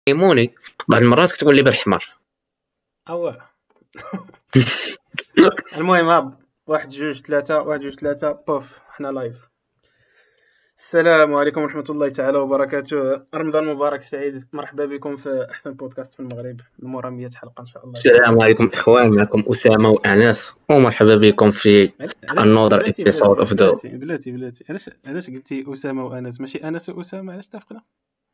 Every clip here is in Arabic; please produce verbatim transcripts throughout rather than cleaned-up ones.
كيموني بعض المرات كتقول لي بالحمار. أوه المهم هاب واحد جوج ثلاثة واحد جوج ثلاثة بوف حنا لايف. السلام عليكم ورحمة الله تعالى وبركاته. رمضان مبارك سعيد، مرحبا بكم في أحسن بودكاست في المغرب المورا مية حلقة إن شاء الله. السلام عليكم إخوان، معكم أسامة وأنس ومرحبا بكم في another episode of the بلاتي بلاتي بلاتي علاش علاش قلتي أسامة وأنس ماشي أنس وأسامة؟ علاش اتفقنا؟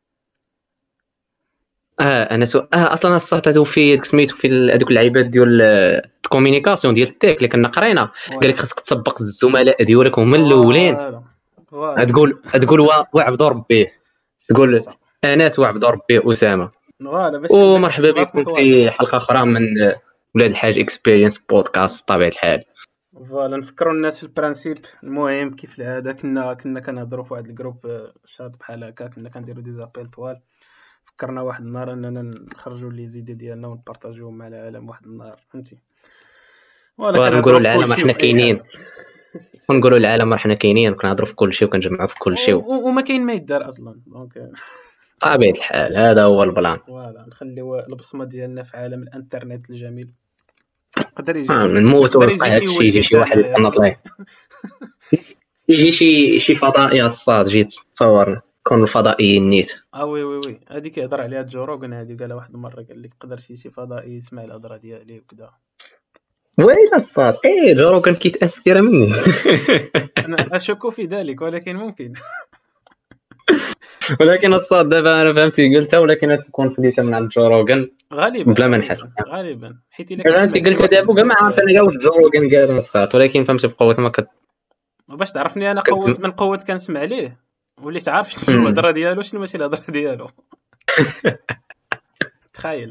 اه أنس اه اصلا الصوت هذا في سميتو في هذوك اللعيبات ديال الكومونيكاسيون ديال التيك اللي كنا قرينا، قال لك خاصك تسبق الزملاء ديالك هما الاولين، تقول تقول وعبد ربي، تقول أنس وعبد ربي أسامة. ومرحبا بكم في حلقة أخرى من ولاد الحاج اكسبيرينس بودكاست بطبيعة الحال. فوالا نفكروا الناس في البرانسيب. المهم كيف العاده كنا كنا كنهضروا في واحد الجروب شاط بحال هكا، كنا كنديروا دي زابيل طوال. فكرنا واحد النهار اننا نخرجوا لي زيدي ديالنا ونبارطاجيوهم مع العالم واحد النهار، فهمتي؟ ولا نقولوا العالم حنا كاينين، ونقولوا العالم حنا كاينين وكنهضروا في كل شيء وكنجمعوا في كل شيء وما كاين ما يدار اصلا. دونك طبيعة الحال هذا هو البلان. فوالا نخليو البصمه ديالنا في عالم الانترنت الجميل. يقدر يجي آه نموت ويبقى هذا الشيء يجي شي واحد يقنط ليه، يجي شي شي فضائي الصاد جيت تصور كون الفضائي نيت. اه وي وي وي هذيك كيهضر عليها جو روغن، هذه قالها واحد المره، قال لك يقدر شي شي فضائي يسمع الهضره ديالي وكذا. ويلي الصاد ايه جو روغن كيتاثر مني. انا اشك في ذلك ولكن ممكن. ولكن الصاد دابا انا فهمتي قلتها، ولكن تكون خديتها من عند جو روغن غالبا بلا ما نحس غالبا حيت الا كنت قلتها دابا كاع ما عارف انا قاعد جو روغن قال الصاد، ولكن فهمت بقوه ما كت باش تعرفني انا قوه من قوه كنسمع ليه وليت عارف شنو الهضره ديالو شنو ماشي الهضره ديالو. تخيل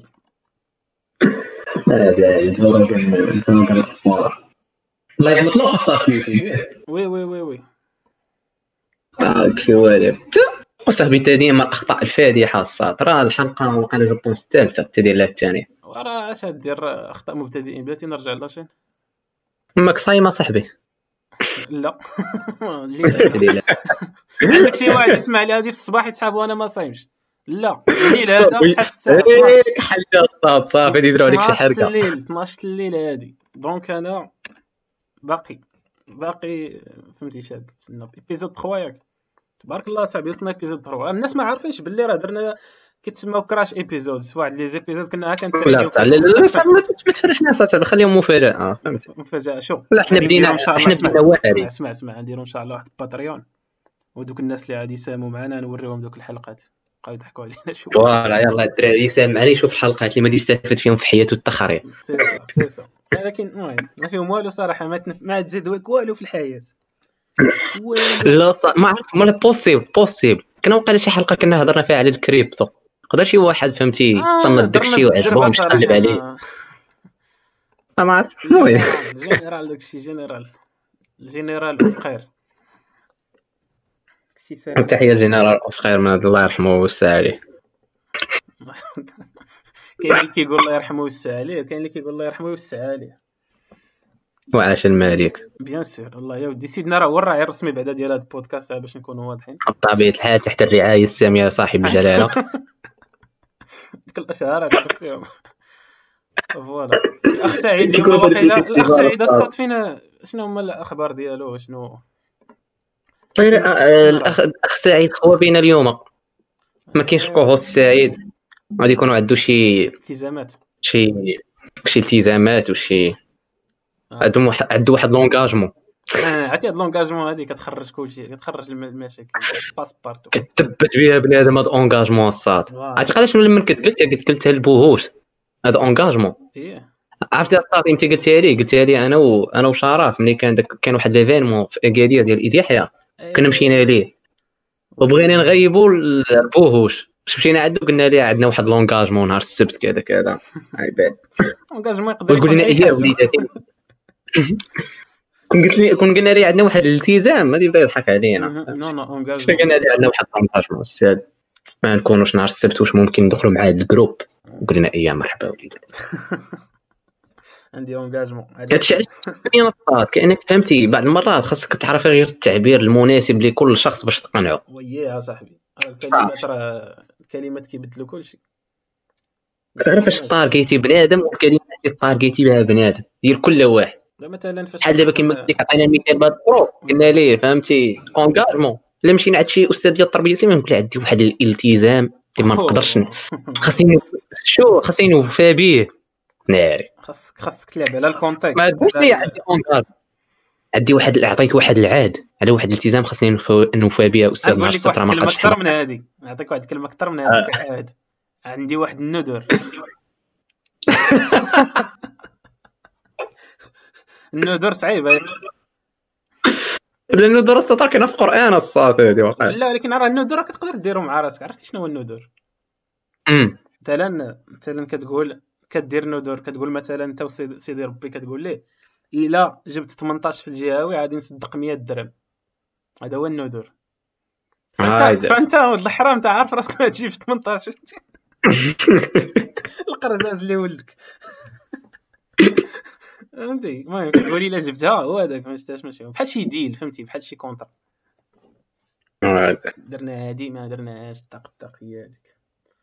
هذا جو روغن جو روغن الصاد الله يمطلق الصاد في يوتيوب. وي وي وي وي اه كيوالي وصاحبي تا ديما الاخطاء الفادحه الصاد. راه الحلقه وقيلا جبون الثالثه تدير لها الثانيه، وراه اش دير اخطاء مبتدئين بلاتي نرجع لاشين امك صايمه صاحبي. لا الليل عندك شي واحد يسمع لي هذه في الصباح يتحاب وانا ما صايمش. لا الليل هذا حس حل الصاد صافي يديروا عليك شي حركه الليل اثناش الليل هذه. دونك انا باقي باقي فهمتي شاد تسنى ايبيزود ثلاثة ياك تبارك الله صاحبي. وصلنا ايبيزود ثلاثة، الناس ما عارفينش باللي راه درنا كيتسماو كراش ايبيزودز، واحد لي زيبيزود كنا هكا لا لا لا صاحبي ما تفرشنا صاحبي، خليهم مفاجاه فهمتي مفاجاه. شوف لا حنا بدينا حنا بدينا واعرين. اسمع اسمع نديروا ان شاء الله واحد الباتريون ودوك الناس اللي غادي يساهموا معنا نوريهم دوك الحلقات بقاو يضحكوا علينا. شوف فوالا يلاه الدراري يساهم معنا يشوف الحلقات اللي ما يستافد فيهم في حياته التخريط. ولكن المهم ما فيهم والو صراحه، ما تنف... ما تزيد والو في الحياه. لا ما عرفت ما بوسيبل بوسيبل كنا وقيلا شي حلقه كنا هضرنا فيها على الكريبتو، يقدر شي واحد فهمتي صنت داكشي وعجبهم شقلب عليه ما عرفت المهم جينيرال داكشي جينيرال جينيرال بخير. تحيه جنرال بخير من الله يرحمه ويوسع عليه. كاين اللي كيقول الله يرحمه ويوسع عليه، كاين اللي كيقول الله يرحمه ويوسع عليه وعاش الملك. بيان سور الله يا ودي سيدنا راه هو الراعي الرسمي بعدا ديال هذا البودكاست باش نكونوا واضحين. بطبيعه الحال تحت الرعايه الساميه صاحب الجلاله. ديك الاشعارات شفتيهم فوالا. الاخ سعيد اليوم واقيلا الاخ سعيد الصوت فينا شنو هما الاخبار ديالو شنو؟ الاخ الاخ سعيد هو بينا اليوم ما كاينش كوهوست سعيد، غادي يكونوا عنده شي التزامات شي شي التزامات وشي عندهم عنده واحد لونغاجمون. اه عرفتي هاد لونغاجمون هادي كتخرج كلشي، كتخرج المشاكل باسبارتو كتثبت بها بنادم هاد اونغاجمون الصاد. عرفتي قال شنو لما كنت قلتها قلت قلتها البوهوش هاد اونغاجمون. ايه عرفتي الصاد انت قلتيها لي قلتيها لي انا وانا وشرف ملي كان داك كان واحد ليفينمون في اكادير ديال ايدي يحيى كنا مشينا ليه وبغينا نغيبوا البوهوش، باش مشينا عنده قلنا ليه عندنا واحد لونغاجمون نهار السبت كذا كذا عيبات لونغاجمون يقدر يقول لنا ايه وليداتي. كون قلت لي كون قلنا لي عندنا واحد الالتزام غادي يبدا يضحك علينا. نو نو اونغاجمون قلنا لي عندنا واحد لونغاجمون استاذ ما نكونوش نهار السبت واش ممكن ندخلوا مع هذا الجروب. قلنا ايه مرحبا وليداتي عندي اونغاجمون. هادشي علاش كاين الصاد كانك فهمتي بعض المرات خاصك تعرف غير التعبير المناسب لكل شخص باش تقنعه. وياه صاحبي الكلمات راه الكلمات كيبدلوا كلشي. تعرف اش طاركيتي بنادم والكلمات اللي طاركيتي بها بنادم ديال كل واحد. مثلا فاش بحال دابا كيما قلت لك عطينا مثال بهذا البروف قلنا ليه فهمتي اونغاجمون. الا مشينا عند شي استاذ ديال التربيه الاسلاميه نقول عندي واحد الالتزام اللي ما نقدرش خاصني شو خاصني نوفى به ناري. خاصك خاصك تلعب على الكونتكست. ما تقولش لي عندي اونغاج عندي واحد عطيت واحد العاد على واحد الالتزام خاصني نوفى نوفى به استاذ. نقول لك واحد الكلمه اكثر من هذه نعطيك واحد الكلمه اكثر من هذيك عاد عندي واحد الندر. الندر صعيبه لانه درست طرق كاينه في القران الصات هذه واقع. لا ولكن راه الندر كتقدر ديرو مع راسك. عرفتي شنو هو الندر؟ امم مثلا مثلا كتقول كدير ندر كتقول مثلا انت وسيدي ربي كتقول ليه الا جبت ثمنطاش في الجهاوي غادي نصدق مية درهم. هذا هو الندر. فانت فانت ولد الحرام انت عارف راسك ما تجيبش ثمنطاش القرزاز اللي ولدك فهمتي. المهم كتقولي الا جبتها هو هذاك ما شفتهاش ماشي بحال شي ديل فهمتي بحال شي كونطر درنا هادي ما درناهاش طق طق هي هذيك.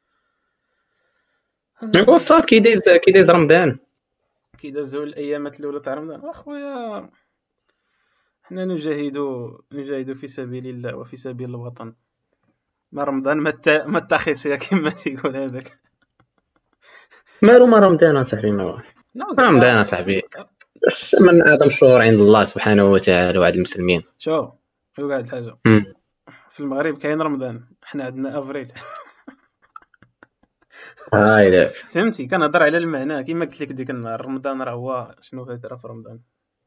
نقول الصاد كيداز كيداز رمضان كيدازو الايامات الاولى تاع رمضان. اخويا حنا نجاهدوا نجاهدوا في سبيل الله وفي سبيل الوطن. ما رمضان ما ما تاخيسيا كما تيقول هذاك. مالو ما رمضان اصاحبي ما رمضان اصاحبي من اعظم الشهور عند الله سبحانه وتعالى وعند المسلمين. شوف هو قاعد الحاجه في المغرب كاين رمضان حنا عندنا افريل. هاي لا فهمتي كنهضر على المعنى كما قلت لك ديك النهار رمضان راه هو شنو غيدير في رمضان.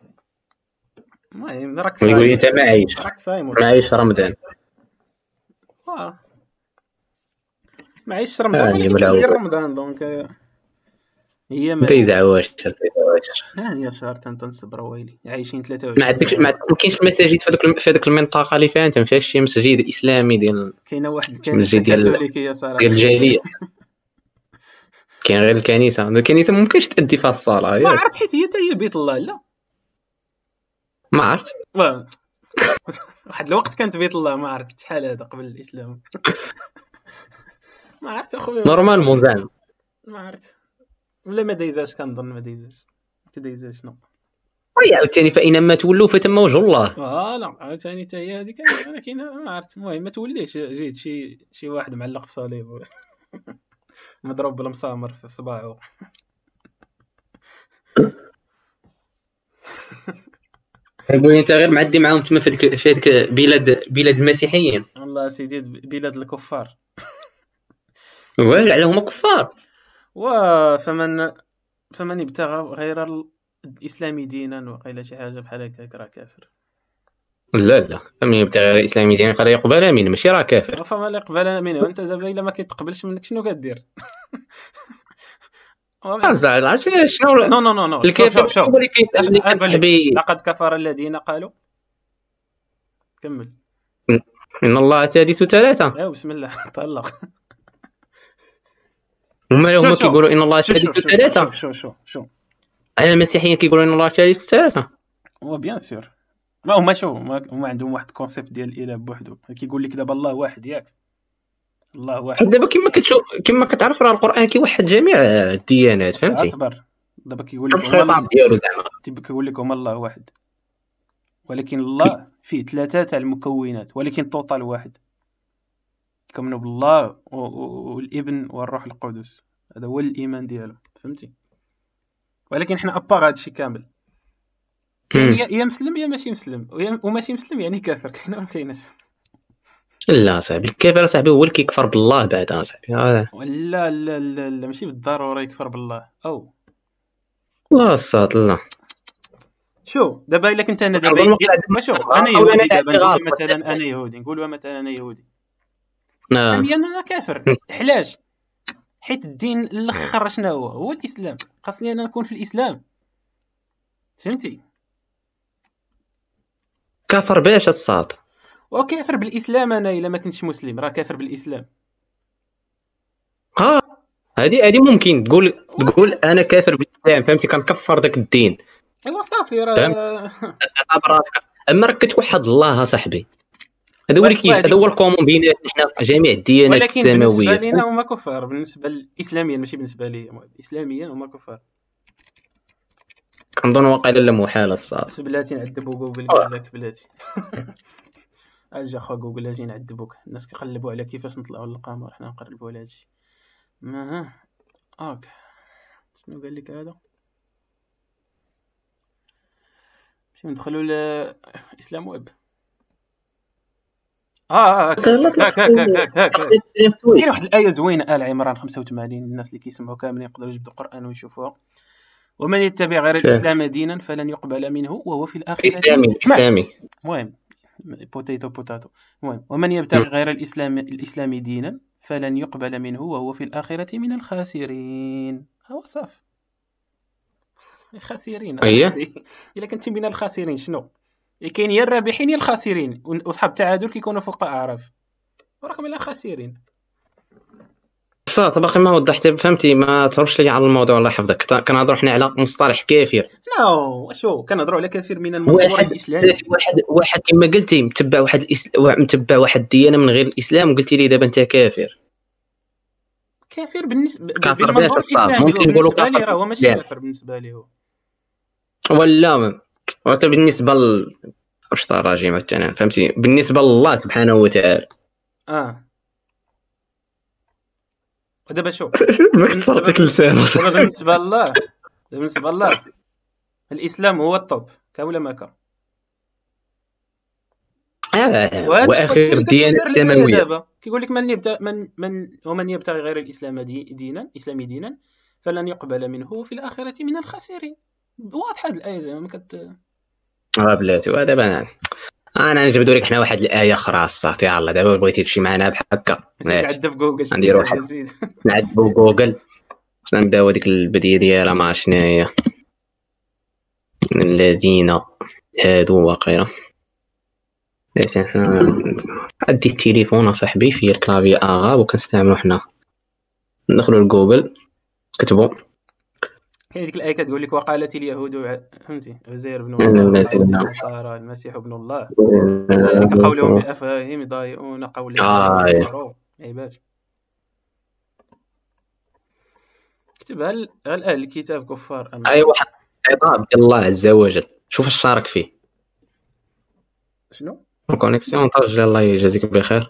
المهم راك صايم يقول انت ما عايش راك صايم ما عايش رمضان واه ما عايش رمضان غير رمضان دونك هي ما بيزعواش ها هي شهر تنصبر ويلي عايشين ثلاثة وعشرين. ما عندكش ما كاينش المساجد في هذوك في هذوك المنطقه اللي فيها انت ما فيهاش شي مسجد اسلامي ديال كاينه واحد الكنيسه كاثوليكيه صراحه ديال الجاليه كاين غير الكنيسه الكنيسه ما ممكنش تأدي فيها الصلاه. ما عرفت حيت هي حتى هي بيت الله لا ما عرفت واحد الوقت كانت بيت الله ما عرفت شحال هذا قبل الاسلام. ما عرفت اخويا نورمالمون زعما ما عرفت ولا ما دايزاش كنظن ما دايزاش تدايزا شنو وي عاوتاني فإنما تولوا فتم وجه الله. اه لا عاوتاني حتى هي هذيك ولكن ما عرفت. المهم ما توليش جيت شي شي واحد معلق في صليب مضروب بالمسامر في صباعه. يقول انت غير معدي معاهم تما في هذيك في هذيك بلاد بلاد المسيحيين. والله سيدي بلاد الكفار واه على هما كفار. وفمن فمن ابتغى غير الاسلام دينا وقيل شي حاجه بحال هكاك راه كافر. لا لا فمن يبتغي غير الاسلام دينا فلا يقبل منه ماشي راه كافر. فما لا يقبل منه وانت دابا الا ما كيتقبلش منك شنو كدير؟ عرفت شنو نو نو نو نو الكافر شوف اللي كيتحبي لقد كفر الذين قالوا كمل ان الله ثالث ثلاثه. ايوا بسم الله طلق. هما هما كيقولوا ان الله ثالث ثلاثه. شو شو شو انا المسيحيين كيقولوا ان الله ثالث ثلاثه. هو بيان سور ما هما شو هما عندهم واحد الكونسيبت ديال الاله بوحدو كيقول لك دابا الله واحد ياك الله واحد. دابا كما كتشوف كما كتعرف راه القران كيوحد جميع الديانات فهمتي. اصبر دابا كيقول لك الخطاب ديالو زعما كيقول لك هما الله واحد ولكن الله فيه ثلاثه تاع المكونات ولكن توتال واحد كمنوا بالله والابن والروح القدس. هذا هو الايمان ديالو فهمتي. ولكن حنا ابار هذا الشيء كامل يا يا مسلم يا ماشي مسلم وماشي مسلم يعني كافر. كاينه ما كايناش. لا صاحبي الكافر صاحبي هو اللي كيكفر بالله بعدا صاحبي. لا لا لا لا ماشي بالضروره يكفر بالله او لا الصاد لا. شو دابا الا كنت انا دابا شوف انا يهودي دابا مثلا انا يهودي نقول مثلا انا يهودي نعم انا كافر. علاش؟ حيت الدين الاخر شنو هو هو الاسلام. خاصني انا نكون في الاسلام فهمتي. كافر باش الصاد وكافر بالاسلام. انا الا ما كنتش مسلم راه كافر بالاسلام. ها هذه هذه ممكن تقول تقول انا كافر بالاسلام فهمتي كنكفر داك الدين. ايوا صافي راه اعتبر راسك اما راك كتوحد الله صاحبي هذا هو اللي كيف هذا هو الكومون بين حنا جميع الديانات السماويه، ولكن بالنسبه لنا هما كفار، بالنسبه للاسلاميين ماشي بالنسبه لي، اسلاميا هما كفار. كنظن واقيلا لا محاله الصاد. بلاتي نعذبوا جوجل قال لك بلاتي. اجي اخو جوجل اجي نعذبوك، الناس كيقلبوا على كيفاش نطلعوا للقمر، حنا نقربوا على هادشي. ما اوك شنو قال لك هذا؟ مشيو ندخلوا لاسلام ويب. اه هاك هاك هاك هاك كاين واحد الايه زوينه، ال عمران خمسة وثمانين، الناس اللي كيسمعوا كاملين يقدروا يجبدوا القران ويشوفوها. ومن يتبع غير الاسلام دينا فلن يقبل منه وهو في الاخره اسلامي اسلامي المهم بوتيتو بوتاتو. المهم ومن يبتغي غير الاسلام الاسلام دينا فلن يقبل منه وهو في الاخره من الخاسرين. هو صافي خاسرين. اييه الا كنتي من الخاسرين شنو كاين؟ يا الرابحين يا الخاسرين، واصحاب التعادل كيكونوا فوق اعراف، وراكم من الخاسرين. صافي باقي ما وضحت فهمتي، ما تهرش لي على الموضوع. الله يحفظك، كنهضروا حنا على مصطلح كافر. نو شو كنهضروا على كافر من المنظور الاسلامي. واحد واحد كما قلتي متبع واحد الاسلام، متبع واحد الديانه من غير الاسلام، وقلتي لي دابا انت كافر. كافر بالنسبه كافر باش الصاد ممكن نقولوا كافر، راه هو ماشي كافر بالنسبه ليه هو، ولا حتى بالنسبه ل واش الراجي مثلا فهمتي، بالنسبه لله سبحانه وتعالى. اه ودابا شوف ما كثرتك لسان دابا بالنسبه لله، بالنسبه لله الاسلام هو الطوب كاولا ماكا. آه واخر الديانه السماويه دابا كيقول لك من يبتغي من من ومن يبتغي غير الاسلام دي دينا اسلامي دينا فلن يقبل منه في الاخره من الخاسرين. واضحه هذه الايه زعما ما كت اه بلاتي. ودابا انا انا نجبدوا لك حنا واحد الايه اخرى صافي. يلاه دابا بغيتي تمشي معنا بحكا نعذب جوجل، نديرو واحد نعذبوا جوجل، نبداو هذيك البديه ديالها ما شناهي الذين هادوا واقيلا. عندي التليفون اصاحبي فيه الكلافي اغاب وكنستعملو حنا. ندخلوا لجوجل كتبوا كاين ديك الايه كتقول لك وقالت اليهود فهمتي عزير بن الله والنصارى المسيح ابن الله ذلك قولهم بافواههم يضايقون قول الله. عباد كتب هل هل اهل الكتاب كفار ام اي واحد عقاب ديال الله عز وجل. شوف الشارك فيه شنو الكونيكسيون طاج. الله يجازيك بخير.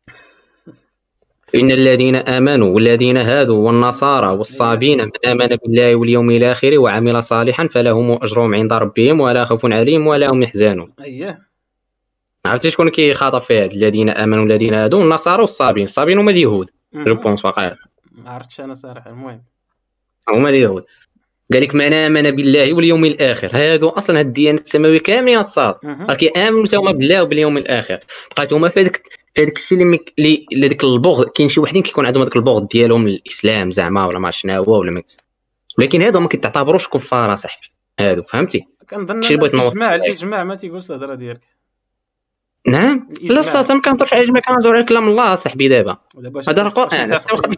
إن الذين آمنوا والذين هادوا والنصارى والصابين من آمن بالله واليوم الآخر وعمل صالحا فلهم أجرهم عند ربهم ولا خوف عليهم ولا هم يحزنون. اييه عرفتي شكون كيخاطب فيه؟ الذين آمنوا والذين هادوا والنصارى والصابين. الصابين هما اليهود جو بونس واقيلا، ما عرفتش انا صراحه. المهم هما اليهود. قال لك من آمن بالله واليوم الآخر، هادو أصلا هاد الديانات السماوية كاملين الصاد راه كيامنوا هما بالله وباليوم الآخر. بقات هما في هذاك في هذاك الشيء اللي اللي لذاك البغض. كاين شي وحدين كيكون عندهم هذاك البغض ديالهم للإسلام زعما ولا ما شنو هو ولا ما، ولكن هادو ما كيتعتبروش كفار صاحبي هادو فهمتي. كنظن الاجماع الاجماع ما تيقولش الهضره ديالك. نعم لا الصاد ما كنهضرش على الاجماع، كنهضر على كلام الله صاحبي. دابا هذا القرآن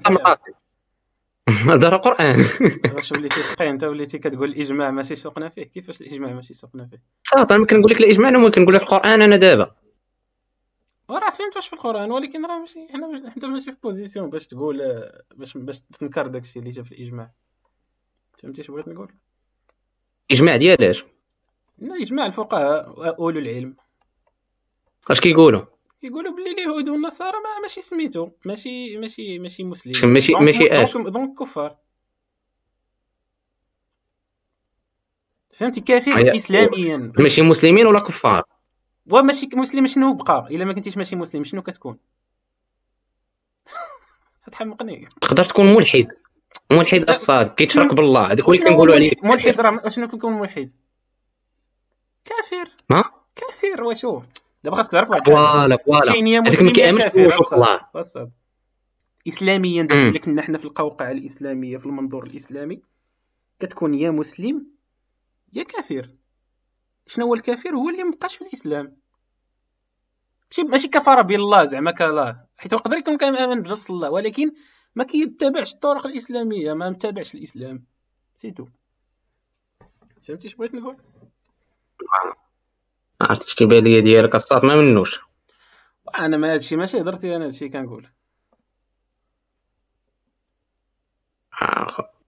هذا القرآن. واش وليتي تقي انت وليتي كتقول الاجماع ماشي سوقنا فيه؟ كيفاش الاجماع ماشي سوقنا فيه؟ صافي انا كنقول لك الاجماع، انا كنقول لك القرآن. انا دابا وراه فهمت واش في القرآن، ولكن راه ماشي حنا حتى ماشي في بوزيسيون باش تقول باش باش تنكر داكشي اللي جا في الاجماع. فهمتي اش بغيت نقول؟ اجماع ديال اش؟ لا اجماع الفقهاء اولو العلم اش كيقولوا؟ كيقولوا بلي اليهود والنصارى ما ماشي سميتو ماشي ماشي ماشي مسلمين، ماشي ماشي اش دونك كفار. فهمتي؟ كافر اسلاميا ماشي مسلمين ولا كفار. وماشي مسلم شنو بقى؟ الا ما كنتيش ماشي مسلم شنو كتكون؟ تحمقني. تقدر تكون ملحد. ملحد الصاد كيتشرك بالله، هذاك هو اللي كنقولوا عليه ملحد. راه شنو كيكون ملحد؟ كافر. ما كافر وشوف دابا خاصك تعرف واحد فوالا فوالا هذاك ما كيامنش بالله اسلاميا. دابا كنا حنا في القوقعه الاسلاميه في المنظور الاسلامي كتكون يا مسلم يا كافر. شنو هو الكافر؟ هو اللي مابقاش في الاسلام. ماشي ماشي كفر بالله زعما كلا، حيت يقدر يكون كامل برسول الله ولكن ما كيتبعش الطرق الاسلاميه، ما متابعش الاسلام سيتو. فهمتي اش بغيت نقول؟ عرفتي الاشتباليه ديالك الصاط ما منوش. انا ما هادشي ماشي هضرتي، انا هادشي كنقول. آه،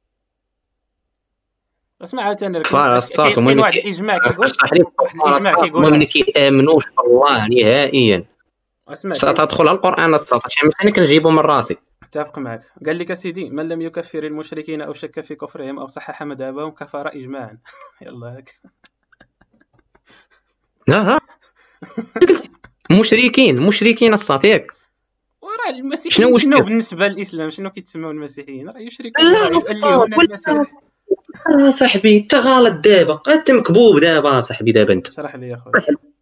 اسمع عاوتاني، راه كاين كفار اش- كاين الصات هما كاين اللي واحد كي- الاجماع كيقول، اشرح لي واحد كفار الاجماع الصات هما كيقول اللي ها. كيامنوش بالله نهائيا. اسمع الصات كاين. تدخل على القران الصات، هادشي ماشي انا كنجيبو من راسي. اتفق معك. قال لك سيدي: من لم يكفر المشركين او شك في كفرهم او صحح مذهبهم كفر اجماعا. يلا هاك. لا ها، مشركين مشركين الصات ياك. وراه شنو المسيحيين هو شنو الشرك؟ بالنسبه للاسلام؟ شنو كيتسموا المسيحيين؟ راه يشركون لا الله، الصاد يؤلهون ولا. المسيح. آه صاحبي انت غلط دابا، انت مكبوب دابا صاحبي، دابا انت اشرح لي يا خويا.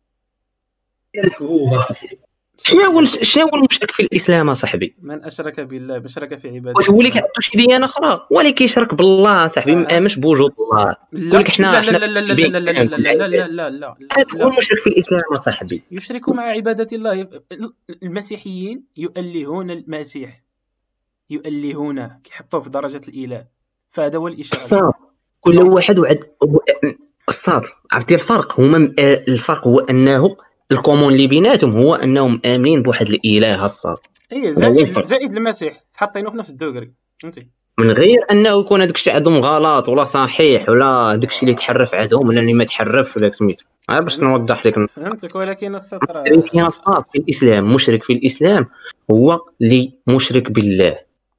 مكبوب صاحبي. اشرح شنو هو لي. شنو هو المشرك في الاسلام صاحبي؟ من اشرك بالله، مشرك في واش عباده هو اللي الله. كيعبدو شي ديانه اخرى ولا كيشرك بالله صاحبي؟ ما اه. امنش بوجود الله. يقول لك لا حنا لا لا حنا لا لا لا بين لا لا لا كلام لا كل لا لا عباد. لا لا لا هذا هو لا. المشرك في الاسلام صاحبي. يشرك مع عبادة الله. المسيحيين يؤلهون المسيح، يؤلهونه، كيحطوه في درجة الإله، فهذا هو الإشراك. الصاد كل دونك واحد وعد. الصاد عرفتي الفرق؟ هما آه، الفرق هو انه الكومون اللي بيناتهم هو انهم امنين بواحد الاله الصاد. ايه، هذا هو زائد الفرق. زائد المسيح حاطينه في نفس الدوغري، فهمتي. من غير انه يكون هذاك الشيء عندهم غلط ولا صحيح، ولا داك الشيء اللي تحرف عندهم ولا اللي ما تحرفش ولا سميتو. غير باش فهم- نوضح لك. فهمتك، ولكن السطر المشرك يا صاد في الاسلام، مشرك في الاسلام هو اللي مشرك بالله.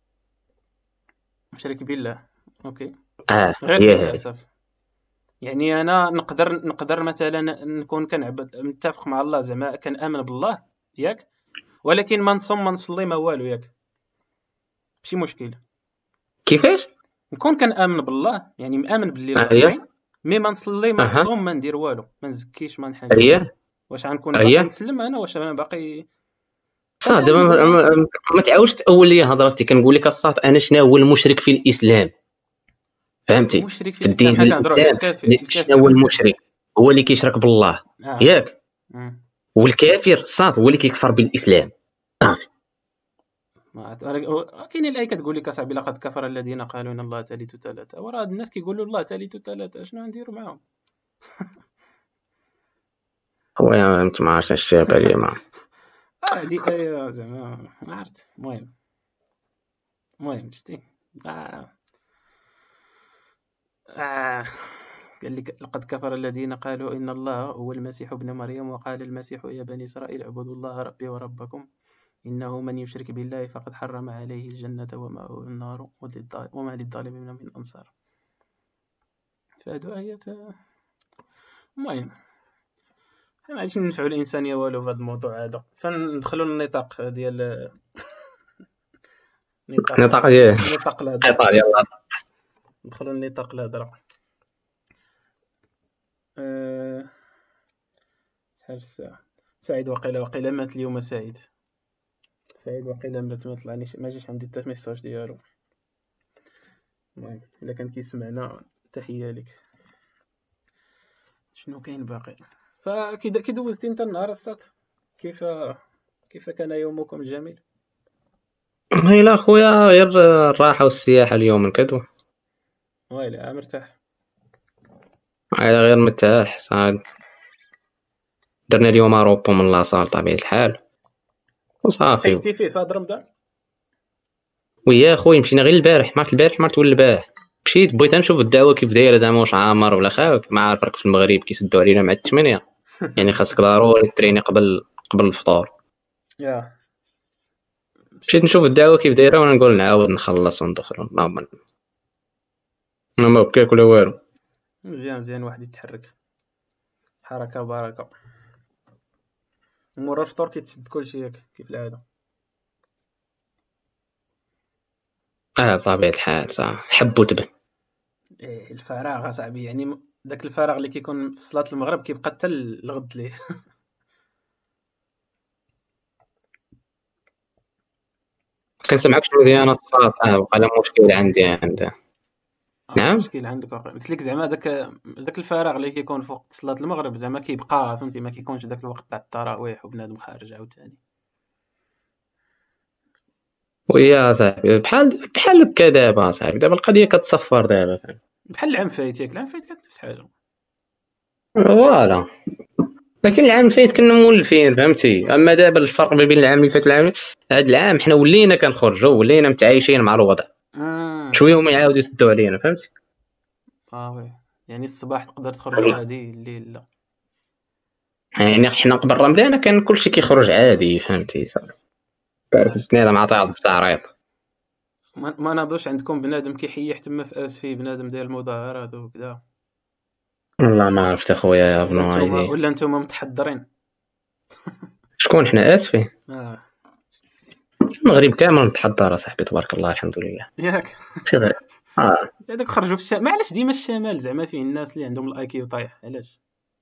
مشرك بالله. اوكي. اه غير هي هذه. للأسف، يعني أنا نقدر نقدر مثلا نكون كنعبد متفق مع الله، زعما كنآمن بالله ياك، ولكن ما نصوم ما نصلي ما والو ياك، ماشي مشكل. كيفاش؟ نكون كنآمن بالله، يعني مآمن باللي الله هي كاين، مي ما نصلي ما اها نصوم ما ندير والو، ما نزكيش ما نحج. هي واش غنكون باقي هي مسلم انا؟ واش انا باقي صاد. دابا كنآمن ما, بالله؟ ما, ما تعاودش تأول لي هضرتي. كنقول لك الصاد انا شنو هو المشرك في الاسلام، فهمتي؟ مشرك في في الدين الإسلام، حنا ديال كنهضروا على الاسلام الكافر. شنو الكافر هو مثلا. المشرك؟ هو اللي كيشرك بالله اه. ياك. مم. والكافر صاد هو اللي كيكفر بالاسلام. صافي. ما عرفت- ولكن- كاين الآية كتقول لك أصاحبي: لقد كفر الذين قالوا إن الله ثالث ثلاثة. وراه هاد الناس كيقولوا الله ثالث ثلاثة، شنو نديروا معاهم؟ خويا انت ما عرفتش الشابه لي ما. اه هادي آية زعما ما عرفت. المهم المهم شتي. آه. آه. قال لك: لقد كفر الذين قالوا إن الله هو المسيح ابن مريم، وقال المسيح يا بني إسرائيل اعبدوا الله ربي وربكم إنه من يشرك بالله فقد حرم عليه الجنة ومأواه النار وما للظالمين من أنصار. فهادو آيات. المهم حنا عايشين ننفعوا الإنسانية والو في هذا الموضوع هذا، فندخلوا للنطاق ديال نطاق نطاق ديال نطاق الهضرة. قطار يلاه. ندخلوا لنطاق الهضرة. أه... شحال الساعة؟ سعيد وقيل وقيل مات اليوم سعيد. سعيد وقيل مات، ما طلعنيش، ما جاش عندي حتى ميساج ديالو. المهم الا كان كيسمعنا تحية لك. شنو كاين باقي؟ فكي كي دوزتي انت النهار السبت؟ كيف كيف كان يومكم الجميل؟ هي لا خويا، غير الراحه والسياحه اليوم نكدو. ويلي مرتاح. هذا غير مرتاح صاد. درنا اليوم روبو من لاصال طبيعة الحال وصافي. تحيدتي فيه في هاد رمضان؟ ويا خويا مشينا غير البارح، مرت البارح مرت ولا البارح. مشيت بغيت نشوف الدعوه كيف دايره زعما، واش عامر ولا خاوك. ما عارف راك في المغرب كيسدوا علينا مع الثمانية، يعني خاصك ضروري تريني قبل قبل الفطور. يا مشيت نشوف الدعوه كيف دايره وانا نقول نعاود نخلص وندخل. ما ما ما ما بكاك ولا والو. مزيان مزيان واحد يتحرك، حركة بركة. مورا الفطور كيتشد كلشي ياك كيف العادة. اه بطبيعة الحال صح، حب وتبن. إيه الفراغ اصاحبي، يعني داك الفراغ اللي كيكون في صلاة المغرب كيبقى حتى الغد ليه. كنسمعكش مزيان الصوت. اه بقى لا مشكل عندي عند. اه نعم. مشكل عندك واقع. قلت لك زعما داك داك الفراغ اللي كيكون في وقت صلاة المغرب زعما كيبقى، فهمتي، ما كيكونش داك الوقت تاع التراويح وبنادم خارج عاوتاني. ويا صاحبي بحال بحال هكا دابا صاحبي، دابا القضيه كتصفر دابا. بحال العام فايت ياك، العام فايت كانت نفس الحاجة. فوالا لكن العام اللي فات كنا مولفين فهمتي. اما دابا الفرق ما بين العام اللي فات والعام هذا العام حنا ولينا كنخرجوا ولينا متعايشين مع الوضع امم شويه هما يعاودوا يسدوا علينا فهمتي. صافي يعني الصباح تقدر تخرج عادي، الليل لا. يعني حنا قبل رمضان كان كلشي كيخرج عادي فهمتي صافي. بنادم عطاه بالتعريض. ما ما ناضوش عندكم بنادم كيحيح تما في اسفي، بنادم ديال المظاهرات وكذا؟ والله ما عرفت اخويا يا ولا بنو نتوما هذه. ولا نتوما متحضرين؟ شكون حنا اسفين؟ اه المغرب كامل متحضر صاحبي تبارك الله الحمد لله. ياك. شي غير اه هذاك خرجوا في الشمال، علاش ديما الشمال زعما فيه الناس اللي عندهم الاي كيو طايح؟ علاش؟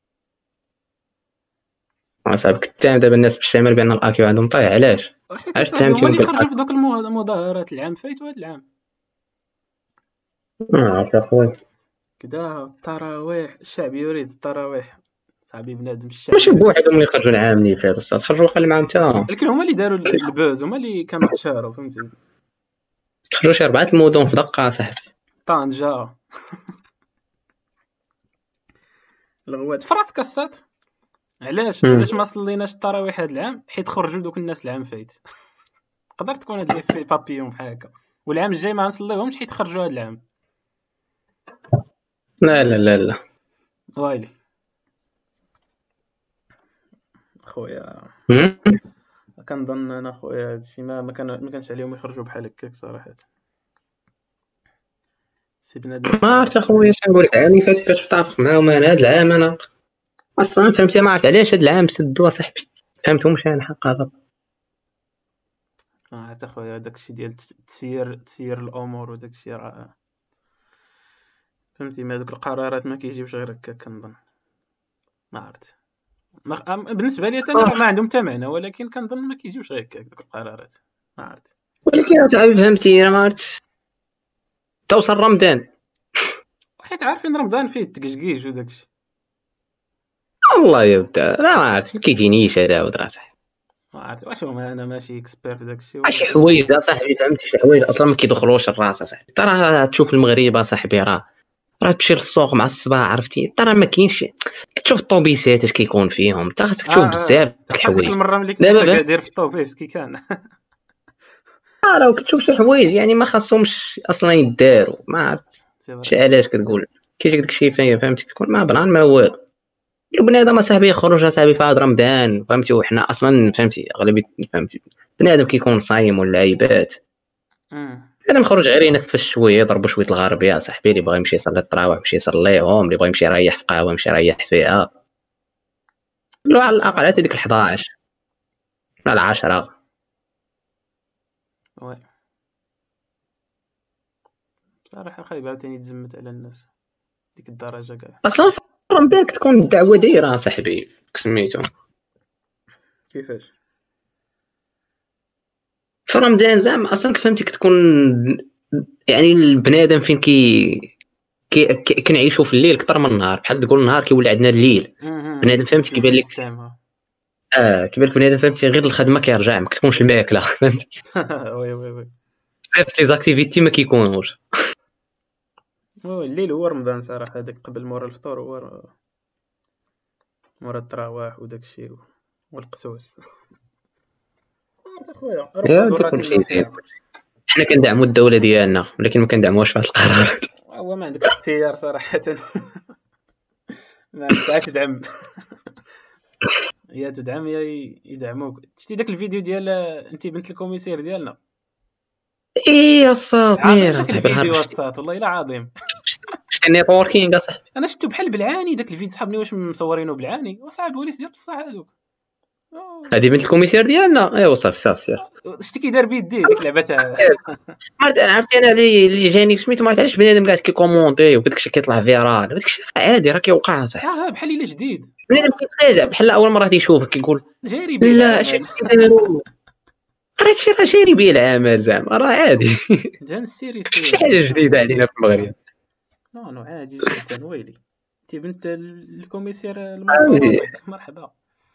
صاحبي كنت دابا الناس بالشمال بان الاكيو عندهم طايح علاش؟ حيت علاش صاحبي هما تهمتيهم اللي خرجوا بالاكيو؟ في دوك المو- المظاهرات العام فايت وهذا العام ما عرفت اخويا. كدا. التراويح، الشعب يريد التراويح صاحبي، بنادم الشعب ماشي يريد. بوحدهم اللي خرجوا العام اللي فات استاذ خرجوا قال معاهم حتى لكن هما اللي داروا البوز، هما اللي كانوا تشاروا فهمتي. خرجوا شي اربعه المدن في دقه صاحبي. طنجة، الغوات، فراس كاسات. علاش مم. علاش ما صليناش التراويح هذا العام؟ حيت خرجوا دوك الناس العام فايت. تقدر تكون هاد لي بابيون بحال هكا، والعام الجاي ما نصليوهمش حيت خرجوا هذا العام. لا لا لا لا. وايلي خويا، مم. كنظن انا خويا هادشي ما ما كان ما كانش عليهم يخرجوا بحال هكاك صراحه. سي بنادم ما عرفت اخويا شنو نقول لك. العام اللي فات كتتفق معاهم انا هذا العام انا اصلا فهمتي ما عرفت علاش هذا العام سدوا صاحبي. فهمتهمش انا الحق هذا. اه حتى خويا داكشي ديال تسير تسير الامور وداكشي راه فهمتي. ما دوك القرارات ما كيجيوش غير هكا كنظن. ما عرفت ما... أم- بالنسبه لي حتى أنا ما عندهم حتى معنى، ولكن كنظن ما كيجيوش غير هكاك دوك القرارات. ما عرفت. ولكن صاحبي فهمتي انا ما عرفتش توصل رمضان. حيت عارفين رمضان فيه التكجكيج وداكشي. والله يبدا لا ما عرفت ما كيجينيش هذا ود راه صاحبي. ما عرفت واش هما، انا ماشي اكسبير في داكشي شي ولكن حوايج صاحبي فهمتي شي حوايج اصلا ما كيدخلوش الراس صاحبي. ترى راه تشوف المغرب صاحبي راه راه تمشي للسوق مع الصباح عرفتي ترى ما كاينش. تشوف الطوبيسات اش كيكون فيهم انت خاصك اه تشوف اه بزاف د بحال ديك الحوايج. المره ملي كنت دابا انا فهم قاعد في الطوبيس كي كان. آه، راه كتشوف شي حوايج يعني ما خاصهمش اصلا يداروا ما عرفت سي فري. شي علاش كتقول كيجيك داكشي فين فهمتي تكون ما بلان ما والو. البنادم اصاحبي يخرج اصاحبي في هذا رمضان فهمتي وحنا اصلا فهمتي اغلبيه فهمتي بنادم كيكون صايم ولا عيبات. امم بنادم خرج غير ينفس شويه يضرب شويه الغربيه صاحبي اللي بغى يمشي يصلي التراويح يمشي يصليهم اللي بغى يمشي يريح في قهوه يمشي يريح فيها. لو على الاقل حتى ديك الحداش ولا العشرة. وي بصراحه خايب عاوتاني تزمت على الناس ديك الدرجه كاع. اصلا في رمضان كتكون الدعوه دايره صاحبي سميتو. كيفاش؟ في رمضان زعما اصلا فهمتي كتكون يعني البنادم فين كي كي كي- كنعيشوا في الليل اكثر من النهار بحال تقول النهار كيولي عندنا الليل. بنادم فهمتي كيبان لك اه كيبان لك بنادم فهمتي غير الخدمه كيرجع ما كتكونش الماكله فهمتي. وي وي وي بزاف لي زاكتيفيتي ما كيكونوش. وي الليل هو رمضان صراحه، هذاك قبل مورا الفطور هو مورا التراويح وداك الشيء والقسوس. عرفت اخويا ربي يا ضرات كل لنا شيء فيها. حنا كندعموا الدوله ديالنا ولكن ما كندعموش فهاد القرارات. هو ما عندك اختيار صراحه. ما عندك عاد تدعم. يا تدعم يا ي- يدعموك. شتي داك الفيديو ديال انت بنت الكوميسير ديالنا؟ ايه يا صاط عاطل نير داك صاحبي الفيديو الهرب وسط والله الا عظيم. شتي النيتوركينغ اصاحبي. انا شفتو بحال بالعاني داك الفيديو، صحابني واش مصورينه بالعاني وصاحب بوليس ديال بصح هذوك. هذه بنت الكوميسير ديالنا ايوا صافي صافي. شتي كيدار بيديه ديك اللعبه تاع. عرفت انا عرفتي انا اللي اللي جاني سميتو ما عرفت علاش بنادم قاعد كيكومونتي وداك الشيء كيطلع فيرال داك الشيء عادي راه كيوقع صح. اه بحال الا جديد بنادم كيتفاجئ بحال اول مره تيشوفك كيقول جاري بيه لا اش العمل. كيديروا راه هادشي راه جاري بيه العمل زعما راه عادي. دان السيري شي سيري. حاجه جديده علينا في المغرب. نو نو عادي جدا ويلي. انت بنت الكوميسير المرفوضه مرحبا.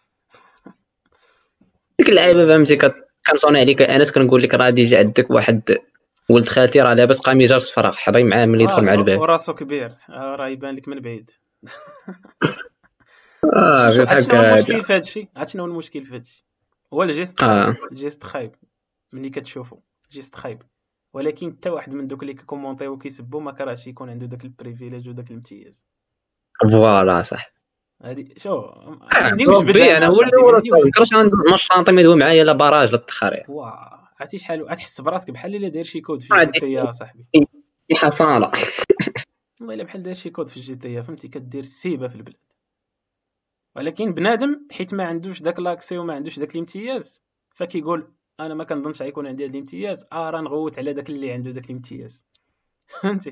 ديك اللعيبه فهمتي كت- كنصوني عليك انس كنقول لك راه يجي عندك واحد ولد خالتي راه لابس قميجه صفراء حضي معاه ملي يدخل مع الباب. وراسو كبير آه، راه يبان لك من بعيد. اه شوف بحال عرفت شنو هو هكا المشكل هذا. في هذا الشيء، عرفت شنو هو المشكل في هذا الشيء؟ هو الجيست خايب، اه الجيست خايب ملي كتشوفو الجيست خايب، ولكن حتى واحد من دوك اللي كيكومونطيو وكيسبوا ما كرهش يكون عنده داك البريفيليج وداك الامتياز. فوالا صح. هادي شو آه، عندي نجبد ربي انا انا هو اللي صاحبي، ورا عندي صاحبي، وجبد. مكرهش غندوز مع الشانطي ما يدوي معايا لا باراج لا التخارير. واه عرفتي شحال غتحس براسك بحال الا داير شي كود في الجي عادي تي اي صاحبي. في حصانه. والله الا بحال داير شي كود في الجي تي اي، فهمتي، كدير سيبه في البلاد. ولكن بنادم حيت ما عندوش داك لاكسي وما عندوش داك الامتياز، فكيقول انا ما كنظنش غيكون عندي هاد الامتياز، اه راه نغوت على داك اللي عنده داك الامتياز. فهمتي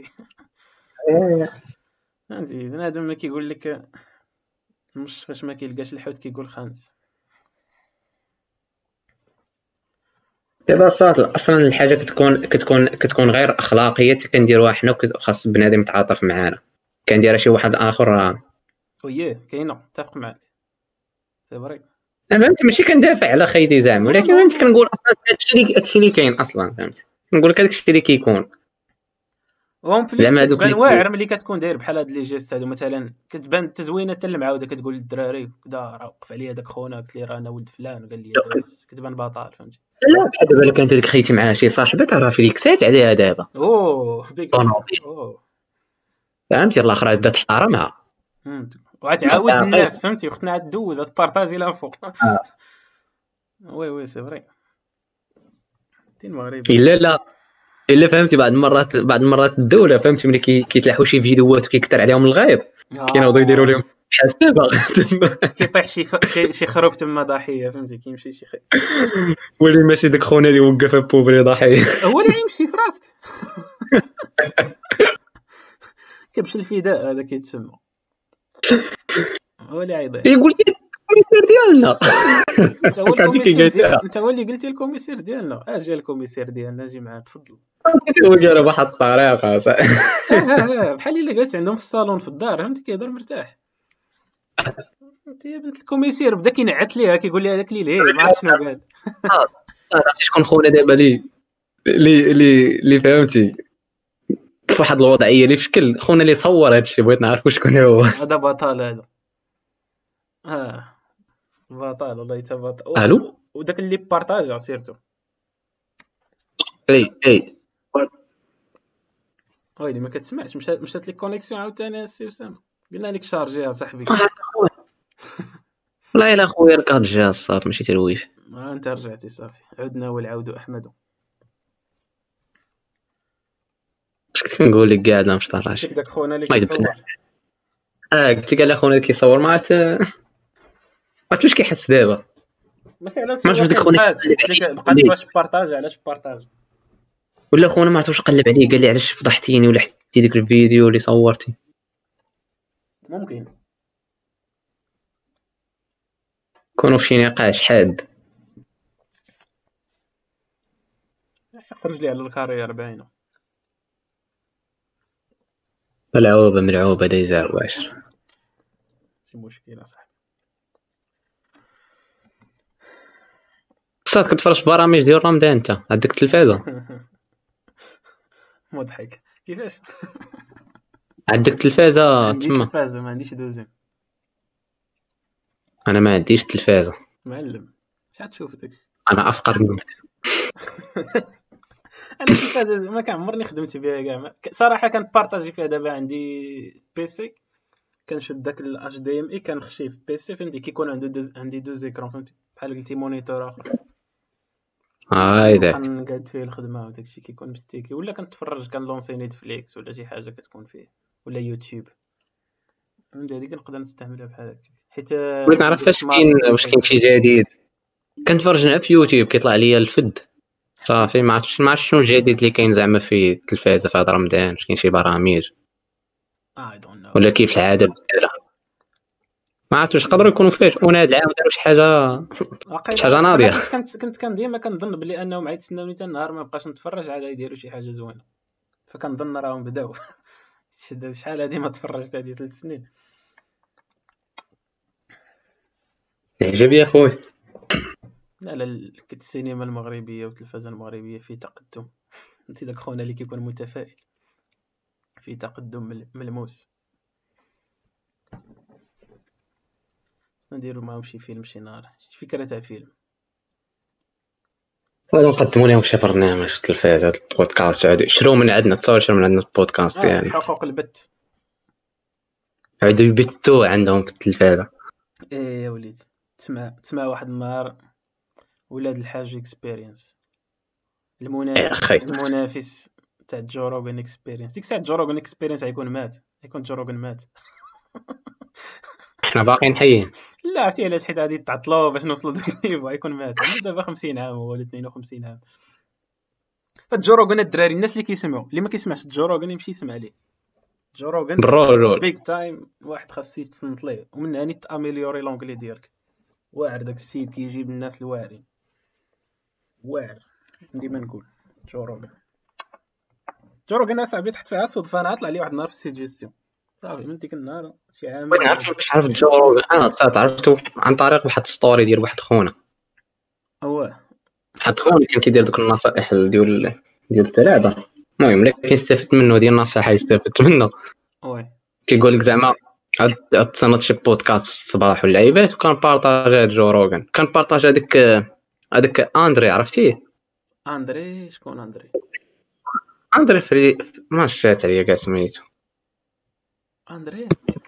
فهمتي بنادم ما كيقول لك مش فاش ما كيلقاش الحوت كيقول خانز. ببساطة اصلا الحاجه كتكون كتكون كتكون غير اخلاقيه كنديروها حنا وخاص بنادم يتعاطف معانا، كنديرها شي واحد اخر راه. وياه كاينه، متفق معاك، سي فري. انا فهمت ماشي كندافع على خيتي زعما، نو ولكن نو فهمت نو كنقول اصلا هادشي اللي هادشي اللي كاين اصلا، فهمت كنقول لك هادشي اللي كيكون. اون بليس زعما هادوك كتبان اللي واعر ملي كتكون داير بحال هاد لي جيست هادو، مثلا كتبان تزوينه حتى المعاوده، كتقول للدراري كدا راه وقف عليا داك خونا، قلت لي راه انا ولد فلان وقال لي داباس، كتبان بطال فهمتي. لا بحال دابا كانت هذيك خيتي معاها شي صاحبه راه فليكسات عليها دابا اوه بيك تايم طونوبيل، اوه. فهمتي الاخرى بدات تحترمها. فهمت، وغتعاود الناس فهمتي، وختنا عاد دوز غتبارطاجي لانفو. وي وي سي فري، انت المغربي. الا لا الا فهمتي بعض المرات بعض المرات الدوله فهمتي ملي كي- كيتلاحوا شي فيديوهات وكيكثر عليهم الغيظ كينوضوا يديروا اه لهم حسابه. كيطيح شي ف... شي شي خروف تما ضحيه فهمتي، كيمشي شي خ... ولي ماشي داك خونا اللي وقف بوبري ضحيه. هو اللي غيمشي في راسك. كبش الفداء هذا كيتسمى، هو اللي غيضيع. يقول لي الكوميسير ديالنا. انت هو عرفتي كي الكوميسير ديال، قالتها انت هو اللي قلتي الكوميسير ديالنا، اجي الكوميسير ديالنا اجي معاه تفضل. هو قالها بواحد الطريقه صح. اه اه اه بحال الا جالس عندهم في الصالون في الدار فهمتي، كيهضر مرتاح. انت يا بنت الكوميسير بدا كينعت ليها، كيقول لها هذاك الليل ما عرفت شنو قال. عرفتي شكون خونا دابا لي لي لي لي فهمتي في واحد الوضعيه اللي في شكل خونا اللي صور هادشي، بغيت نعرف شكون هو. هذا بطال هذا، اه بطال والله حتى بطال. و- الو و- وداك اللي بارطاجا سيرتو. اي اي ويلي ما كتسمعش، مشات مشات لك كونيكسيون عاوتاني السي اسامه، قلنا لك شارجيها صاحبي. والله الا خويا راك جا الصاط ماشي ترويف. ما انت رجعتي صافي، عدنا والعود احمد. اش كنت كنقول لك كاع لا قلت مشطراش لك داك خونا اللي ما يدبنا. كيصور. اه قلت لك على خونا اللي كيصور ما عرفت ما عرفت واش كيحس دابا. ما فعلا ما عرفتش صور ديك حيت خونا بقات، قلب قلت لك عليه بقات قال لي باش بارطاج، علاش بارطاج. ولا خونا ما عرفت واش قلب عليه قال لي علاش فضحتيني ولا حتى ديك الفيديو اللي صورتي. ممكن كونوا في شي نقاش حاد. خرج لي على الكارير باينه. ملعوبه ملعوبه دايزه واش شي مشكله صاحبي. صات كتفرج برامج ديال رمضان انت عندك التلفازه مضحك كيفاش. عندك ما التلفازه عندي تما. تلفازه، ما عنديش دوزيام. انا ما عنديش التلفازه. معلم شحال تشوف داكشي. انا افقر منك. انا التلفازه ما كنعمرني خدمت بها كاع، ما- ك- صراحه كنت بارطاجي فيها. دابا عندي بيسي كنشد داك الاتش دي ام اي كنخشيه في بيسي فهمتي، كيكون عنده دوز... عندي دوز ايكرون فهمتي، بحال قلتي مونيتور اخر. هاي كنبقى ذاك نقاد فيه الخدمه وداكشي كيكون مستيكي، ولا كنتفرج كنلونسي نيتفليكس ولا شي حاجه كتكون فيه، ولا يوتيوب فهمتي. هذيك نقدر نستعملها بحال هكا حيت بغيت آه، نعرف عندي فاش السمارت كاين تي واش كاين كاينه. شي جديد. كنتفرج انا في يوتيوب كيطلع ليا الفد صافي. ما عرفتش ما عرفتش شنو الجديد اللي كاين زعما في التلفازه في هذا رمضان، واش كاين شي برامج اي دونت نو. ولا كيف العاده بزاف. ما عرفتش واش يقدروا يكونوا فاجئونا هاد العام داروا شي حاجه شي حاجه واقيلا انا ناضيه. كنت كنت كنت كان ديما كنظن بلي انهم غيتسناوني حتى النهار ما بقاش نتفرج عاد يديروا شي حاجه زوينه، فكنظن راهم بداو. شحال هادي ما تفرجت، هادي ثلاث سنين. عجب يا خويا. لا لا ال- السينما المغربيه والتلفزه المغربيه في تقدم. انت داك خونا اللي كيكون متفائل، في تقدم مل- ملموس. نديرو معاهم شي فيلم شي نهار، شي فكره تاع فيلم. ولا نقدموا لهم شي برنامج تلفاز. هذا البودكاست هذا شرو من عندنا، تصور شرو من عندنا البودكاست اه يعني حقوق البث. عادوا يبثوا عندهم في التلفازه. ايه يا وليدي، تسمع تسمع واحد النهار ولاد الحاج اكسبيرينس، يا المنافس اخي المنافس تاع جو روغن اكسبيرينس. ديك الساعه جو روغن اكسبيرينس غيكون مات، غيكون جو روغن مات. احنا باقيين حيين. لا عرفتي علاش؟ حيت غادي تعطلوا باش نوصلوا داك النيفو، غيكون مات. عنده دابا خمسين عام ولا اثنين وخمسين عام. فجو روغن الدراري، الناس اللي كيسمعوا، اللي ما كيسمعش جو روغن يمشي يسمع ليه. جو روغن بالرجل بيج تايم، واحد خاص يتصنت ليه، ومن هاني تاميليوري لونجلي ديالك. واعر داك السيد كيجيب الناس الواعرين، واعر ديما نقول. جو روغن جو روغن اصاحبي تحت فيها صدفه، انا طلع لي واحد النهار في السيجيستيون صافي. من ديك النهار شي عام وين عرفتي باش عرفت جو روغن؟ انا صات عرفتو عن طريق واحد ستوري ديال واحد خونا. هو واحد خونا كان كيدير دوك النصائح ديال ديال الثلاثه. المهم لا كيستافد منه ديال النصائح يستافد منه. وي كيقول لك زعما عاد تصنت شي بودكاست في الصباح واللعيبات، وكان بارطاجي جو روغن. كان بارطاجي هذاك هذاك اندري، عرفتيه؟ اندري. شكون اندري؟ اندري فري ما شات عليا كاع سميتو. اندري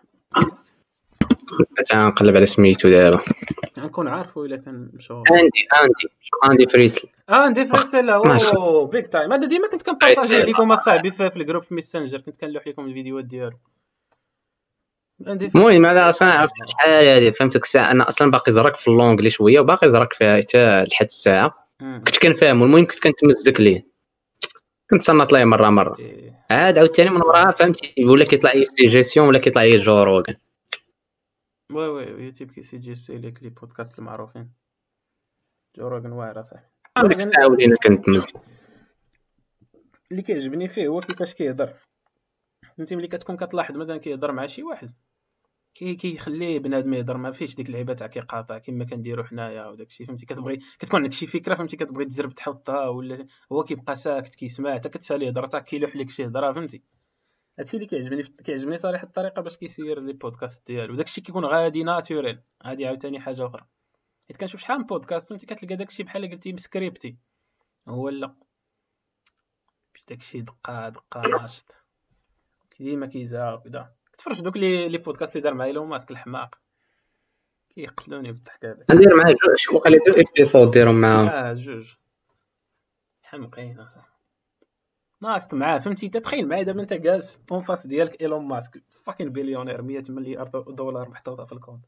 تنقلب على سميتو دابا. غنكون عارفو الا كان مشهور. اندي اندي اندي فريسل. اه اندي فريسل. ماشي. او بيج تايم. هذا ديما كنت كنبارطاجي لكم اصاحبي في في الجروب في ميسنجر، كنت كنلوح لكم الفيديوهات ديالو. اندي فريسل المهم هذا اصلا عرفت شحال هذه فهمتك الساعه. انا اصلا باقي زرك في اللونجلي شويه وباقي زرك فيها حتى لحد الساعه. مم. كنت كنفهمو. المهم كنت كنتمزك ليه، كنت صنت ليه مره مره. إيه. عاد عاوتاني من وراها فهمتي ولا كيطلع لي سيجيسيون ولا كيطلع لي جو روغن. وي وي يوتيوب كيسيجيستي ليك لي بودكاست المعروفين. جو روغن واعر اصاحبي. هذيك الساعه ولينا كنتمزك. اللي كيعجبني فيه هو كيفاش كيهضر. انت ملي كتكون كتلاحظ مثلا كيهضر مع شي واحد كي كيخليه بنادم يهضر، ما فيش ديك اللعيبه تاع كيقاطع كما كنديروا حنايا وداك الشيء فهمتي. كتبغي كتكون عندك شي فكره فهمتي، كتبغي تزرب تحطها، ولا هو كيبقى ساكت كيسمع حتى كتسالي هضرتك كيلوح لك شي هضره فهمتي. هادشي اللي كيعجبني كيعجبني صراحه الطريقه باش كيسير لي بودكاست ديالو، وداك الشيء كيكون غادي ناتوريل. هادي عاوتاني حاجه اخرى، حيت كنشوف شحال من بودكاست فهمتي كتلقى داك الشيء بحال قلتي مسكريبتي. هو لا داك الشيء دقه دقه ناشط ديما كيزاق كدا. كتفرج دوك لي لي بودكاست اللي دار مع ايلون ماسك الحماق كيقتلوني بالضحك. هذاك ندير معاه جوج وقال لي دو ايبيسود ديرهم معاه. اه جوج حمقين اصاحبي ناشط معاه فهمتي. تتخيل معايا دابا انت جالس اون فاس ديالك ايلون ماسك فاكين بليونير، مية مليار دولار محطوطه في الكونت.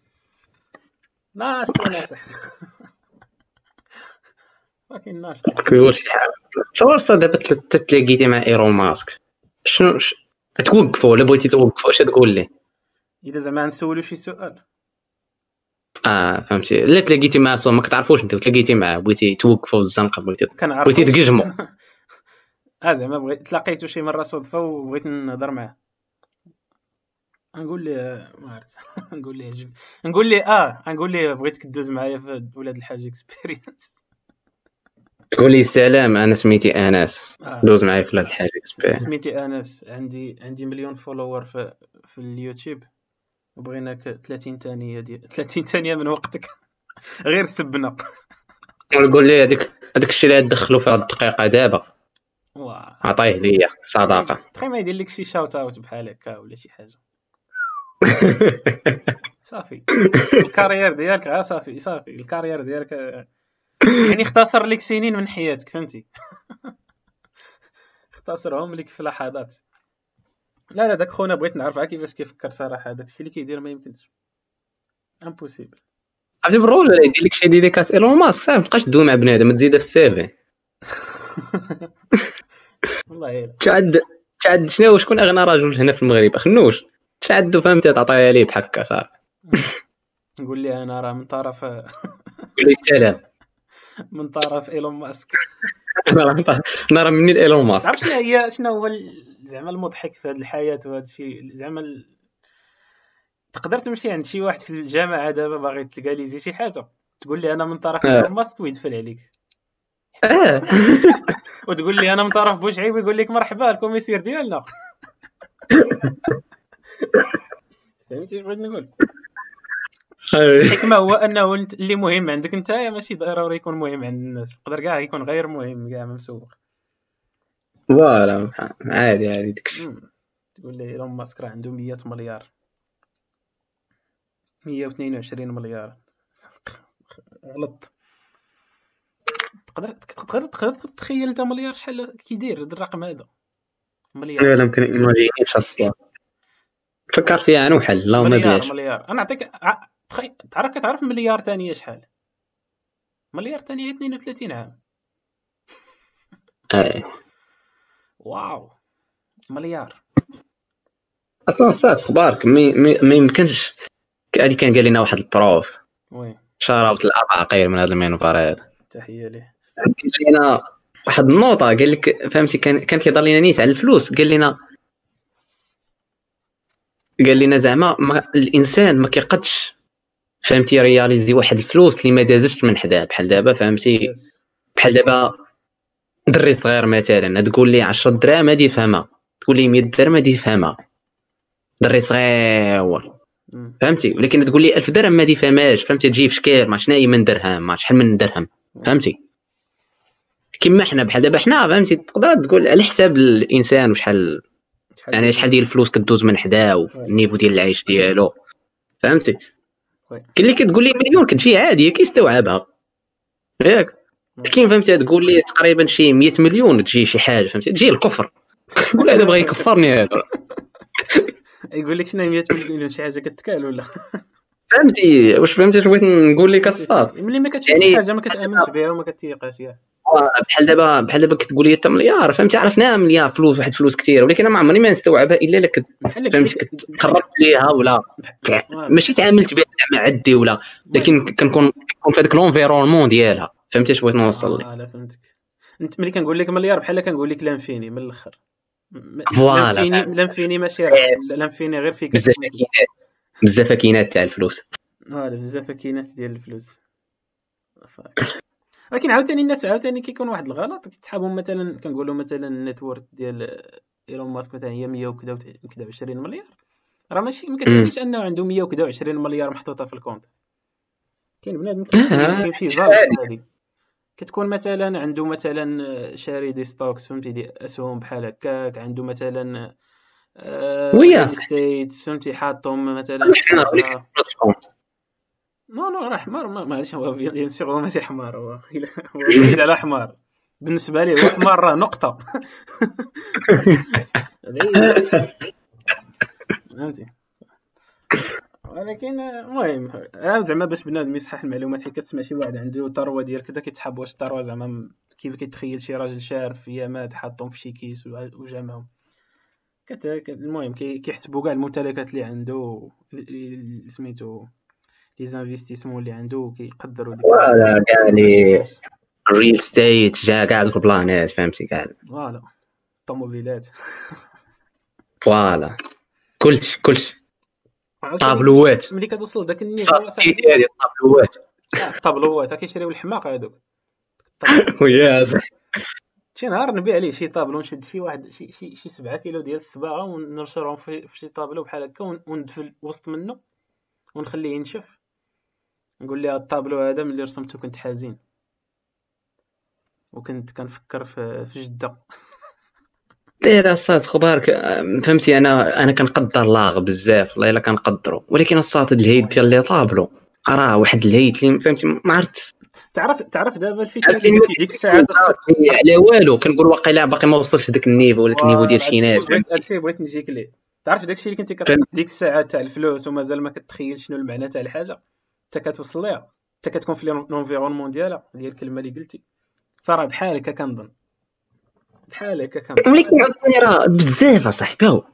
ناشط وناصح فاكين ناشط. كيقول شي حاجه. تصور صا دابا تلاقيتي مع ايلون ماسك شنو توقفوا ولا بغيتي توقفوا اش تقول ليه؟ اذا زعما نسولو شي سؤال اه فهمتي. لا تلاقيتي معاه ما كتعرفوش انت وتلاقيتي معاه بغيتي توقفوا الزنقه بغيتي بغيتي تقجموا. اه زعما بغيت تلاقيتو شي مره صدفه وبغيت نهضر معاه، نقول ليه ما عرفت نقول ليه عجب نقول ليه اه نقول ليه بغيتك دوز معايا في ولاد الحاج اكسبيرينس. تقول لي السلام انا سميتي انس آه. دوز معايا في ولاد الحاج اكسبيرينس. سميتي انس، عندي عندي مليون فولوور في في اليوتيوب، وبغيناك ثلاثين ثانيه ديال ثلاثين ثانيه من وقتك غير سبنا. ونقول ليه هذيك هذاك الشيء اللي تدخلوا في هاد الدقيقه دابا واه عطيه ليا صداقه. تخيل ما يدير لك شي شاوت اوت بحال هكا ولا شي حاجه صافي الكارير ديالك غا صافي صافي الكارير ديالك يعني اختصر لك سنين من حياتك فهمتي. اختصرهم لك في لحظات. لا لا داك خونا بغيت نعرف كيفاش كيفكر صراحه. داك الشيء اللي كيدير ما يمكنش امبوسيبل. عرفتي بالرول ولا يدير لك شي ديديكاس ايلون ماسك صافي مابقاش تدوي مع بنادم تزيدها في السيفي. والله تعد تعد شنو شكون اغنى رجل هنا في المغرب خنوش تعدو فهمتي تعطيها ليه بحكا صافي. نقول لي انا راه من طرف قول لي السلام من طرف ايلون ماسك. انا راه مني ايلون ماسك. عرفت شنو هي شنو هو زعما المضحك في هذه الحياه وهذا الشيء زعما ال... تقدر تمشي عند شي واحد في الجامعه دابا باغي تلقى لي زي شي حاجه تقول لي انا من طرف ايلون ماسك ويدفل عليك. اه وتقول لي انا من طرف بوشعيب ويقول لك مرحبا الكوميسير ديالنا. فهمتي اش بغيت نقول؟ الحكمه هو انه اللي مهم عندك انت ماشي ضروري يكون مهم عند الناس، يقدر كاع يكون غير مهم كاع ممسوخ. فوالا عادي عادي داكشي. تقول لي ايلون ماسك راه عنده مية مليار، مية واثنين وعشرين مليار، غلط. تقدر تقدر تقدر تخيل انت مليار شحال كيدير هذا الرقم هذا؟ مليار لا يمكن ايماجينيش اصلا، فكر فيها انا وحل لا ما مليار بلاش. مليار انا نعطيك ع- تخي... تعرف كتعرف مليار ثانيه شحال؟ مليار ثانيه اثنين وثلاثين عام. آه. واو مليار. اصلا صات اخبارك ما يمكنش. هادي كان قال لنا واحد البروف وي شراوت العقاقير من هذا المينوفار هذا، تحيه ليه. قال لنا واحد النوطه، قال لك فهمتي كان كان كيهضر لنا نيت على الفلوس، قال لنا قال لنا زعما ما الانسان ما كيقدش فهمتي رياليزي واحد الفلوس اللي ما دازتش من حداه. بحال دابا فهمتي، بحال دابا دري صغير مثلا تقول لي عشرة دراهم هادي فهمها، تقول لي مية درهم هادي فهمها، دري صغير فهمتي. ولكن تقول لي ألف درهم ما دي فهماش، فهمتي تجي في شكال ما شناهي من درهم ما شحال من درهم فهمتي. كيما حنا بحال دابا حنا فهمتي تقدر تقول على حساب الانسان وشحال يعني شحال ديال الفلوس كدوز من حداه والنيفو ديال العيش ديالو فهمتي. كاين اللي كتقول لي مليون كتجي عادي كيستوعبها ياك، كاين فهمتي تقول لي تقريبا شي مية مليون تجي شي حاجه فهمتي تجي الكفر تقول هذا بغى يكفرني هذا يقول لك شنو مية مليون شي حاجه كتكال ولا فهمتي واش فهمتي بغيت نقول لك الصاد ملي ما كتشوف يعني شي حاجه ما كتامنش بها وما كتيقاش ياك. بحال دابا بحال دابا كتقول لي مليار فهمتي عرفناها مليار فلوس واحد فلوس كثير، ولكن ما عمرني ما نستوعبها الا الا فهمتي كتقربت ليها ولا ماشي تعاملت بها مع عدي ولا، لكن كنكون كنكون في هذاك لونفيرونمون ديالها فهمتي اش بغيت نوصل لك. اه لا فهمتك. انت ملي كنقول لك مليار بحال كنقول لك لانفيني من الاخر. لانفيني لانفيني ماشي راه لانفيني غير فيك بزاف كاينات بزاف كاينات تاع الفلوس. اه بزاف كاينات ديال الفلوس. ولكن عاوتاني الناس عاوتاني كيكون واحد الغلط كيتحابوا مثلا كنقولوا مثلا النيتورث ديال ايلون ماسك مثلا هي مية وكذا وكذا وعشرين مليار، راه ماشي ما كتعنيش انه عنده مية وكذا وعشرين مليار محطوطه في الكونت. كاين بنادم كاين شي زارق هادي كتكون مثلا عنده مثلا شاري دي ستوكس فهمتي دي اسهم بحال هكاك، عنده مثلا ريل ستيت فهمتي حاطهم مثلا نو نو راه حمار معليش هو بيان سيغ هو ماشي حمار، هو هو بعيد على حمار بالنسبه ليه، هو حمار راه نقطه فهمتي. ولكن المهم زعما باش بنادم يصحح المعلومات حيت كتسمع شي واحد عنده ثروه ديال كذا كيتحاب واش الثروه زعما كيف كيتخيل شي راجل شارف في يامات حاطهم في شي كيس وجامعهم كت المهم كيحسبوا كاع الممتلكات اللي عنده سميتو لي زانفيستيسمون اللي عنده كيقدروا ديك فوالا كاع لي ريل ستيت جا كاع دوك البلانات فهمتي كاع فوالا الطوموبيلات فوالا كلشي كلشي طابلوات ملي كتوصل لذاك النيفو صاحبي ديالي طابلوات طابلوات كيشريو الحماق هذوك ويا صح شي نهار نبيع عليه شي طابلو نشد فيه واحد شي شي شي سبعة كيلو ديال الصباغه ونرشرهم في, في شي طابلو بحال هكا وندفل وسط منه ونخليه ينشف، نقول لها الطابلو هذا ملي رسمته كنت حزين وكنت كنفكر في في جده. داير الصاد اخبارك فهمتي انا انا كنقدر لاغ بزاف والله الا كنقدروا، ولكن الصاد الهيد ديال لي طابلو راه واحد الهيد اللي فهمتي ما عرفت تعرف تعرف دابا الفكره اللي قلتي ديك الساعه على والو كنقول واقيلا باقي ما وصلش لذاك النيفو ولا النيفو ديال شي ناس فهمتي. هادشي بغيت نجيك ليه، تعرف داكشي اللي كنتي كتقول ديك الساعه تاع الفلوس ومازال ما كتخيل شنو المعنى تاع الحاجه حتى كتوصل ليها حتى كتكون في لونفيرونمون ديالها ديال الكلمه اللي قلتي، فراه بحال هكا كنظن بحال هكا كنظن. ولكن عاوتاني راه بزاف اصاحبي اه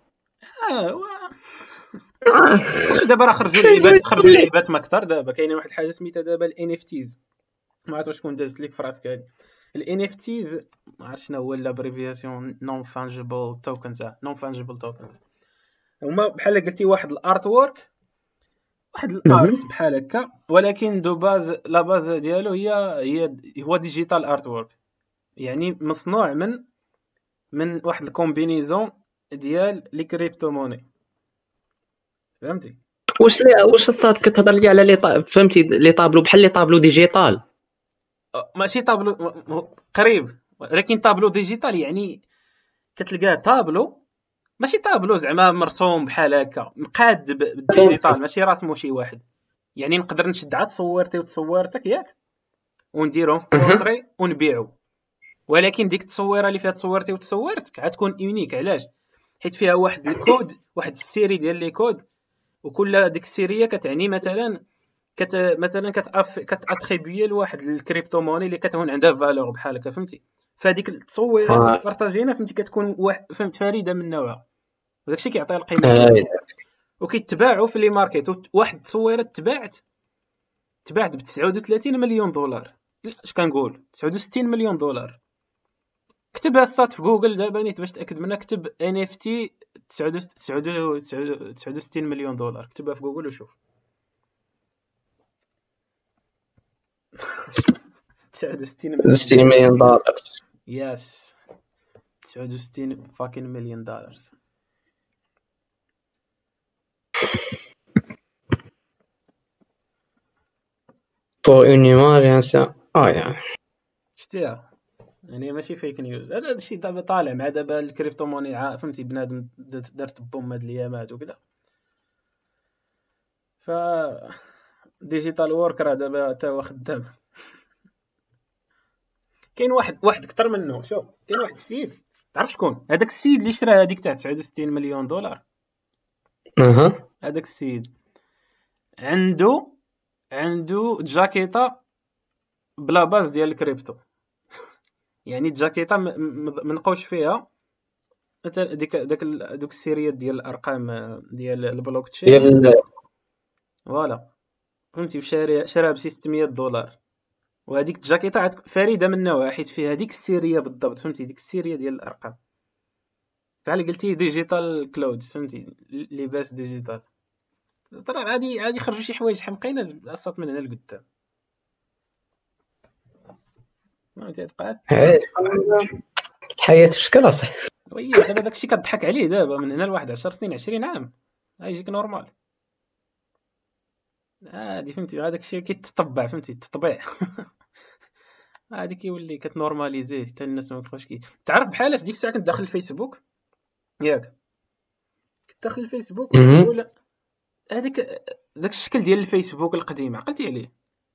دابا راه خرجوا اللعيبات خرجوا اللعيبات ما اكثر. دابا كاينه واحد الحاجه سميتها دابا الان اف تيز، ما عرفت واش كون دازت لك في راسك هذه الان اف تيز، ما عرفت شنو هو الابريفياسيون نون فانجيبل توكنز نون فانجيبل توكنز هما بحال قلتي واحد الارت وورك واحد الارت بحال هكا، ولكن دو باز لا باز ديالو هي هي هو ديجيتال ارت وورك، يعني مصنوع من من واحد الكومبينيزون ديال لي كريبتو موني فهمتي. واش لي واش الصاد كتهضر لي على لي طا... فهمتي لي طابلو بحال لي طابلو ديجيتال ماشي طابلو م- م- قريب، ولكن طابلو ديجيتال يعني كتلقاه طابلو ماشي طابلو زعما مرسوم بحال هكا مقاد ب- بالديجيتال، ماشي راسمو شي واحد. يعني نقدر نشد عاد تصويرتي وتصويرتك ياك ونديرهم في بورتري ونبيعو، ولكن ديك التصويره اللي فيها تصويرتي وتصورتك غتكون اونيك. علاش؟ حيت فيها واحد الكود، واحد السيري ديال لي كود، وكل ديك السيريه كتعني مثلا كت مثلا كتأف كتاتريبيي لواحد الكريبتو موني اللي كتكون عندها فالور بحال هكا، فهمتي؟ فهاديك التصويره اللي آه. بارطاجينا فهمتي كتكون واحد فهمت فريده من نوعها، وداكشي كيعطيها القيمه آه. ديالها. وكيتباعوا في لي ماركت. واحد التصويره تباعت تباعت ب تسعة وثلاثين مليون دولار. لا، اش كنقول تسعة وستين مليون دولار. كتبها السات في جوجل دابا نيت باش تاكد منها، كتب ان اف تي تسعة وستين مليون دولار، كتبها في جوجل وشوف. تسعة وستين مليون ستين مليون دولار ياس تسعة وستين فاكين مليون دولار. pour une image اه يعني شتيها يعني ماشي فيك نيوز. هذا الشيء دابا طالع مع دابا الكريبتو موني، عا- فهمتي بنادم دارت دارت بوم هاد الايامات وكذا. ف ديجيتال وورك راه دابا تا هو خدام. كاين واحد واحد اكثر منه. شوف كاين واحد السيد، تعرف شكون هذاك السيد اللي شرا هذيك تاع تسعة وستين مليون دولار؟ اها هذاك السيد عنده عنده جاكيطه بلا باز ديال الكريبتو. يعني الجاكيطه م- م- منقوش فيها مثلا ديك داك ال- دوك السيريات ديال الارقام آه، ديال البلوك تشين. ديال فوالا فهمتي، وشاري شراها ب ستمية دولار. وهذيك الجاكيطه عاد فريده من نوعها حيت فيها ديك السيريه بالضبط، فهمتي ديك السيريه ديال الارقام. بحال قلتي ديجيتال كلاود، فهمتي لباس ديجيتال. ترى عادي عادي يخرجوا شي حوايج حمقينه اصات من هنا لقدام. فهمتي تبقى الحياة شكل اصاحبي. وي دابا داكشي كضحك عليه دابا من هنا لواحد عشر سنين عشرين عام غيجيك نورمال عادي، فهمتي هذاك الشيء كيتطبع، فهمتي التطبيع. عادي كيولي كتنورماليزيه حتى الناس ما يبقاوش كي تعرف. بحال ديك الساعه كنت داخل الفيسبوك ياك، كنت داخل الفيسبوك مهم. وكنقول هذاك داك الشكل ديال الفيسبوك القديم عقلتي عليه؟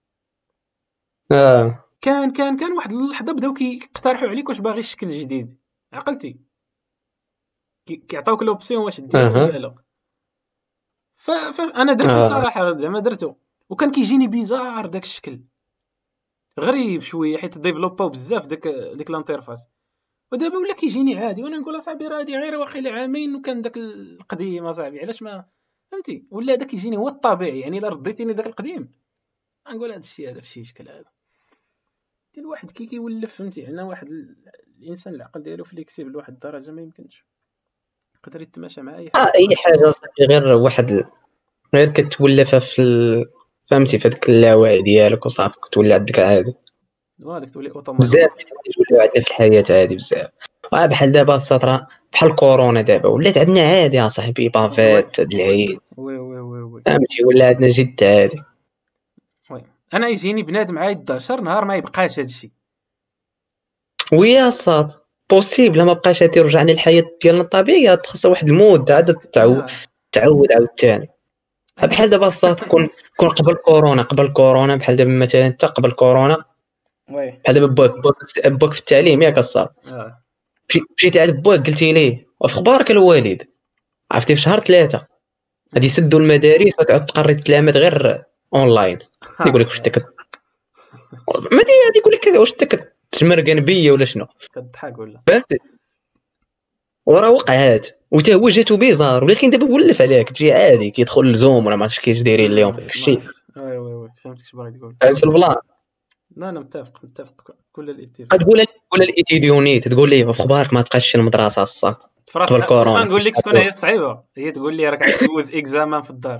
اه كان كان كان واحد اللحظه بداو كيقترحوا عليك واش باغي الشكل الجديد، عقلتي كي- كيعطيوك لوبسيون واش ديرو ولا اها لا. ف... فانا درتو اه صراحه، زعما درتو وكان كيجيني بيزار داك الشكل غريب شويه حيت ديفلوباو بزاف داك ديك الانترفاس. ودابا ولا كيجيني عادي، وانا نقول اصاحبي راه هادي غير واخيلا عامين وكان داك القديم اصاحبي علاش ما فهمتي. ولا داك يجيني هو الطبيعي، يعني الا رديتيني داك القديم نقول هذا الشيء هذا فشي شكل هذا ديال الواحد كي كيولف، فهمتي عندنا واحد ال... الانسان العقل ديالو فليكسيبل لواحد الدرجه ما يمكنش يقدر يتماشى مع اي آه، حاجه. اي حاجه صافي غير واحد ال- غير كتولفها في ال... فهمتي في هذاك اللاوعي ديالك وصافي كتولي عندك عادي. وهذاك تولي اوتوماتيك. بزاف يوليو عندنا في الحياه عادي بزاف. آه، بحال دابا السطره بحال كورونا دابا ولات عندنا عادي يا صاحبي، بافيت هاد العيد وي وي وي وي فهمتي ولا عندنا جد عادي. وي انا يجيني بنادم عايد داشر نهار ما يبقاش هادشي. ويا صات بوسيبل ما بقاش هادي رجعنا للحياه ديالنا الطبيعيه، خاصها واحد المده عاد تعاود آه. تعود عاوتاني. بحال دابا الصات كون كون قبل كورونا قبل كورونا بحال دابا مثلا حتى قبل كورونا وي بحال دابا باك باك باك في التعليم ياك الصاد اه مشيتي عند باك قلتي ليه واش اخبارك الوالد عرفتي في شهر ثلاثة غادي يسدوا المدارس وتعود تقري تلامد غير اونلاين. يقول لك واش انت كت... ما دي غادي يقول لك واش انت كتمرقن بيا ولا شنو كضحك ولا فهمتي. وراه وقعات وتا هو جاتو بيزار، ولكن دابا ولف عليك تجي عادي كيدخل الزوم ولا ما عرفتش كيفاش دايرين اليوم في الشيء. وي وي وي فهمتك اش باغي تقول. فهمت البلان. لا انا متفق متفق كل الاتفاق. تقول تقول الايتيديونيت تقول ليه في اخبارك ما تبقاش المدرسه الصا فراس قبل كورونا. نقول لك شكون هي الصعيبه، هي تقول لي راك عتدوز اكزامان في الدار.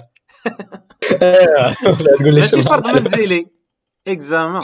ولا تقول لي ماشي شنو فرض منزلي اكزامان.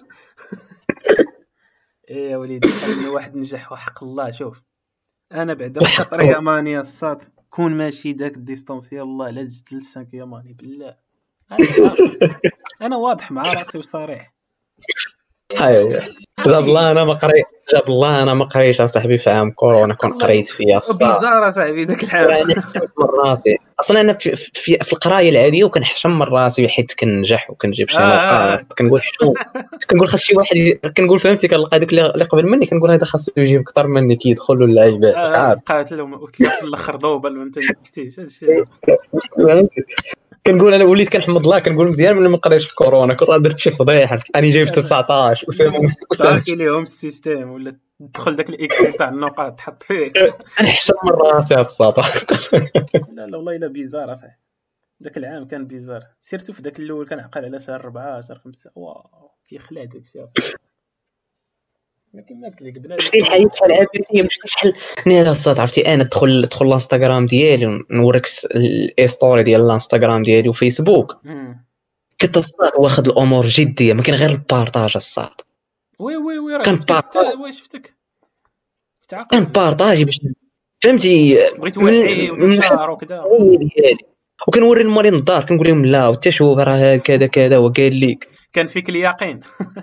ايه يا وليدي خليني واحد نجح وحق الله. شوف انا بعدا في كطريه مانيا الصاد كون ماشي داك الديستونس يلاه لا زدت لسانك يا ماني بالله. انا انا واضح مع راسي وصريح. ايوا جاب الله انا ما قريت جاب الله انا ما قريتش اصاحبي في عام كورونا كون قريت فيها الصاد بيزار اصاحبي داك العام. انا حشمت من راسي اصلا. انا في, في, في القرايه العاديه وكنحشم من راسي حيت كنجح وكنجيب شي نقاط. كنقول حشوم كنقول خاص شي واحد كنقول فهمتي كنلقى دوك اللي قبل مني كنقول هذا خاصو يجيب اكثر مني كيدخلوا اللعيبات عارف. قالت لهم وطلعت في الاخر ضوبل وانت نكتيش هادشي. كنقول انا وليت كنحمد الله كنقول مزيان ملي ما قريتش في كورونا كنت درت شي فضيحه راني جايب تسعطاش وسيمون صافي ليهم السيستيم ولا تدخل داك الاكسل تاع النقاط تحط فيه. انا حشم من راسي هاد الساطا. لا لا والله الا بيزار اصاحبي. داك العام كان بيزار سيرتو في داك الاول كنعقل على شهر أربعة شهر خمسة واو كيخلع داكشي اصاحبي. لكن ما قلت لك بنادم شتي الحياه بحال عافيتي مش شحال نير الصاد عرفتي. انا ندخل ندخل الانستغرام ديالي ونوريك الاي ستوري ديال الانستغرام ديالي وفيسبوك كنت الصاد واخد الامور جديه ما كاين غير البارطاج الصاد. وي وي وي راه كنت وي شفتك تعاقد كنبارطاجي باش فهمتي بغيت توعي وتشهر وكذا وكنوري المالين الدار كنقول لهم لا وتا شوف راه كذا كذا وقال لك كان فيك اليقين.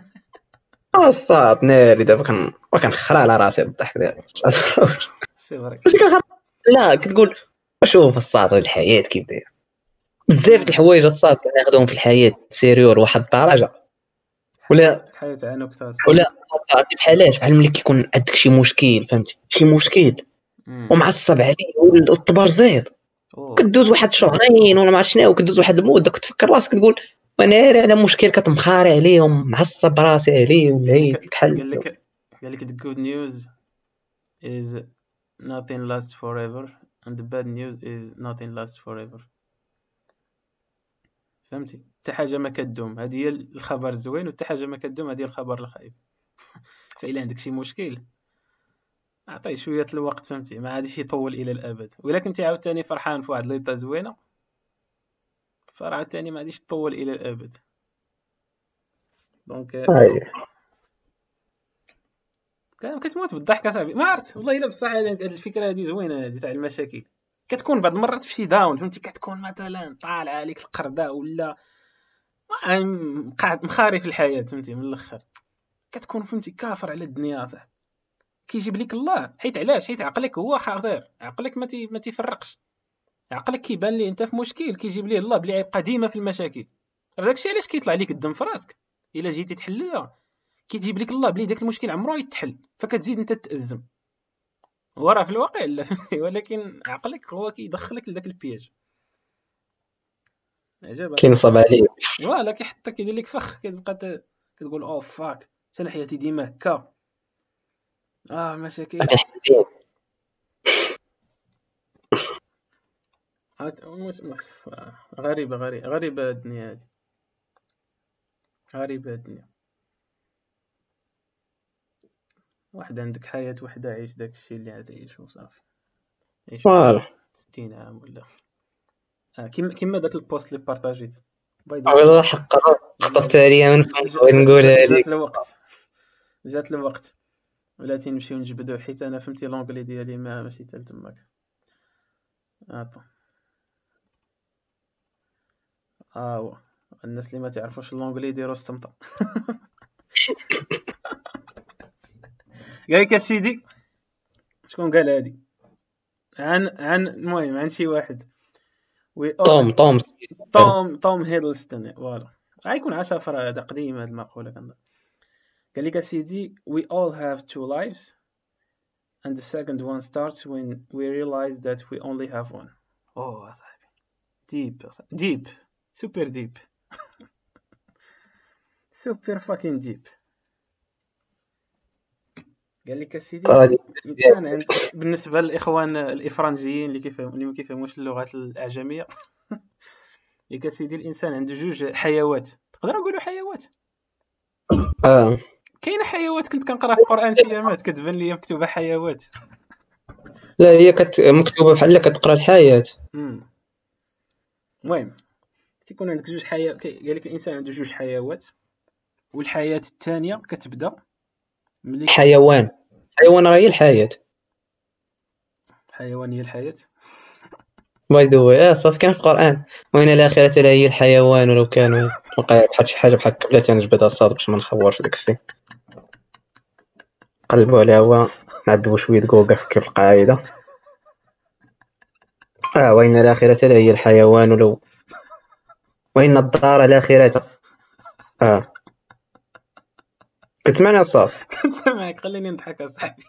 الصاد ناري دابا كان كنخرع على راسي بالضحك دابا سي فري. لا كتقول شوف الصاد الحياه كيف داير بزاف د الحوايج الصاد كناخذهم في الحياه سيريور واحد الدرجه ولا الحياه عنك ولا عرفتي بحالاش بحال ملي كيكون عندك شي مشكل فهمتي شي مشكل ومعصب عليه والطبار زيد كدوز واحد شهرين ولا ما عرفت شنو وكدوز واحد المده كتفكر راسك تقول وانا على مشكل كتمخاري عليهم معصب راسي عليه ولا هي بحال قال لك قال لك the good news is nothing lasts forever and the bad news is nothing lasts forever. فهمتي حتى حاجه ما كدوم هذه هي الخبر الزوين وحتى حاجه ما كدوم هذه هي الخبر الخايب. فإلا عندك شي مشكل اعطيه شويه الوقت فهمتي ما غاديش يطول الى الابد. ولا كنتي عاوتاني فرحان في واحد ليطه زوينه فراه ثاني ما غاديش تطول الى الابد. دونك كان كتموت بالضحك اصاحبي. ما عرفت والله الا بصح هذه الفكره هذه زوينه هذه تاع المشاكل. كتكون بعض المرات في شي داون فهمتي كتكون مثلا طالع عليك القرده ولا قاعد مخاري في الحياه فهمتي من الاخر كتكون فهمتي كافر على الدنيا صح. كيجيب لك الله حيت علاش حيت عقلك هو حاضر عقلك ما تي ما تيفرقش. عقلك كيبان لي انت في مشكل كيجيب ليه الله بلي يبقى ديما في المشاكل. داكشي علاش كيطلع لك الدم في راسك الا جيتي تحلها كيجيب لك الله بلي داك المشكل عمره يتحل فكتزيد انت تأزم. وراه في الواقع لا فهمتي ولكن عقلك هو كيدخلك لذاك البياج. عجبك كينصب عليك فوالا كيحطك كيدير لك فخ كتبقى كتقول او فاك حتى حياتي ديما هكا اه مشاكل غريبه غريبه غريبه الدنيا هذه غريبه الدنيا. واحد عندك حياه وحده عيش داك الشيء اللي عاد يعيشو صافي عيش ستين عام ولا اه كيما كيما داك البوست اللي بارطاجيت والله حق خطفت عليا من فوق نقولها لك. جات الوقت جات الوقت ولاتي نمشيو نجبدو حيت انا فهمتي لونغلي ديالي ما ماشي حتى تماك. اه اه الناس اللي ما تعرفوش اللونغلي يديروا الصمته. قالك سيدي شكون قال هادي عن عن المهم عن شي واحد توم توم توم توم هيدلستون فوالا غيكون عشرة هذا قديم هاد المقوله كنظن. قال لك سيدي we all have two lives and the second one starts when we realize that we only have one. اوه صاحبي ديب ديب سوبر ديب سوبر فاكين ديب. قال لك سيدي الانسان بالنسبه للاخوان الافرنجيين اللي كيفهم اللي ما كيفهموش اللغات الاعجميه قال سيدي الانسان عنده جوج حيوات. تقدر نقولوا حيوات اه كاينه حيوات كنت كنقرا في القران شي ايامات كتبان لي مكتوبه حيوات. لا هي كت مكتوبه بحال كتقرا الحياه. المهم كيكون عندك جوج حيوات. قال لك الانسان عنده جوج حيوات والحياه الثانيه كتبدا ملي حيوان حيوان راه هي الحياه. حيوان هي الحياه باي ذا واي صافي كان في القران وان الاخره لا هي الحيوان ولو كانوا وقع بحال شي حاجه بحال بلا تنجبد الصاد باش ما نخورش داك الشيء قلبوا عليها هو نعذبوا شويه جوجل في القاعده اه وان الاخره لا هي الحيوان ولو وان الدار الاخره اه كتسمعني الصاد كنسمعك خليني نضحك اصاحبي.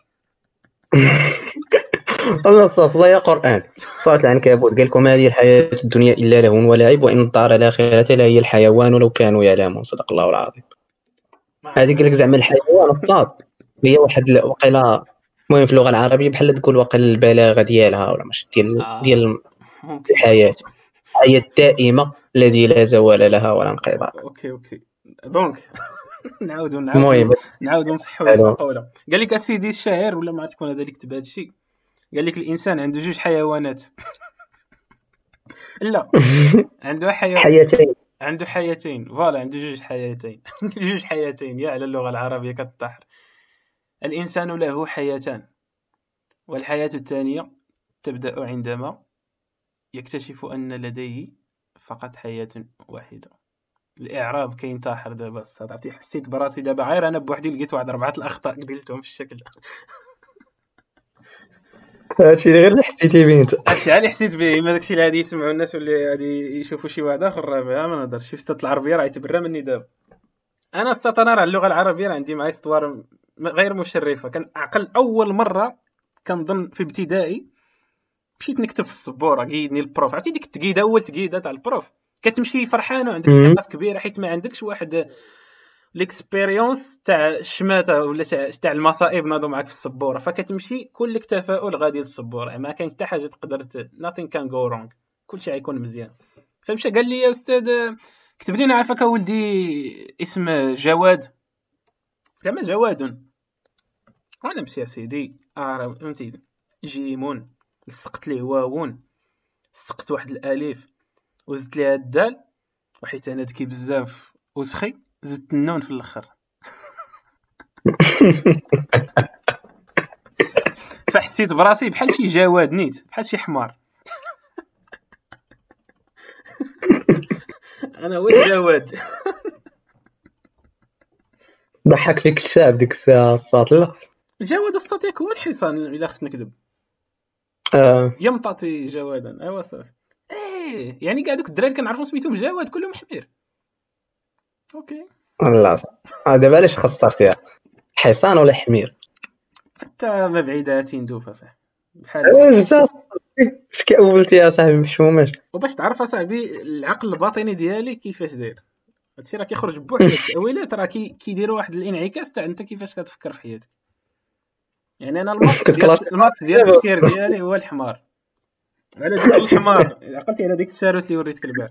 الله الصوت الله يا قرآن صوت العنكبوت قال لكم هذه الحياة الدنيا إلا لهو ولعب وإن الدار الآخرة لا هي الحيوان لو كانوا يعلمون صدق الله العظيم. هذه قال لك زعما الحيوان الصاد هي واحد وقيلا المهم في اللغة العربية بحال تقول وقيلا البلاغة ديالها ولا ماشي ديال ديال الحياة هي الدائمة التي لا زوال لها ولا انقضاء. اوكي اوكي دونك نعاودوا نعاودوا نعاودوا نصحوا المقولة. قال لك اسيدي الشاعر ولا ما عرفت شكون هذا اللي كتب هذا الشيء قال لك الانسان عنده جوج حيوانات لا عنده حيوان حياتين عنده حياتين فوالا عنده جوج حياتين جوج حياتين يا على اللغة العربية كالطحر. الإنسان له حياتان والحياة الثانية تبدأ عندما يكتشف أن لديه فقط حياة واحدة. الإعراب كاين طاحر دابا عرفتي حسيت براسي دابا غير أنا بوحدي لقيت واحد أربعة الأخطاء قلتهم في الشكل هادشي اللي غير اللي حسيتي به انت هادشي اللي حسيت به ما داكشي اللي غادي يسمعوا الناس واللي غادي يشوفوا شي واحد اخر راه ما نهضرش. شي استاذ العربيه راه يتبرى مني دابا. انا استاذ انا راه اللغه العربيه راه عندي معايا اسطوار غير مشرفه. كان عقل اول مره كنظن في ابتدائي مشيت نكتب في السبوره قيدني البروف عرفتي ديك التقيده اول تقيده تاع البروف كتمشي فرحان وعندك ثقه كبيره حيت ما عندكش واحد ليكسبيريونس تاع الشماته ولا تاع المصائب ناضوا معاك في السبوره فكتمشي كلك تفاؤل غادي للسبوره ما كاين حتى حاجه تقدر nothing can go wrong كلشي غيكون مزيان. فمشى قال لي يا استاذ كتب لينا عافاك ولدي اسم جواد زعما جواد وانا مشي يا سيدي اه فهمتي جيمون لصقت ليه واوون لصقت واحد الالف وزدت ليها الدال وحيت انا ذكي بزاف وسخي زدت النون في الاخر فحسيت براسي بحال شي جواد نيت بحال شي حمار انا هو الجواد ضحك فيك الشعب ديك الساعه الصاط لا الجواد الصوت ياك هو الحصان الا خفت نكذب اه يمطاطي جوادا ايوا صافي ايه يعني كاع دوك الدراري كنعرفوا سميتهم جواد كلهم حمير اوكي والله صح دابا علاش خسرتيها حصان ولا حمير حتى ما بعيداتي ندوف اصاحبي بحال بزاف اش كاولتي يا صاحبي محشوماش وباش تعرف اصاحبي العقل الباطني ديالي كيفاش داير هادشي راه كيخرج بوحدك التاويلات راه كيديروا واحد الانعكاس تاع انت كيفاش كتفكر في حياتك. يعني انا الماكس ديال الماكس ديال التفكير ديالي هو الحمار على ديك الحمار عقلتي على ديك الشاروت اللي وريتك البارح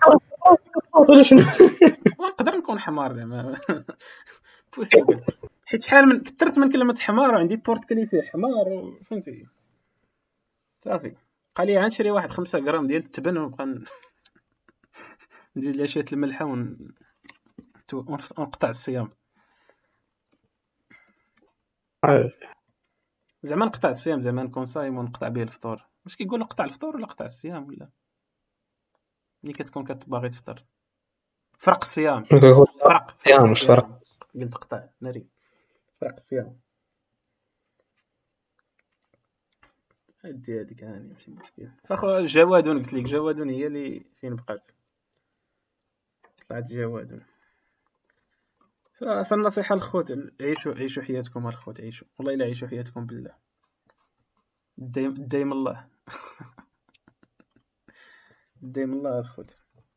ونقدر نكون حمار زعما بوسيبل حيت شحال من كثرت من كلمه حمار وعندي بورت كليفي حمار فهمتي صافي قال لي غنشري واحد خمسة غرام ديال التبن ونبقى نزيد لها شويه الملحه ون... ونقطع الصيام زعما نقطع الصيام زعما نكون صايم ونقطع به الفطور واش كيقولوا قطع الفطور ولا قطع الصيام ولا ملي كتكون كتباغي تفطر فرق الصيام فرق الصيام مش فرق قلت قطع ناري فرق الصيام هادي هاديك هاني ماشي مشكل. فاخو جوادون قلت لك جوادون هي اللي فين بقات طلعت جوادون. فالنصيحه الخوت عيشوا عيشوا حياتكم الخوت عيشوا والله الا عيشوا حياتكم بالله دايم دايم الله دايم الله الخوت.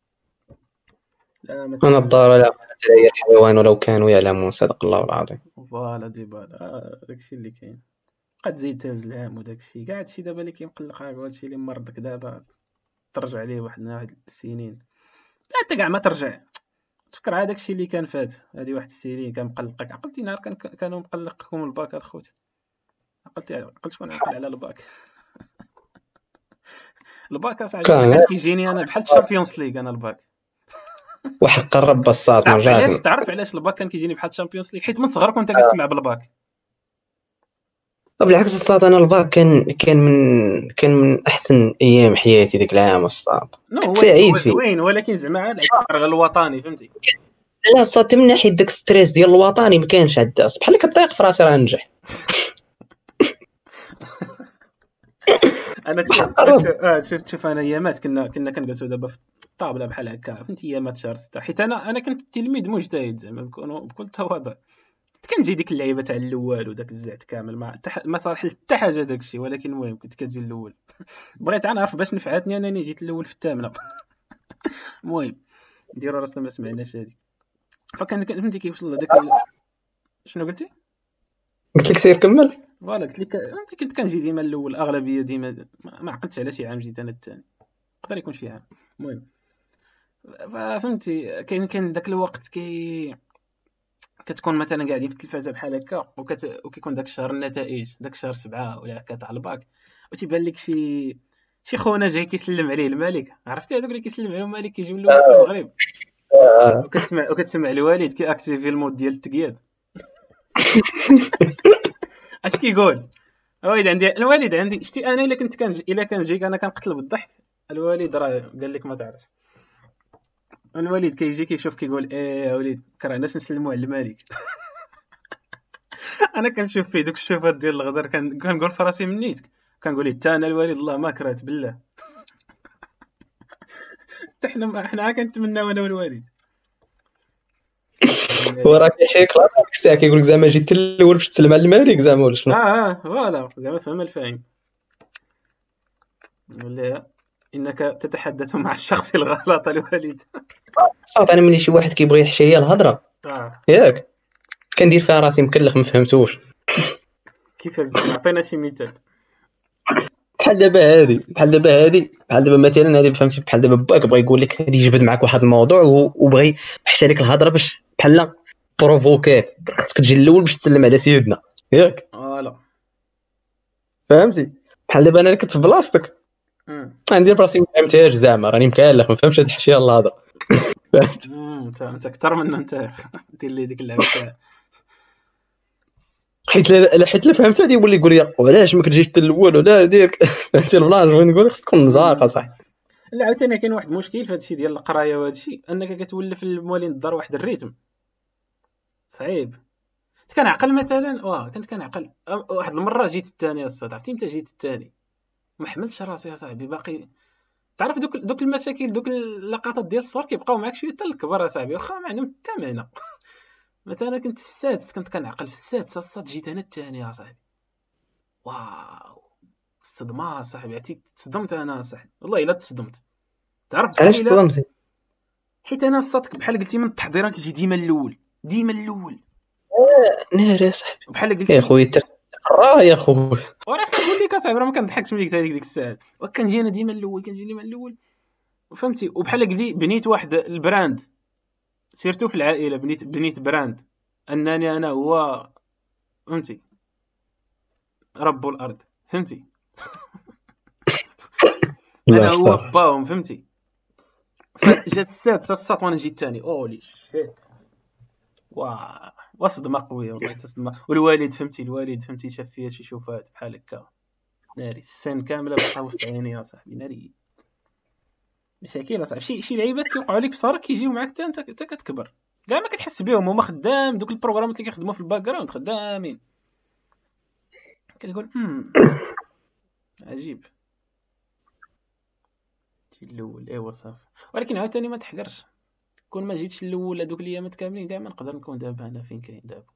لا انا الدار لا هي الحيوان ولو كانوا يعلمون صدق الله العظيم. فوالا ديبال آه داكشي اللي كاين قد زيد تهز الهام وداكشي كاع هادشي دابا اللي كيمقلق هاك هادشي اللي مرضك دابا ترجع ليه واحد واحد السنين حتى كاع ما ترجع تفكر هذاك الشيء اللي كان فات هذه واحد السنين كان مقلقك عقلتي نهار كان كانوا مقلقكم الباك الخوت عقلتي عقلت شكون عقل على الباك الباك اصاحبي كان كيجيني انا بحال الشامبيونز ليغ انا الباك واحد قرب بصاص ما جاش. علاش تعرف علاش الباك كان كيجيني بحال الشامبيونز ليغ حيت من صغر كنت كتسمع بالباك بالعكس الصاد انا الباك كان كان من كان من احسن ايام حياتي ديك العام الصاد، نو كنت هو سعيد هو فيه. زوين، ولكن زعما عاد الفرغ الوطني فهمتي. لا الصاد من ناحيه داك ستريس ديال الوطني ما كانش عندها، بحال كطيق في راسي راه ننجح. انا تشوف بحال اه شفت شوف انا ايامات كنا كنا كنجلسوا دابا في الطابله بحال هكا فهمتي، ايامات شهر ستة، حيت انا انا كنت تلميذ مجتهد زعما نكونوا بكل تواضع. كنت كنجي ديك اللعيبه تاع الاول وداك الزعت كامل ما تح... ما صالح حتى حاجه داك الشيء، ولكن المهم كنت كتجي الاول. بغيت نعرف باش نفعتني انني جيت الاول في الثامنه. المهم نديروا راسنا ما سمعناش هذه. فكان كان- فهمتي كيوصل هذاك ال- شنو قلتي؟ قلت لك سير كمل. فوالا قلت لك فهمتي كنت كنجي ديما الاول، اغلبيه ديما ما ما عقلتش على شي عام جيت انا الثاني، يقدر يكون شي عام. المهم فهمتي كاين كان داك الوقت كي كتكون مثلا قاعدين في التلفازه بحال هكا وكت... وكيكون داك الشهر النتائج، داك الشهر سبعة ولا هكا تاع الباك، وتيبان لك شي شي خونا جاي كيسلم عليه الملك، عرفتي هذوك اللي كيسلم عليهم الملك كيجيو الاول في المغرب، آه. وكتسمع وكتسمع الوالد كياكتيفي المود ديال التقياد. اش كيقول الوالد عندي الوالد عندي شتي انا الا كنت كنجي الا كنجيك انا كنقتل بالضحك. الوالد راه قال لك ما تعرف. الوالد كيجي كيشوف كيقول ايه يا وليد كرهناش نسلموا على الملك. انا كنشوف فيه دوك الشوفات ديال الغدر كان كنقول في راسي منيت، كنقول حتى انا الوالد الله ما كرهت بالله. حتى حنا حنا كنتمناو انا والوالد. وراه كيشيك لا ديك الساعه كيقول لك زعما جيت الاول باش تسلم على الملك زعما ولا شنو. اه اه فوالا زعما فهم الفاهم. ولا انك تتحدث مع الشخص الغلط الوالد. صافي انا ملي شي واحد كيبغي يحشي ليا الهضره اه ياك كندير فيها راسي مكلخ ما فهمتوش. كيفاش زعما عطينا شي مثال. بحال دابا هادي بحال دابا هادي بحال دابا مثلا هادي فهمتي بحال دابا باك بغى يقول لك هادي يجبد معك واحد الموضوع و- وبغى يحشي لك الهضره باش بحال بروفوكيك خاصك تجي الاول باش تسلم على سيدنا ياك فوالا. فهمتي. بحال دابا انا كنت في بلاصتك امم غندير براسي ما فهمتهاش زعما راني مكلخ ما فهمتش هاد الحشيه الهضره. فهمت. امم انت انت اكثر من انت دير لي ديك اللعبه تاع حيت لا حيت لا فهمت غادي يولي يقول لي وعلاش ما كتجيش انت الاول ولا ديرك. فهمتي البلان بغيت نقول خصك تكون مزاقه صح. لا عاوتاني كاين واحد المشكل في هادشي ديال القرايه وهذا الشيء، انك كتولف الموالين الدار واحد الريتم صعيب. كنت كنعقل مثلا واه كنت كنعقل أم- واحد المره جيت الثاني الصاد، عرفتي متى جيت الثاني ما حملتش راسي يا صاحبي باقي. تعرف دوك دوك المشاكل دوك اللقطات ديال الصور كيبقاو معاك شويه حتى الكبر اصاحبي واخا ما عندهم حتى معنى. مثلا انا كنت في السادس كنت كنعقل في السادس الصاد جيت انا الثاني يا صاحبي. واو الصدمه صاحبي، عرفتي تصدمت انا صاحبي والله الا تصدمت. تعرف بحال علاش الا تصدمتي؟ حيت انا الصدق بحال قلتي من التحضيرات كيجي ديما الاول ديما الاول ناري صاحبي بحال يا قلتي. خويا راه يا خويا وراه شنو نقول لك اصاحبي راه ما كنضحكش ملي قلت هذيك ديك الساعات، وكنجي انا ديما الاول كنجي ديما الاول فهمتي. وبحال قلتي بنيت واحد البراند سيرتو في العائله، بنيت بنيت براند انني انا هو فهمتي رب الارض فهمتي. الله انا هو يختار. باهم فهمتي. فجات السادسه الساط وانا جيت ثاني اولي شيت. واه وصدمه قويه والله تصدمه. والوالد فهمتي الوالد فهمتي شاف فيا شي شوفات بحال هكا ناري السن كامله بقى وسط عيني يا صاحبي ناري. مشاكل اصاحبي شي شي لعيبات كيوقعوا لك في صارك كيجيو معاك حتى انت حتى كتكبر كاع ما كتحس بهم، هما خدام دوك البروغرامات اللي كيخدموا في الباك جراوند خدامين. كتقول امم عجيب جي الاول ايوا صافي. ولكن عاوتاني ما تحقرش كون ما جيتش الاول هذوك الايامات كاملين كاع ما نقدر نكون دابا انا فين كاين دابا.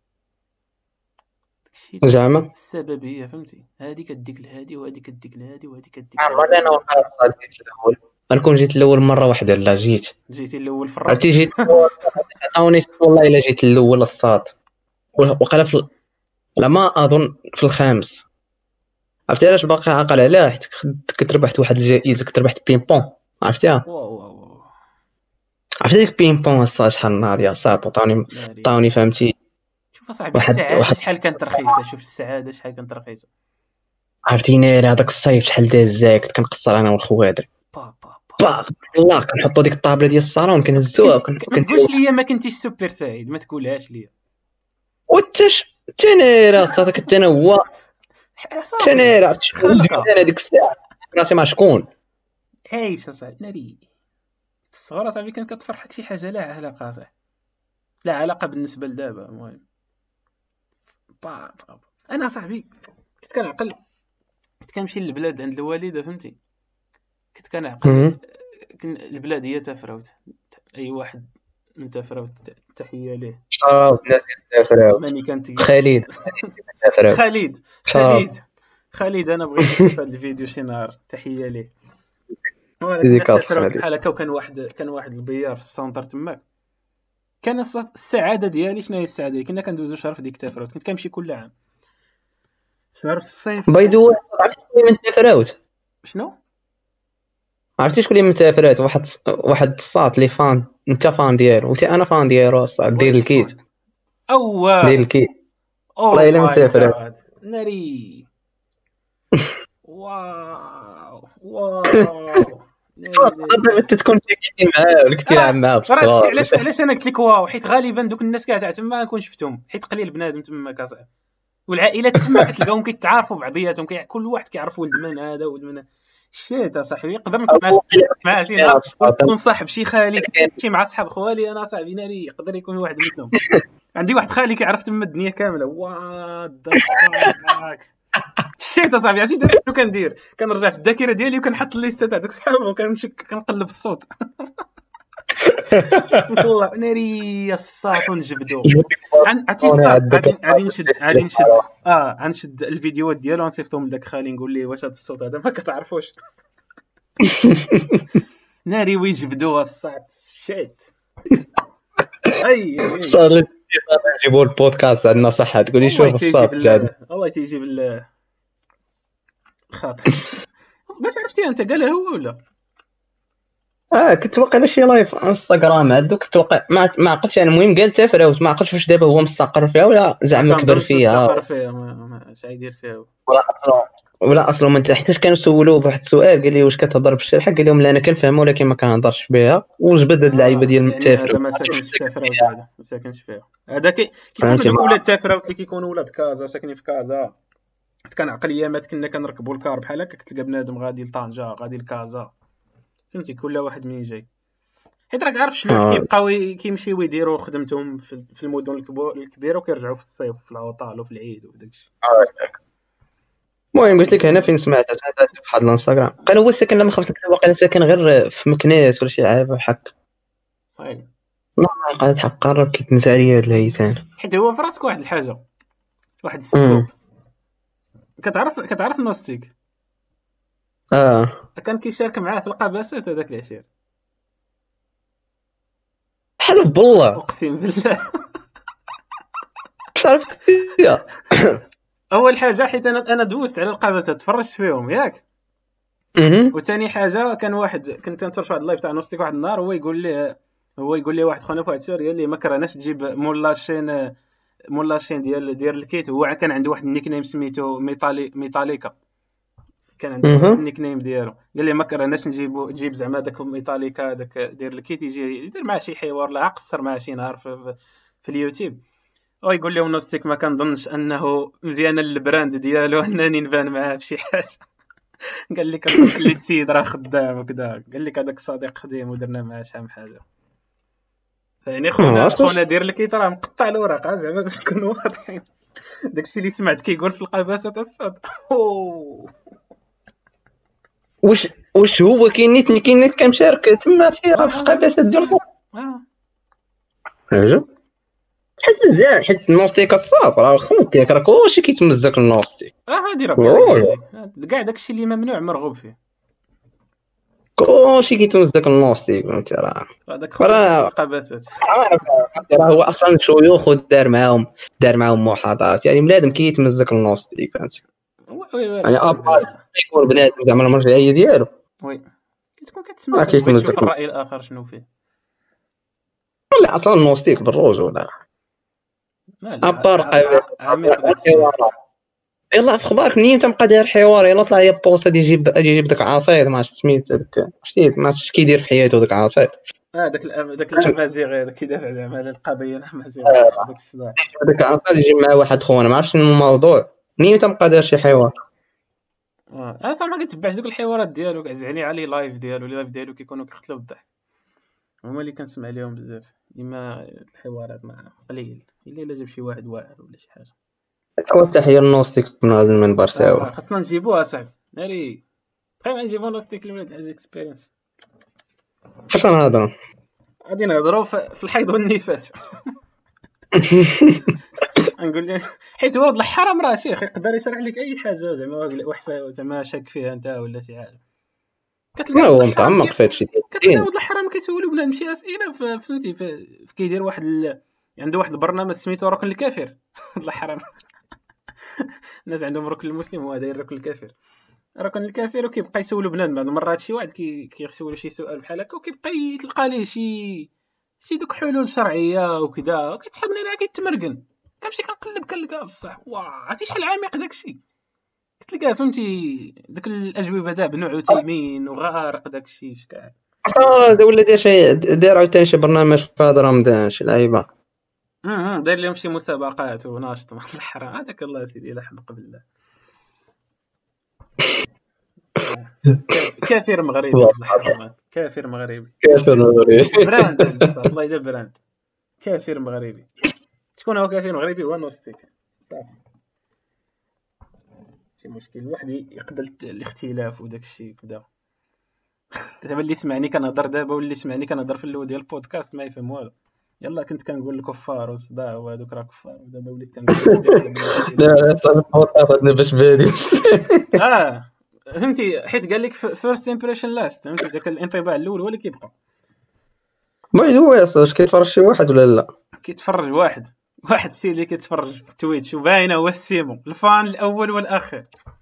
داكشي زعما السبب هي فهمتي هادي كديك لهادي وهادي كديك لهادي وهادي كديك عمري لهادي. انا وقع جيت الاول غنكون جيت الاول مره واحده لا جيت جيتي الاول في الرابع. عرفتي جيت الأول. عطاوني والله الا جيت الاول الصاد وقال في ال- لا ما اظن في الخامس. عرفتي علاش باقي عاقل عليه حيت كنت ربحت واحد الجائزه كنت ربحت بين بون عرفتيها. واو واو عرفتي ديك بين بون الصاد شحال نهار يا صاد عطاوني ناري. عطاوني فهمتي شوف اصاحبي واحد السعاده واحد شحال كانت رخيصه، شوف السعاده شحال كانت رخيصه. عرفتي ناري هذاك الصيف شحال داز كنت كنقصر انا والخوادر با با با با الله كنحطوا ديك الطابله ديال الصالون كنهزوها كنت وكن- ما كنديروا تقولش ليا ما كنتيش سوبر سعيد، ما تقولهاش ليا وتش تنيرا الصاد كنت انا هو انا عرفت شكون انا ديك الساعه راسي مع شكون عايش اصاحبي ناري الصغيره صاحبي كانت كتفرحك شي حاجه لا علاقه صاحبي لا علاقه بالنسبه لدابا. المهم با با انا صاحبي كنت كنعقل كنت كنمشي للبلاد عند الوالده فهمتي كنت كنعقل كن البلاد هي تفراوت اي واحد من تفراوت تحيه ليه اه الناس تفراوت ماني كانت خالد خالد خالد خالد انا بغيت نشوف هذا الفيديو شي نهار تحيه ليه. بحال هكا وكان واحد كان واحد البيار في السونتر تماك كان السعاده ديالي شنو هي السعاده كنا كندوزو شهر في ديك تفراوت كنت كنمشي كل عام شهر في الصيف بيدو عرفتي شكون من تفراوت شنو عرفتي شكون من تفراوت واحد واحد الصاط اللي فان انت فان ديالو وتي انا فان ديالو الصاط دير الكيت اوه دير الكيت والله الا من تفراوت ناري واو واو تقدر تكون كيتي معاه ولا كنتي تلعب معاه بصح علاش علاش انا قلت لك واو حيت غالبا دوك الناس كاع تاع تما نكون شفتهم حيت قليل بنادم تما كاصاحبي والعائلات تما كتلقاهم كيتعارفوا بعضياتهم كل واحد كيعرف ولد من هذا ولد من شيت اصاحبي يقدر نكون مع شي نهار نكون صاحب شي خالي شي مع صحاب خوالي انا صاحبي ناري يقدر يكون واحد منهم عندي واحد خالي كيعرف تما الدنيا كامله واد شيت اصاحبي عرفتي شنو كندير كنرجع في الذاكره ديالي وكنحط الليسته تاع دوك صحابي وكنمشي كنقلب الصوت والله ناري الصاط ونجبدو عرفتي الصاط غادي نشد غادي نشد اه غنشد الفيديوهات ديالو ونصيفطهم لذاك خالي نقول ليه واش هذا الصوت هذا ما كتعرفوش ناري ويجبدوها الصاط شيت اي صار نجيبوا البودكاست عندنا صحه تقولي شوف الصوت جاد والله تيجي بال خاطر باش عرفتي انت قالها هو ولا اه كنت واقع شي لايف انستغرام عندو كنت واقع ما ما عقلتش انا المهم قال تفراوت ما عقلتش واش دابا هو مستقر فيها ولا زعما كبر فيها مستقر فيها اش غيدير فيها ولا اصلا ولا اصلا من حتى كانوا سولوه بواحد السؤال قال لي واش كتهضر بالشرحه قال لهم لا انا كنفهم ولكن ما كنهضرش بها وجبد هاد اللعيبه ديال التفراوت هذا ما ساكنش في تفراوت هذا ما ساكنش فيها هذا كيكونوا دوك ولاد تفراوت اللي كيكونوا ولاد كازا ساكنين في كازا كنعقل ايامات كنا كنركبوا الكار بحال هكا كتلقى بنادم غادي لطنجه غادي لكازا فهمتي كل واحد منين جاي حيت راك عارف شنو كيبقاو كيمشيو يديروا خدمتهم في المدن الكبيره وكيرجعوا في الصيف في العطل وفي العيد وداكشي. المهم قلت لك هنا فين سمعتها في واحد الانستغرام كان هو ساكن لما خفت واقيلا ساكن غير في مكناس ولا شي عيب بحال هكا والله قالت حق قرب كيتنسى عليا هاد الهيتان حيت هو في راسك واحد الحاجه واحد السكوب كتعرف كتعرف نوستيك اه كان كيشارك معاه في القباسات هذاك العشير حلف بالله اقسم بالله عرفت فيها اول حاجه حيت انا انا دوزت على القباسات تفرجت فيهم ياك وثاني حاجه كان واحد كنت نتفرج واحد اللايف تاع نوستيك واحد النهار هو يقول لي هو يقول لي واحد خونا في واحد السوري قال لي ما كرهناش تجيب مولا شين مولا شين ديال ديال الكيت هو كان عنده واحد النيك نيم سميتو ميتالي ميتاليكا كان عنده النيك نيم ديالو قال لي ما كرهناش نجيبو تجيب زعما داك ميتاليكا داك ديال الكيت يجي يدير مع شي حوار لا قصر مع شي نهار في, في اليوتيوب ويقول لهم نوستيك ما كنظنش انه مزيان البراند ديالو انني نبان معاه بشي حاجه قال لي كنظن لي السيد راه خدام وكذا قال لك هذاك صديق خديم ودرنا معاه شحال حاجه يعني خونا خونا دير الكيت راه مقطع الوراق زعما باش نكونوا واضحين داكشي اللي سمعت كيقول في القباسه تاع الصوت واش واش هو كاين نيت كاين نيت كنشارك تما في في القباسه ديالو اه عجب حيت مزيان حيت النوستيك الصاط راه خوك ياك راه كلشي كيتمزك النوستيك اه هادي راه كاع داكشي اللي ممنوع مرغوب فيه كلشي كيتمزك النوستيك فهمتي راه هذاك راه قباسات راه هو اصلا شيوخ ودار معاهم دار معاهم محاضرات يعني بنادم كيتمزك النوستيك فهمتي يعني ابار يكون بنادم زعما المرجعيه ديالو وي كتكون كتسمع كتشوف الراي الاخر شنو فيه لا اصلا النوستيك بالرجوله ابار يلا في اخبارك منين تبقى داير حوار يلا طلع لي بوست غادي يجيب غادي يجيب داك عصيد ما عرفتش سميت داك شتي ما عرفتش كيدير في حياته داك عصيد اه داك داك الامازيغ هذاك كيدافع زعما على القضيه الامازيغ داك الصداع داك عصيد يجيب مع واحد خونا ما عرفتش شنو الموضوع نيم تبقى دار شي حوار. اه انا صراحه ما كنتبعش دوك الحوارات ديالو، كعزعني على لايف ديالو لي لايف ديالو كيكونوا كيختلوا بالضحك، هما اللي كنسمع ليهم بزاف. اما الحوارات مع قليل الا الا جاب شي واحد واعر ولا شي حاجه. هو التحيه النوستيك من هذا المنبر سوا. اه خاصنا نجيبوها صاحبي ناري، بغينا نجيبو نوستيك الولاد الحاج اكسبيرينس. فاش غنهضروا غادي نهضروا في في الحيض والنفاس. نقول لك حيت هو هاد الحرام راه شيخ يقدر يشرح لك اي حاجه زعما واحد زعما شاك فيها انت ولا شي حاجه. ما هو متعمق في هادشي ديال كتلقى الدين. ولد الحرام كيسولو بنادم شي اسئله ف- فهمتي ف- ف- كيدير واحد ال... عنده واحد البرنامج سميتو ركن الكافر. ولد الحرام. الناس عندهم ركن المسلم وهذا داير ركن الكافر. ركن الكافر وكيبقى يسولو بنادم بعض المرات شي واحد كي كيسولو شي سؤال بحال هكا وكيبقى يتلقى ليه شي شي دوك حلول شرعيه وكذا وكيتحبني انا كيتمرقن. كنمشي كنقلب كنلقاه بصح واه عرفتي شحال عميق داكشي. كتلقاه فهمتي داك الاجوبه تاع ابن عثيمين وغارق داكشي في كاع. اه دا ولا داير شي داير عاوتاني شي برنامج في هذا رمضان شي لعيبه. امم داير لهم شي مسابقات وناشط. الحرام هذاك الله سيدي لا حمق بالله. كاف- كافر مغربي الحرام. كافر مغربي كافر مغربي. براند الجزائر الله يدير براند. كافر مغربي. شكون هو كافر مغربي؟ هو نوستيك صافي. شي مشكل الواحد يقبل الاختلاف وداك الشيء كذا. دابا اللي سمعني كنهضر دابا واللي سمعني كنهضر في الاول ديال البودكاست ما يفهم والو. يلا كنت كنقول الكفار والصداع وهذوك راه كفار ودابا وليت كنقول لا صافي عطاتني باش بادي. اه فهمتي حيت قال لك فيرست امبريشن لاست فهمتي داك الانطباع الاول هو اللي كيبقى. المهم هو يا صاحبي كيتفرج شي واحد ولا لا؟ كيتفرج واحد واحد السيد اللي كيتفرج في تويتش وباينه هو السيمو الفان الاول والاخر.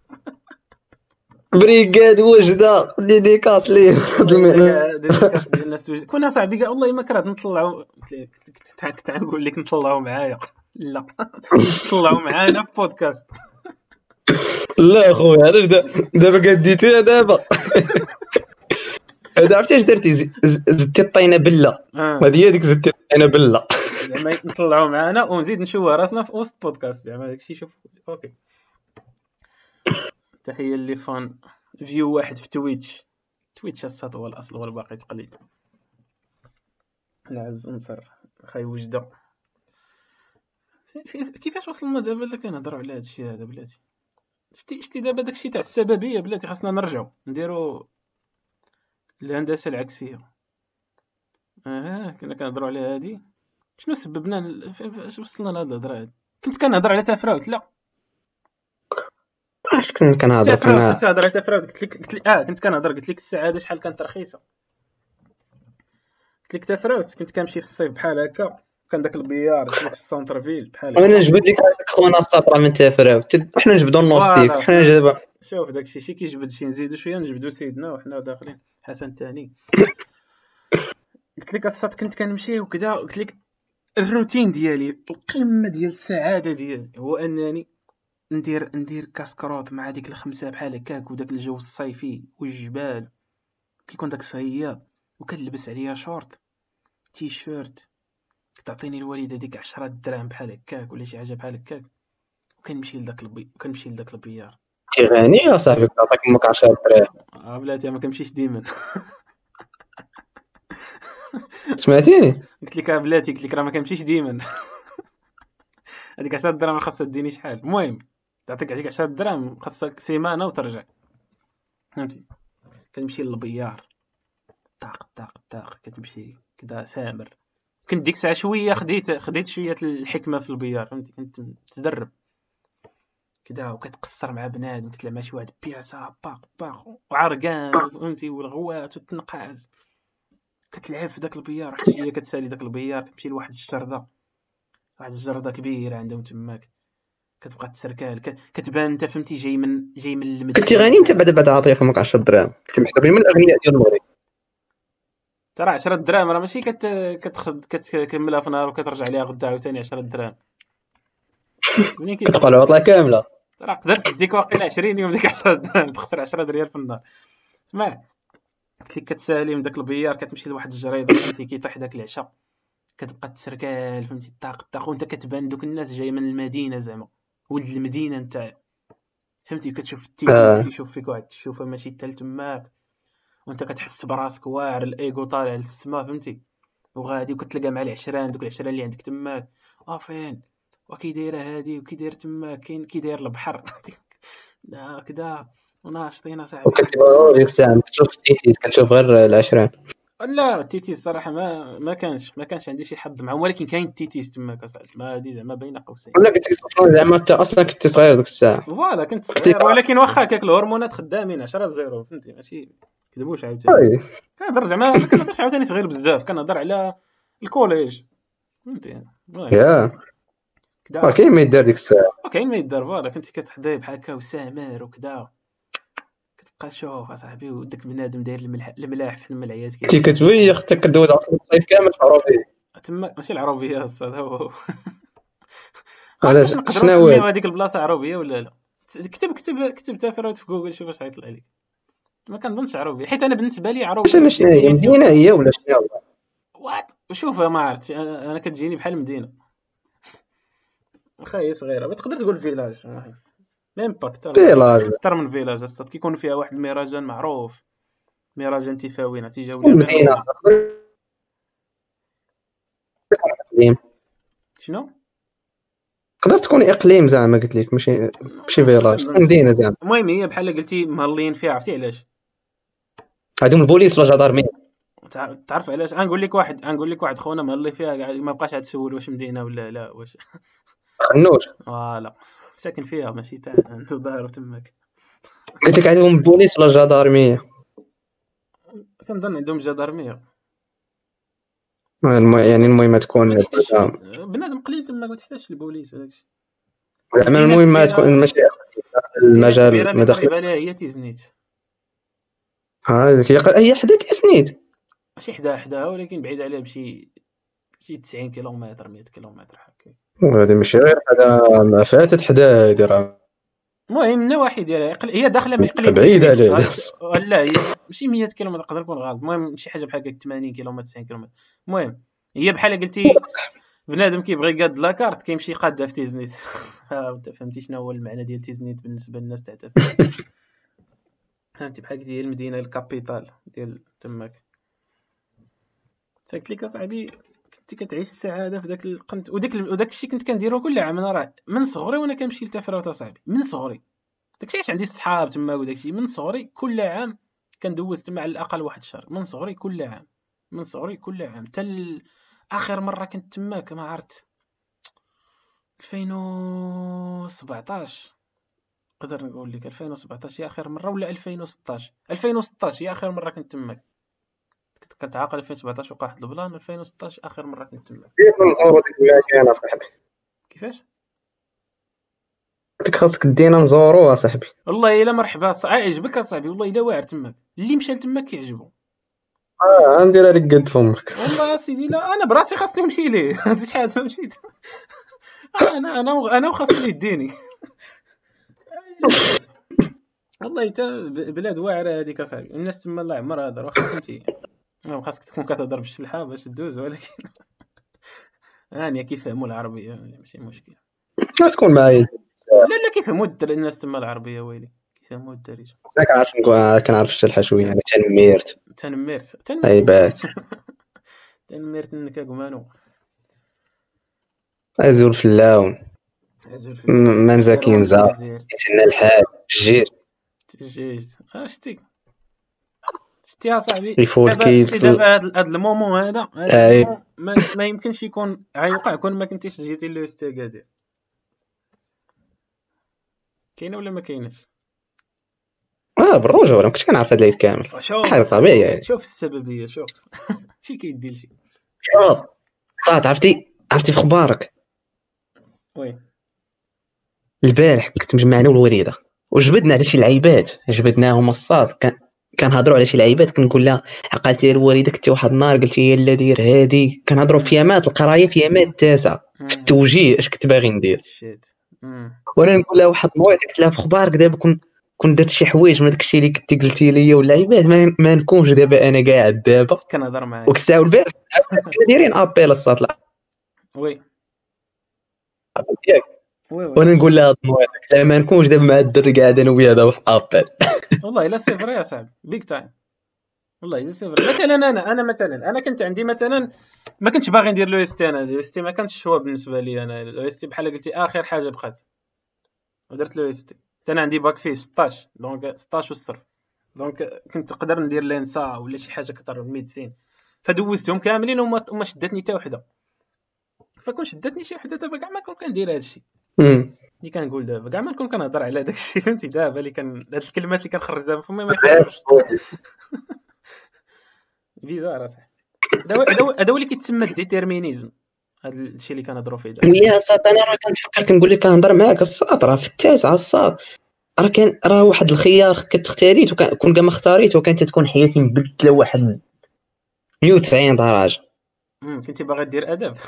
بريغاد وجده ديديكاس ليه. ديديكاس ديال الناس توجد. كنا صاحبي قال والله ما كرهت نطلعوا كنت نقول لك نطلعوا معايا لا نطلعوا معانا في بودكاست. لا اخويا علاش دابا قديتيها دابا. هذا عرفتي اش درتي زدتي الطينه بله. هذه هي ديك زدتي الطينه بله. زعما نطلعوا معانا ونزيد نشوه راسنا في وسط بودكاست زعما داكشي. شوف اوكي تحيه اللي فان فيو واحد في تويتش. تويتش الصاد هو الاصل والباقي تقليد. العز انصر خاي وجده. كيفاش وصلنا دابا اللي كنهضروا على هذا الشيء هذا بلاتي؟ شتي شتي دابا داكشي تاع السببيه بلاتي خاصنا نرجعوا نديروا الهندسه العكسيه. اه كنا كنهضروا على هذه شنو سببنا فاش وصلنا لهاد الهضره هادي. كنت كنهضر على تفراوت لا اش كنت كنهضر كنا كنت كنهضر على تفراوت قلت لك قلت لك اه كنت كنهضر قلت لك السعاده شحال كانت رخيصه. قلت لك تفراوت كنت كنمشي في الصيف بحال هكا كان داك البيار في السونتر فيل بحال انا نجبد لك خونا السطره من تفراوت حنا نجبدوا النوستيك حنا دابا. شوف داكشي شي كيجبد شي نزيدو شويه نجبدو سيدنا وحنا داخلين حسن ثاني. قلت لك الصاد كنت كنمشي وكذا قلت لك الروتين ديالي القمه ديال السعاده ديالي هو انني ندير ندير كاسكروط مع ديك الخمسه بحال هكاك وداك الجو الصيفي والجبال كيكون داك الصياد وكنلبس عليا شورت تي شيرت كتعطيني الوالده ديك عشرة دراهم بحال هكاك ولا شي حاجه بحال هكاك وكنمشي لذاك البي وكنمشي لذاك البيار. تي غني يا صاحبي تعطيك امك عشرة دراهم. اه بلاتي ما كنمشيش ديما. سمعتيني قلت لك بلاتي قلت لك راه ما كنمشيش ديما. هذيك عشرة دراهم خاصها تديني شحال. المهم تعطيك عليك عشرة دراهم خاصك سيمانه وترجع فهمتي. كنمشي للبيار طاق طاق طاق كتمشي كذا سامر. كنت ديك الساعه شويه خديت خديت شويه الحكمه في البيار فهمتي. كنت متدرب كذا وكتقصر مع بنادم كتلعب مع شي واحد بياسه باق باق وعرقان فهمتي والغوات والتنقاز كتلعب في داك البيار. واحد الشيء كتسالي داك البيار كتمشي لواحد الجرده واحد الجرده كبيره عندهم تماك كتبقى تسركال كتبان انت فهمتي جاي من جاي من المدينه. كنتي غني انت بعد بعد عاطيك امك عشرة دراهم كنت محسوبين من الاغنياء ديال المغرب. ترى عشرة دراهم راه ماشي كت كتخد كتكملها في نهار وكترجع عليها غدا عاوتاني عشرة دراهم. منين كتبقى العطله كامله راه قدرت تديك واقيلا عشرين يوم ديك عشرة دراهم تخسر عشرة ريال في النهار. اسمع قلت لك كتسالي من داك البيار كتمشي لواحد الجريده فهمتي كيطيح داك العشاء كتبقى تسركال فهمتي طاق طاق وانت كتبان دوك الناس جاي من المدينه زعما ولد المدينه نتايا فهمتي كتشوف التيتي آه. كيشوف فيك واحد الشوفه ماشي حتى لتماك وانت كتحس براسك واعر الايغو طالع للسما فهمتي وغادي وكتلقى مع العشران دوك العشران اللي عندك تماك اه فين وكي دايره هادي وكي داير تماك كاين كي داير البحر هكذا وناشطين صاحبي وكتبغى ديك الساعه كتشوف التيتي كتشوف غير العشران. لا التيتي الصراحه ما ما كانش ما كانش عندي شي حظ معهم ولكن كاين التيتيز تماك اصاحبي ما هادي زعما بين قوسين ولا كنت اصلا زعما انت اصلا كنت صغير ديك الساعه فوالا كنت صغير ولكن واخا هكاك الهرمونات خدامين عشرة زيرو فهمتي ماشي كذبوش عاوتاني كنهضر زعما ما كنهضرش عاوتاني صغير بزاف كنهضر على الكوليج فهمتي يا كدا كاين ما يدار ديك الساعه وكاين ما يدار فوالا كنتي كتحضي بحال هكا وسامر وكذا كتبقى تشوف اصاحبي وداك بنادم داير الملح الملاح في الملعيات كنتي كتبوي اختك كدوز عطله الصيف كامل في عربي تما ماشي العربيه الصاد هو علاش نقدروا شنو نسميو هو هذيك البلاصه عربيه ولا لا كتب كتب كتب تافرات في جوجل شوف اش غيطلع لك ما كنظنش عربيه حيت انا بالنسبه لي عربيه شنو شنو هي مدينه هي ولا شنو هو وات شوف ما عرفت انا أنا كتجيني بحال مدينه واخا هي صغيره تقدر تقول فيلاج ميم با كثر فيلاج اكثر من فيلاج اصاحبي كيكون فيها واحد المهرجان معروف مهرجان تيفاوين تيجاو مدينه اقليم شنو تقدر تكون اقليم زعما قلت لك ماشي ماشي فيلاج مدينه زعما. المهم هي بحال قلتي مهلين فيها عرفتي علاش هادوم البوليس ولا جدارميه تعرف علاش غنقول لك واحد غنقول لك واحد خونا مهلي فيها ما بقاش عاد تسول واش مدينه ولا لا واش خنوش فوالا ساكن فيها ماشي تاع عنده دار تماك قلت لك عندهم البوليس ولا جدارميه كنظن عندهم جدارميه يعني المهم تكون بنادم قليل تما ما تحتاجش البوليس ولا داكشي زعما المهم ما تكون ماشي المجال مداخل عليها هي تيزنيت ها هي حدا تيزنيت ماشي حدا حداها ولكن بعيد عليها بشي شي تسعين كيلومتر مية كيلومتر هكا وهذه ماشي غير حدا ما فاتت حدا هادي راه المهم النواحي ديالها هي داخله من اقليم بعيد عليه لا هي ماشي مية كيلومتر يقدر يكون غلط المهم شي حاجه بحال هكا ثمانين كيلومتر تسعين كيلومتر المهم هي بحال قلتي بنادم كيبغي يقاد لاكارت كيمشي قادها في تيزنيت انت فهمتي شنو هو المعنى ديال تيزنيت بالنسبه للناس تاع فهمتي بحال قلتي هي المدينه الكابيتال ديال تماك فقلت لك اصاحبي كنت كتعيش السعاده في داك القنت وداك وداك الشيء كنت كنديرو كل عام انا راه من صغري وانا كنمشي لتفراوت اصاحبي من صغري داكشي علاش عندي الصحاب تما وداكشي من صغري كل عام كندوز تما على الاقل واحد الشهر من صغري كل عام من صغري كل عام حتى اخر مره كنت تماك ما عرفت ألفين وسبعطاش نقدر نقول لك ألفين وسبعطاش هي اخر مره ولا ألفين وستطاش ألفين وستطاش هي اخر مره كنت تماك كنت عاقل ألفين وسبعطاش وقع واحد البلان ألفين وستطاش اخر مره كنت تماك كيف صاحبي كيفاش قلت لك خاصك دينا نزوروها صاحبي والله الا مرحبا عجبك اصاحبي والله الا واعر تماك اللي مشى لتماك كيعجبو اه نديرها لك قد فمك والله سيدي لا انا براسي خاصني نمشي ليه شحال ما مشيت انا انا انا وخاصني يديني والله حتى بلاد واعره هذيك اصاحبي الناس تما الله يعمر هضر واخا فهمتي خاصك تكون كتهضر بالشلحه باش تدوز ولكن هانيه كيفهموا العربيه ماشي مشكل تكون معايا لا لا كيفهموا الناس تما العربيه ويلي كيفهموا الدارجه كنعرف نقول كنعرف الشلحه شويه انا تنميرت تنميرت عيبات تنميرت نكا قمانو ازول في اللون من زاكين زا يتنا الحال جيت جيت شتي شتي يا صاحبي دابا دابا هذا المومون هذا أي. ما, ما يمكنش يكون غيوقع كون ما كنتيش جيتي لوستا كادير كاينه ولا ما كايناش اه بالرجوله ما كنتش كنعرف هاد العيد كامل حاجه طبيعيه شوف السببيه شوف شي كيدير شي صات عرفتي عرفتي في اخبارك وي البارح كنت مجمع انا والوريده وجبدنا على شي لعيبات جبدناهم الصاد كان كنهضروا على شي لعيبات كنقول لها عقلتي الوالده كنتي واحد النهار قلتي يا لا دير هادي كنهضروا في يامات القرايه في يامات التاسعه في التوجيه اش كنت باغي ندير وانا نقول لها واحد النوع قلت لها في اخبارك دابا كون كون درت شي حوايج من داكشي اللي كنتي قلتي لي واللعيبات ما, ما نكونش دابا انا قاعد دابا كنهضر معاك وكساو البارح دايرين ابيل الصاد لا وي ياك وي وي وانا نقول لها المواد لا ما نكونش دابا مع الدري قاعد انا وياه دابا في ابل. والله الا سي فري يا صاحبي بيك تايم. والله الا سي فري. مثلا انا انا مثلا انا كنت عندي مثلا ما كنتش باغي ندير لو اس تي. انا لو اس تي ما كانش شوا بالنسبه لي. انا لو اس تي بحال قلتي اخر حاجه بقات ودرت لو اس تي. انا عندي باك فيه ستطاش دونك ستطاش والصرف. دونك كنت نقدر ندير لينسا ولا شي حاجه اكثر من ميديسين. فدوزتهم كاملين وما وما شدتني حتى وحده. فكون شدتني شي وحده دابا كاع ما كون كندير هادشي اللي كنقول دابا. كاع ما نكون كنهضر على داكشي فهمتي. دابا اللي كان هاد الكلمات اللي كنخرج دابا فمي ما يخرجوش. بيزار اصاحبي. هذا هذا هو اللي كيتسمى الديتيرمينيزم. هذا الشيء اللي كنهضروا فيه دابا. ويا صاط انا راه كنتفكر كنقول لك كنهضر معاك الصاط راه في التاسعه الصاط راه كان راه واحد الخيار كتختاريت وكون كاع ما اختاريت وكانت تكون حياتي مبدله واحد مية وتسعين درجه. امم كنتي باغي دير ادب.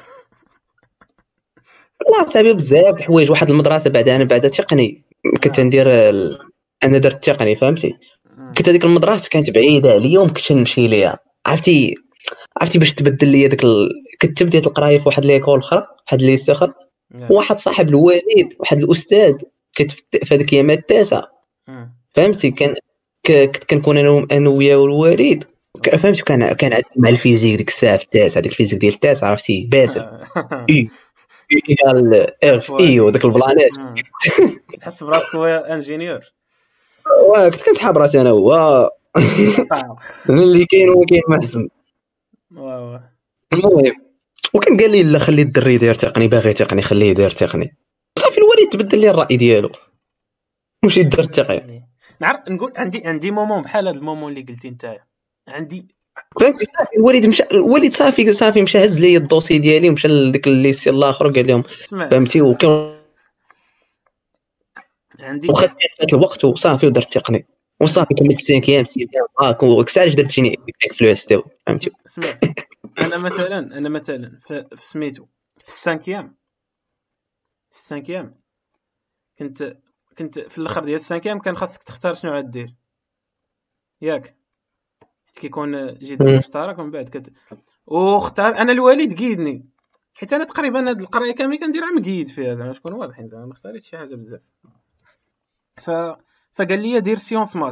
والله صعيب بزاف الحوايج. واحد المدرسه بعد انا بعد تقني كنت آه. ندير ال... انا درت تقني فهمتي. آه. كنت هذيك المدرسه كانت بعيده عليا وما كنتش نمشي ليها. عرفتي عرفتي باش تبدل لي داك ال... كنت بديت القرايه في واحد ليكول اخرى واحد ليسي اخر. آه. واحد صاحب الوالد واحد الاستاذ كنت في في هذيك ايامات التاسعه آه. فهمتي. كان ك- كنت كنكون انا انا وياه والوالد ك- فهمتي. كان كان عندي مع الفيزيك ديك الساعه في التاسعه ديك الفيزيك ديال التاسعه عرفتي باسل اي ايكال اف اي وداك اخواتي. البلانات. آه. كتحس براسك هو انجينيور. وكنت كنسحب راسي انا هو طاو. أنا اللي كاين هو كاين محسن. واو. المهم وكان قال لي لا خلي الدري يدير تقني باغي تقني خليه يدير تقني. صافي الوالد تبدل لي الراي ديالو مشيت درت تقني. نعرف نقول عندي عندي مومون بحال هذا المومون اللي قلتي نتايا. عندي فهمتي صافي الوالد مشى الوالد صافي صافي مشى هز لي الدوسي ديالي ومشى لديك الليسي الاخر وقال لهم اسمع فهمتي. وكان عندي وخدت فات الوقت وصافي ودرت تقني وصافي كملت سانك ايام سيز ايام هاك وكسالش درت شي في اليو اس تي فهمتي. اسمع انا مثلا انا مثلا في في سميتو في السانكيام في السانكيام كنت كنت في الاخر ديال السانكيام كان خاصك تختار شنو غدير ياك. حيت كيكون جدول مم. مشترك ومن بعد كت واختار. انا الوالد قيدني حيت انا تقريبا هاد القرايه كامل كنديرها مقيد فيها زعما تكون واضحين. زعما ما اختاريتش شي حاجه بزاف. ف فقال لي دير سيونس مات.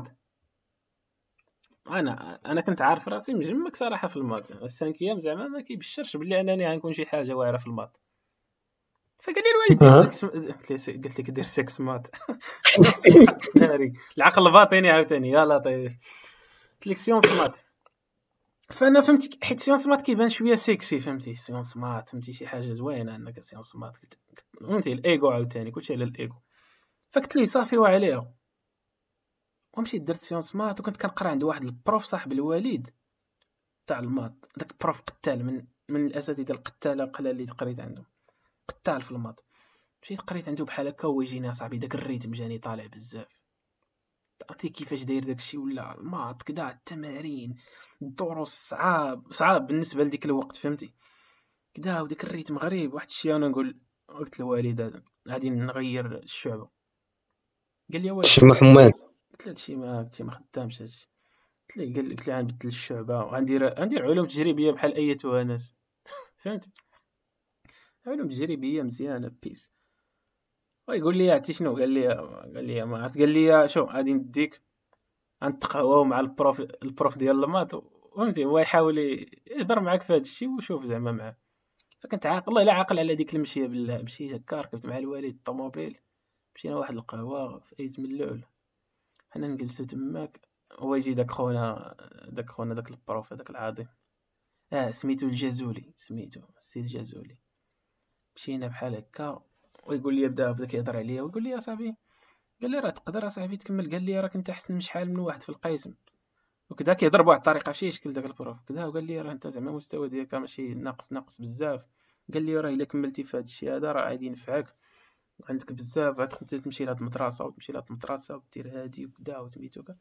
انا انا كنت عارف راسي مجمك صراحه في المات. السانكيام زعما ما كيبشرش بلي انني غنكون شي حاجه واعره في المات. فقال لي الوالد دير أه. سكس. قلت له قلت لك دير سكس مات. سبحان ناري العقل الباطني عاوتاني يا لطيف. قلت لك سيونس مات. فانا فهمتي حيت سيونس مات كيبان شويه سيكسي فهمتي. سيونس مات فهمتي شي حاجه زوينه انك سيونس مات فهمتي. الايغو عاوتاني كلشي على الايغو. فقلت ليه صافي وعليها ومشيت درت سيونس مات. وكنت كنقرا عند واحد البروف صاحب الوالد تاع المات. داك بروف قتال من من الاساتذه القتاله قلال اللي قريت عندهم قتال في المات. مشيت قريت عنده بحال هكا هو يجيني صاحبي. داك الريتم جاني طالع بزاف. عرفتي كيفاش داير داكشي ولا المات كدا التمارين الدروس صعاب صعاب بالنسبه لديك الوقت فهمتي كدا. وداك الريتم غريب واحد الشيء. انا نقول قلت للوالد هذا غادي نغير الشعبه. قال لي واش شي محمد قلت له هادشي ما هادشي ما خدامش هادشي. قلت ليه قال قلت ليه غنبدل الشعبه وغندير غندير علوم تجريبيه بحال ايتها ناس فهمت. علوم تجريبيه مزيانه بيس. ويقول لي عرفتي شنو قال لي قال لي ما عرفت. قال لي شو غادي نديك غنتقهواو مع البروف البروف ديال المات فهمتي. هو يحاول يهضر معاك في هذا الشيء وشوف زعما معاه. فكنت عاقل والله الا عاقل على ديك المشيه بالله. مشيت هكا ركبت مع الوالد الطوموبيل مشينا واحد القهوه في ايت من اللول. حنا نجلسو تماك. هو يجي داك خونا داك خونا داك البروف هذاك العظيم اه سميتو الجازولي سميتو السي الجازولي. مشينا بحال هكا ويقول لي بدا بدا كيهضر عليا ويقول لي يا صاحبي قال لي راه تقدر اصاحبي تكمل. قال لي راك انت احسن من شحال من واحد في القسم وكذا. كيهضر بواحد الطريقه شي شكل داك البروف كذا. وقال لي راه انت زعما المستوى ديالك ماشي ناقص ناقص بزاف. قال لي راه الا كملتي في هذا الشيء هذا راه غادي ينفعك عندك بزاف. غتمشي تمشي لهاد المدرسه وتمشي لهاد المدرسه ودير هادي وكذا وسميتو كذا.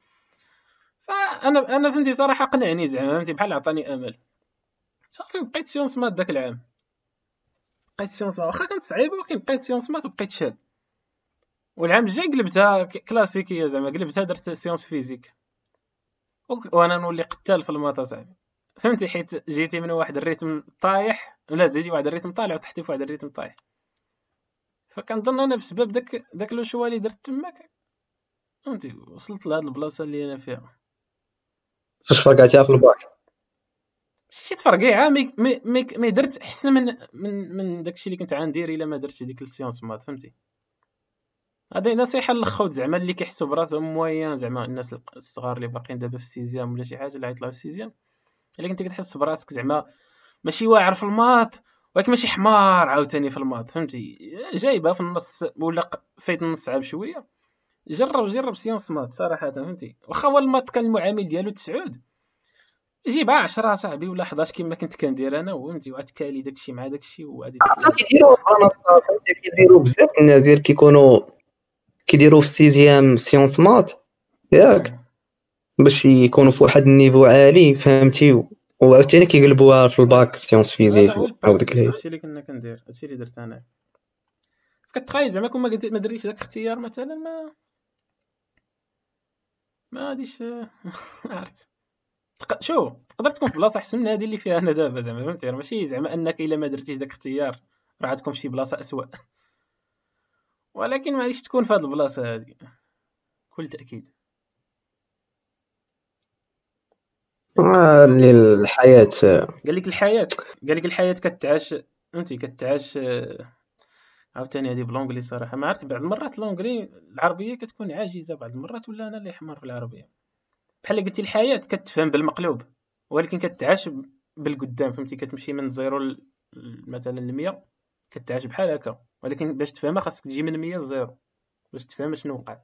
فانا انا فهمتي صراحه قنعني زعما فهمتي بحال عطاني امل. صافي بقيت سيونس مات داك العام. بقيت سيونس مات واخا كانت صعيبه ولكن بقيت سيونس مات وبقيت شاد. والعام الجاي قلبتها كلاسيكيه زعما قلبتها درت سيونس فيزيك وانا نولي قتال في الماط صاحبي فهمتي. حيت جيتي من واحد الريتم طايح لا تجي واحد الريتم طالع وتحتي في واحد الريتم طايح. فكنظن انا بسبب داك داك لو شوا اللي درت تماك فهمتي وصلت لهاد البلاصه اللي انا فيها. فاش فرقعتيها في الباك شي تفرقيعه مي مي مي, مي درت احسن من من من داكشي اللي كنت غندير الا ما درتش ديك السيونس مات فهمتي. هذه نصيحه للخوت زعما اللي كيحسوا براسهم موين، زعما الناس الصغار اللي باقيين دابا في السيزيام ولا شي حاجه اللي غيطلعوا في السيزيام، الا كنتي كتحس براسك زعما ماشي واعر في المات ولكن ماشي حمار عاوتاني في المات فهمتي، جايبها في النص ولا فايت النص عاب شويه، جرب جرب سيونس مات صراحه فهمتي. واخا هو المات كان المعامل ديالو تسعود جيبها عشرة صاحبي ولا حداش كما كنت كندير انا فهمتي، وعاد كالي داكشي مع داكشي وغادي كيديروا المنصات فهمتي، كيديروا بزاف الناس ديال كيكونوا كيديروا في السيزيام سيونس مات ياك باش يكونوا في واحد النيفو عالي فهمتي، وعاوتاني كيقلبوها في الباك سيونس فيزيك او داك الهيد. هادشي اللي كنا كندير، هادشي اللي درت انا. كتخايل زعما كون ما دريتش داك الاختيار مثلا ما ما غاديش عرفت تق... شوف تقدر تكون في بلاصه احسن من هذه اللي فيها انا دابا زعما فهمتي، ماشي زعما انك الا ما درتيش داك الاختيار راه غتكون في شي بلاصه اسوء، ولكن ما غاديش تكون في هذه البلاصه هذه بكل تاكيد. اللي الحياه قال لك الحياه قال لك الحياه كتعاش فهمتي، كتعاش عاوتاني هذه بلونغلي صراحه ما عرفت، بعض المرات لونغلي العربيه كتكون عاجزه بعض المرات، ولا انا اللي حمار في العربيه. بحال قلتي الحياه كتفهم بالمقلوب ولكن كتعاش بالقدام فهمتي، كتمشي من زيرو ل... مثلا ل مية كتعاش بحال هكا، ولكن باش تفهمها خاصك تجي من مية لزيرو باش تفهم شنو وقع.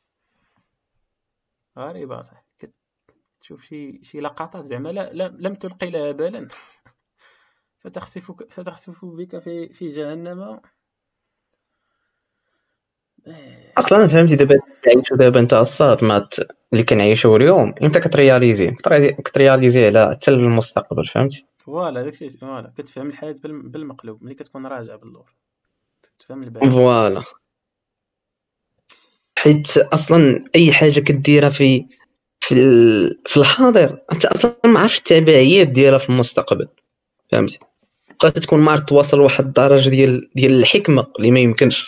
غريبه صح كتشوف شي شي لقطات زعما لا, لا لم تلقي لها بالا فتخسفك فتخسف بك في في جهنم. اصلا فهمتي دابا تعيشوا دابا انت الصات مات اللي كنعيشوا اليوم انت كترياليزي كترياليزي على حتى المستقبل فهمتي. فوالا داكشي فوالا كتفهم الحياه بالمقلوب ملي كتكون راجع باللور تفهم البعد فوالا. حيت اصلا اي حاجه كديرها في في في الحاضر انت اصلا ما عرفتش التبعيات ديالها في المستقبل فهمتي، بقات تكون ما توصل لواحد الدرجه ديال ديال الحكمه اللي ما يمكنش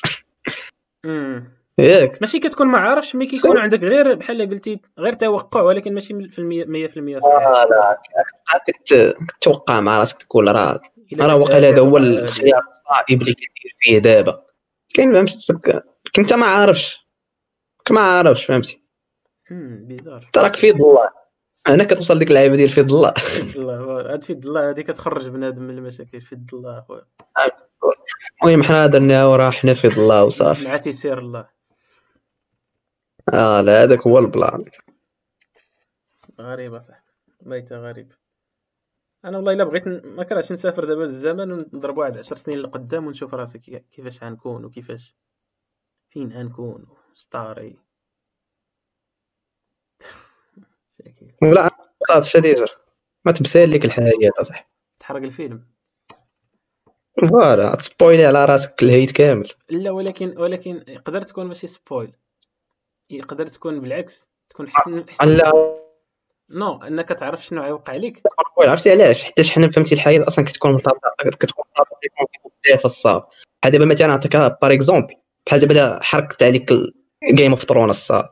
ياك ماشي كتكون ما عارفش ملي كيكون عندك غير بحال قلتي غير توقع ولكن ماشي في المية مية في المية صحيح. اه لا كت كتوقع مع راسك تقول راه راه واقيلا هذا هو الخيار الصائب اللي كدير فيه دابا كاين فهمتي، كنت ما عارفش ما عارفش فهمتي. امم بيزار تراك في الله انا كتوصل ديك اللعيبه ديال في الله الله هاد في الله هذه كتخرج بنادم من المشاكل في الله اخويا. المهم حنا درناها وراه حنا في الله وصافي مع تيسير الله. اه لا هذاك هو البلان. غريبه صح بيت غريب. انا والله الا بغيت ما كرهتش نسافر دابا الزمن ونضرب واحد عشر سنين لقدام ونشوف راسي كيفاش غنكون وكيفاش فين غنكون ستاري ولا عرفت شدير ما تبسال لك الحياه صح تحرق الفيلم فوالا تسبويلي على راسك الهيت كامل. لا ولكن ولكن يقدر تكون ماشي سبويل، يقدر تكون بالعكس تكون حسن حسن لا نو انك تعرف شنو غيوقع لك. عرفتي علاش؟ حيت حنا فهمتي الحياه اصلا كتكون مرتبطه كتكون مرتبطه بزاف الصاد. بحال دابا مثلا نعطيك بار اكزومبل بحال دابا حركت عليك جيم اوف ثرون الصاد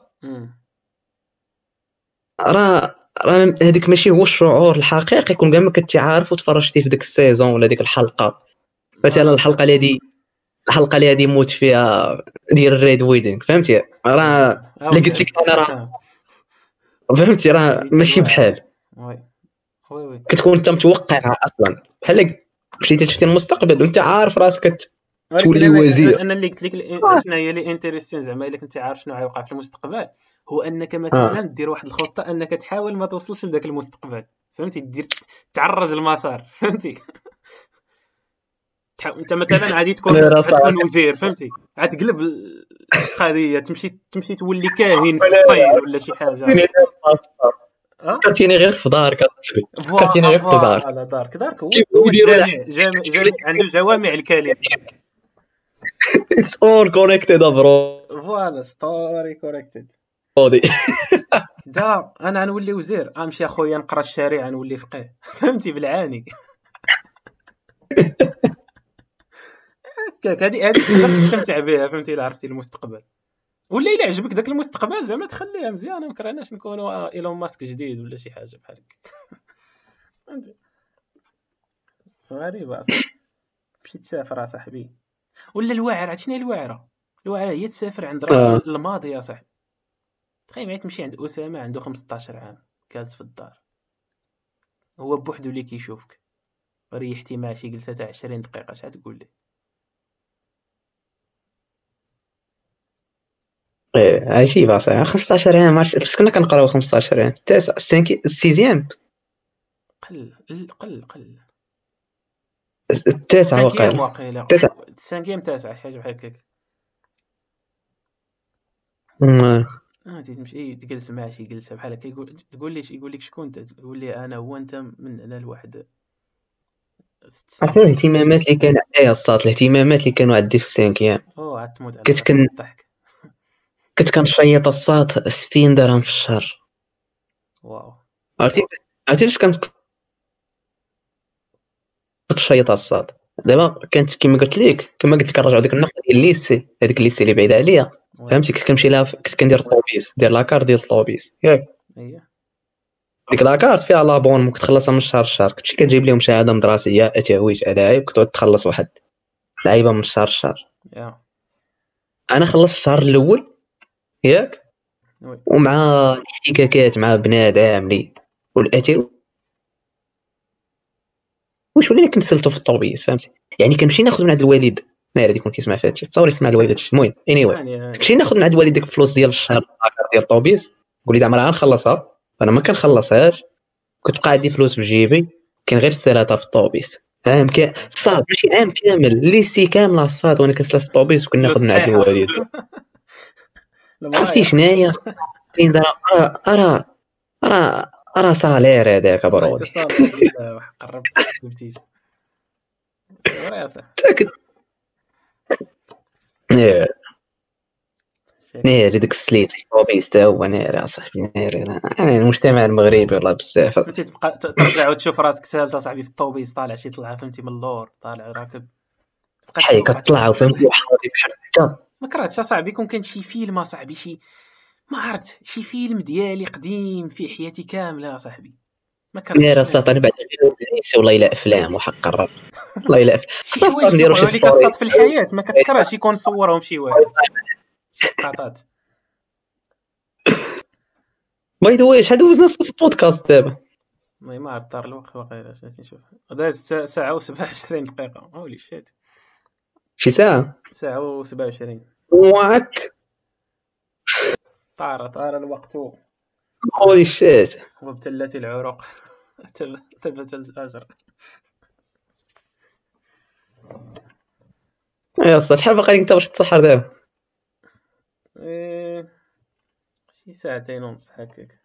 راه راه هذيك ماشي هو الشعور الحقيقي كون كاع ما كنتي عارف وتفرجتي في ديك السيزون ولا ديك الحلقه مثلا الحلقه اللي هذه الحلقه اللي هذه موت فيها ديال الريد ويدينغ فهمتي راه الا قلت لك انا راه فهمتي راه ماشي بحال وي وي وي كتكون انت متوقع اصلا بحال مشيتي شفتي المستقبل وانت عارف راسك تولي وزير. انا اللي قلت لك شنو هي اللي انتريستين زعما الا كنتي عارف شنو غيوقع في المستقبل هو انك مثلا آه. دير واحد الخطه انك تحاول ما توصلش لذاك المستقبل فهمتي، دير تعرج المسار فهمتي انت مثلا غادي تكون تكون وزير فهمتي غتقلب القضيه تمشي تمشي تولي كاهن في الصيد ولا شي حاجه. كرتيني غير في دارك اصاحبي كرتيني غير في دارك على دارك دارك هو جامع جامع عنده جوامع الكلم. It's all connected برو. فوالا ستوري كونكتد اودي دا انا غنولي وزير غنمشي اخويا نقرا الشريعه نولي فقيه فهمتي بالعاني هكاك هذه هذه تقدر تستمتع بها فهمتي الا عرفتي المستقبل، ولا الا عجبك داك المستقبل زعما تخليها مزيانه، ما كرهناش نكونوا ايلون ماسك جديد ولا شي حاجه بحال هكا فهمتي. غريبه اصاحبي مشي تسافر اصاحبي، ولا الواعر عرفتي شنو هي الواعره؟ الواعره هي تسافر عند راسك آه. الماضي يا صاحبي. تخيل معايا تمشي عند اسامه عنده خمسطاش عام كالس في الدار، هو بوحدو اللي كيشوفك، ريحتي معاه شي جلسه تاع عشرين دقيقه، اش غتقول لي؟ إيه، عجيب اصاحبي. خمسطاش عام عرفت فاش كنا كنقراو خمسطاش عام التاسع السانكي السيزيام قل قل قل التاسع سانكيام وقيلا واقيلا، التاسع. سانكيام تاسع شي حاجه بحال هكاك. أمم. اه تمشي تجلس معاه شي جلسه بحال هكا، يقول تقول لي يقول لك شكون انت، تقول لي انا هو انت من هنا لواحد ست عرفت سنين. الاهتمامات اللي كان ايه الصاد الاهتمامات اللي كانوا عندي في السانكيام. اوه عاد تموت على كنت راسك من كن الضحك. كنت كنشيط الصاد ستين درهم في الشهر. واو عرفتي عرفتي فاش كنت تشيط الصاد. دابا كانت كما قلت لك كما قلت لك كنرجعوا ديك النقطه ديال الليسي، هذيك الليسي اللي بعيده عليا وي فهمتي. كنت كنمشي لها كنت كندير الطوبيس ديال لاكار ديال الطوبيس ياك. اييه ديك لاكارت فيها لابون كتخلصها من الشهر للشهر. كنتي كتجيب لهم شهاده مدرسيه اتهويج الاعيب كتعود تخلص واحد لعيبه من الشهر للشهر. يا انا خلصت الشهر الاول ياك، وي ومع الاحتكاكات مع بنادم لي والاتي واش ولينا كنسلتو في الطوبيس فهمتي. يعني كنمشي ناخذ من عند الوالد ناري غادي يكون كيسمع فهادشي تصور يسمع الوالد. المهم اني anyway. هاني هاني كنمشي ناخذ من عند الوالد ديك الفلوس ديال الشهر الآخر ديال الطوبيس، نقول لي زعما راه غنخلصها، انا ما كنخلصهاش. كتبقى عندي فلوس في جيبي كاين غير السيلاتها في الطوبيس. عام كامل الصاد ماشي عام كامل ليسي كامله الصاد وانا كنسلات في الطوبيس وكناخذ فلوس من عند صحيحه الوالد. عرفتي المرايح. شناهي ستين درهم؟ راه راه راه راه صالير هذاك والله حتى برودي. صالير بالله وحق قربت كذبتيش ورا يا صاحبي تاكد ناري شريك. ناري ديك السليت في الطوبيس تا هو ناري يا صاحبي ناري. انا المجتمع المغربي والله بزاف. فهمتي تبقى ت- ترجع وتشوف راسك ثالثه صاحبي في الطوبيس طالع شي طلعه فهمتي من اللور طالع راكب، تبقى حي تشوف عاد. كطلعوا فهمتي وحاضي بحال هكا. ما كرهتش اصاحبي يكون كان شي فيلم اصاحبي شي ما عرفت شي فيلم ديالي قديم في حياتي كامله اصاحبي ما كرهتش ناري ما الصاد يمكن. انا بعد نسي والله الا افلام وحق الرب والله الا شي خصنا حوايج الصاد نديرو شي كيوقعوا لك ستوري. الصاد في الحياه ما كتكرهش يكون صورهم شي واحد شي لقطات. باي ذا واي شحال دوزنا في البودكاست دابا؟ المهم ما عرفت طار الوقت واقيلا شنو نشوف داز ساعه وسبعة وعشرين دقيقه. هولي شيت شي ساعه ساعه وسبعة وعشرين. واك طار طار الوقت هولي شيت. وابتلت العروق تب- تبت الاجر. يا الصاد شحال باقي لك انت باش تسحر دابا؟ إيه شي ساعتين ونص هكاك.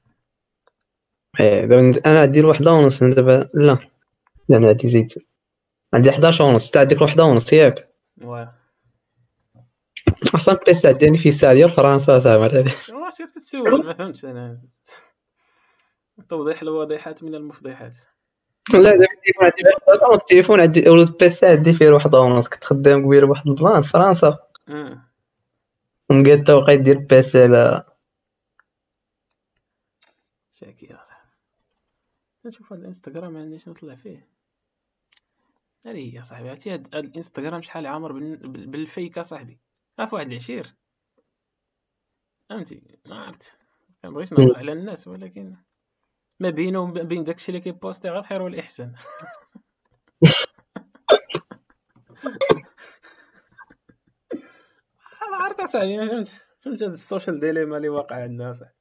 ايه دابا انا عندي الوحده ونص دابا. لا لا انا عندي زيد عندي حداش ونص. انت عندك الوحده ونص ياك. واه اصلا البيس عندي في الساعه ديال فرنسا زعما. والله سير تتسول ما فهمتش انا. توضيح الواضحات من المفضحات. لا دابا التليفون عندي وحده ونص. التليفون عندي ولا البيس عندي فيه وحده ونص. كنت خدام قبيله بواحد البلان في فرنسا امم ولقيت التوقيت ديال البيس على شاكي نشوف هاد الانستغرام ما عنديش نطلع فيه. هذه يا صاحبي عرفتي هاد هاد الانستغرام شحال عامر بال- بال- بالفيك يا صاحبي. عارف واحد العشير فهمتي ما عرفت ما بغيتش نهضر على الناس ولكن ما بينه وما بين داكشي اللي كيبوستي غير الخير والاحسان. ما عرفت اصاحبي ما فهمتش فهمت هاد السوشيال ديليما اللي واقع عندنا اصاحبي.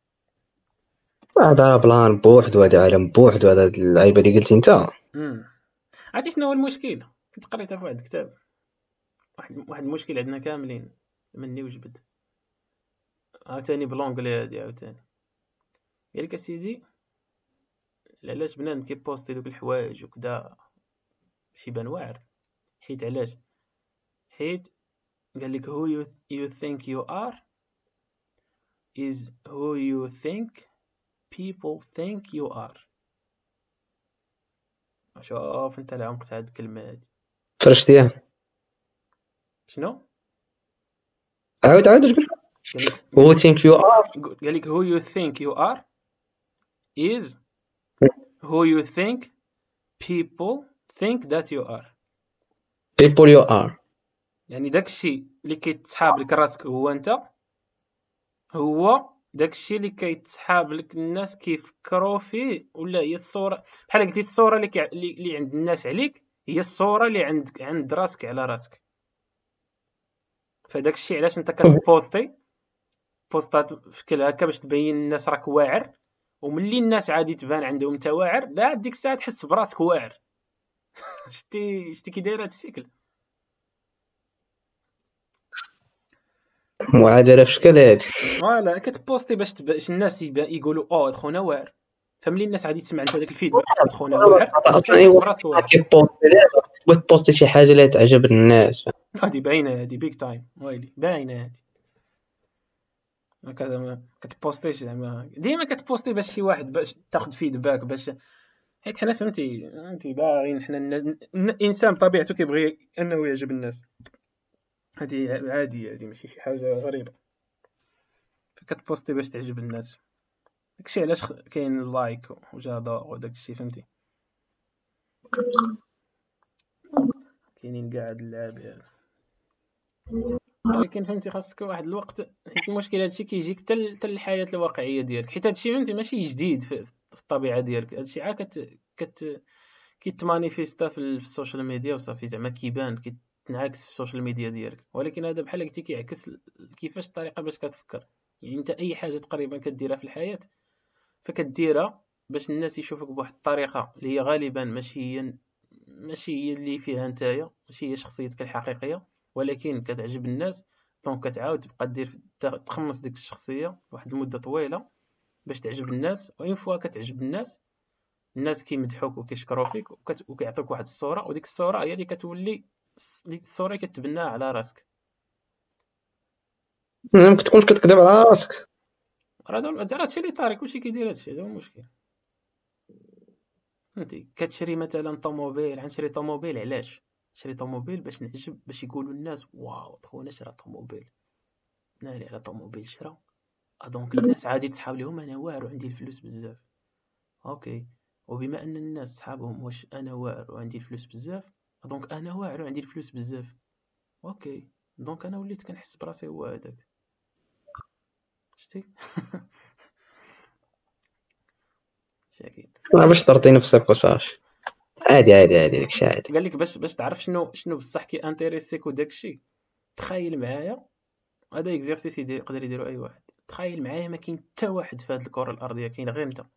هذا بلان بوحدو هذا عالم بوحدو. هذا اللعيبه اللي قلتي انت امم عرفتي شنو هو المشكل؟ كنت قريتها في واحد الكتاب. واحد واحد المشكل عندنا كاملين مني وجبد عاوتاني بلونجلي هادي عاوتاني. قال لك اسيدي علاش بنادم كيبوستي دوك الحوايج وكذا شي بان واعر حيت علاش حيت قال لك who you, you think you are is who you think people think you are. شوف انت العمق تاع هاد الكلمه هادي فرشتيها. شنو عاود عاود قول who think you are قال لك who you think you are is who you think people think that you are. people you are يعني داكشي اللي كيتسحاب لك راسك هو انت، هو داكشي اللي كيتسحاب لك الناس كيفكروا فيه، ولا هي الصوره بحال قلتي الصوره اللي كي... اللي عند الناس عليك هي الصوره اللي عند عند راسك على راسك. فداك الشيء علاش انت كتبوستي بوستات بشكل هكا باش تبين الناس راك واعر، وملي الناس عادي تبان عندهم انت واعر، لا ديك الساعه تحس براسك واعر. شتي شتي كي داير هاد الشكل معادله في شكل هادي فوالا كتبوستي باش باش الناس يقولوا اه خونا واعر. فملي الناس عادي تسمع انت داك الفيدباك خونا واعر اصلا هو كيبوستي تبغي تبوستي شي حاجه اللي تعجب الناس. هادي باينه، هادي بيك تايم ويلي باينه هادي. هكذا ما كتبوستيش زعما ديما كتبوستي باش شي واحد باش تاخذ فيدباك، باش حيت حنا فهمتي فهمتي باغيين حنا الانسان طبيعته كيبغي انه يعجب الناس. هادي عاديه، هادي ماشي شي حاجه غريبه. فكتبوستي باش تعجب الناس، داكشي علاش كاين اللايك وجادا وداكشي فهمتي. كاينين كاع هاد اللعاب هذا، ولكن فهمتي خاصك واحد الوقت، حيت المشكل هادشي كيجيك حتى حتى الحياه الواقعيه ديالك، حيت هادشي فهمتي ماشي جديد في الطبيعه ديالك. هادشي عا كت كت كيتمانيفيستا في السوشيال ميديا وصافي، زعما كيبان كيتنعكس في السوشيال ميديا ديالك. ولكن هذا بحال قلتي كيعكس كيفاش الطريقه باش كتفكر. يعني انت اي حاجه تقريبا كديرها في الحياه فكديرها باش الناس يشوفوك بواحد الطريقه اللي هي غالبا ماشي هي ماشي هي اللي فيها نتايا، ماشي هي شخصيتك الحقيقيه، ولكن كتعجب الناس. دونك كتعاود تبقى دير تخمص ديك الشخصيه واحد المده طويله باش تعجب الناس. وين فوا كتعجب الناس، الناس كيمدحوك وكيشكروا فيك وكيعطوك واحد الصوره، وديك الصوره هي اللي كتولي ديك الصوره كتبناها على راسك. ممكن تكون كتكذب على راسك. راه زعما هادشي اللي طاري، كلشي كيدير هادشي، هذا هو المشكل. فهمتي كتشري مثلا طوموبيل، غنشري طوموبيل علاش؟ شري طوموبيل باش نعجب، باش يقولوا الناس واو خونا شرا طوموبيل، ناري على طوموبيل شرا. دونك الناس عادي تسحاب لهم انا واعر وعندي الفلوس بزاف. اوكي، وبما ان الناس صحابهم واش انا واعر وعندي الفلوس بزاف، دونك انا واعر وعندي الفلوس بزاف. اوكي، دونك انا وليت كنحس براسي هو هذاك. شتي شاكين باش ترضي نفسك وصافي، عادي عادي عادي داكشي عادي. قال لك باش باش تعرف شنو شنو بصح كي انتريسيك وداكشي. تخيل معايا، هذا اكزرسيس يقدر يديرو اي واحد. تخيل معايا ما كاين حتى واحد في هذه الكره الارضيه، كاين غير انت.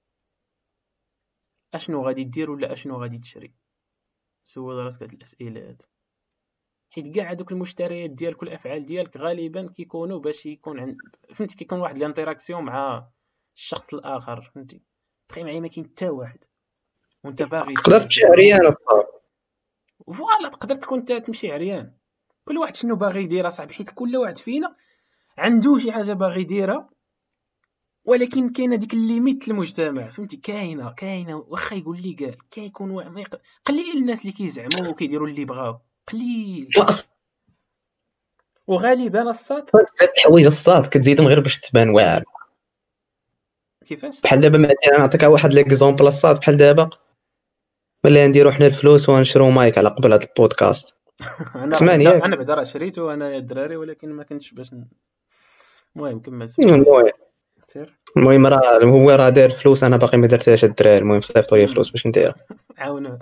اشنو غادي دير ولا اشنو غادي تشري؟ سول راسك هاد الاسئله هادو، حيت كاع هذوك المشتريات ديالك والافعال ديالك غالبا كيكونوا باش يكون عند فهمتي كيكون واحد الانتراكسيون مع الشخص الاخر. فهمتي تخيل معايا ما كاين حتى واحد وانت باغي تقدر تمشي عريان الصاحب. فوالا تقدر تكون انت تمشي عريان. كل واحد شنو باغي يدير اصاحبي، حيت كل واحد فينا عنده شي حاجه باغي يديرها، ولكن كاينه ديك الليميت المجتمع. فهمتي كاينه كاينه واخا يقول لي قال كيكون واحد ما يق... قليل الناس اللي كيزعموا وكيديروا اللي بغاو، قليل. وغالبا الصاد بزاف الحوايج الصاد كتزيدهم غير باش تبان واعر. كيفاش؟ بحال دابا مثلا نعطيك واحد ليكزومبل الصاد، بحال دابا ملي نديرو حنا الفلوس ونشرو مايك على قبل هذا البودكاست. انا انا بعدا راه شريته انا يا الدراري، ولكن ما كنتش باش. المهم كمل. المهم المهم راه هو راه داير فلوس، انا باقي ما درتهاش الدراري. المهم صيفطوا لي فلوس باش نديرها. عاونوه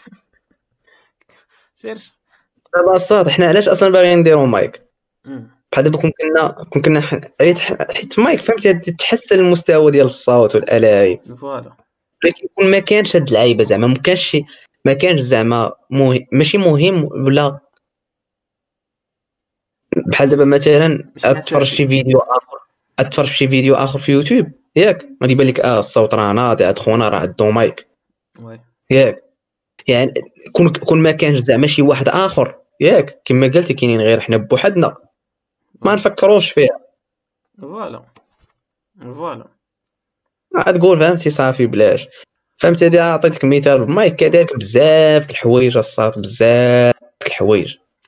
سيرش دابا الصاد حنا علاش اصلا باغيين نديرو مايك؟ بحال دابا كون كنا كون كنا حيت مايك فهمتي تحسن المستوى ديال الصوت والالاعيب. فوالا لكن كون ما كانش هاد اللعيبه زعما ما كانش ما كانش زعما مهم، ماشي مهم ولا بحال دابا مثلا تفرج شي فيديو اخر تفرج شي فيديو اخر في يوتيوب ياك غادي يبان لك اه الصوت راه ناضي، هاد خونا راه عندو مايك ياك. يعني كون كون ما كانش زعما شي واحد اخر ياك كما قلتي كاينين غير حنا بوحدنا ما نفكروش فيها. فوالا فوالا غتقول فهمتي صافي بلاش. فهمتي هادي عطيتك مثال. مايك كذلك بزاف د الحوايج الصات، بزاف د الحوايج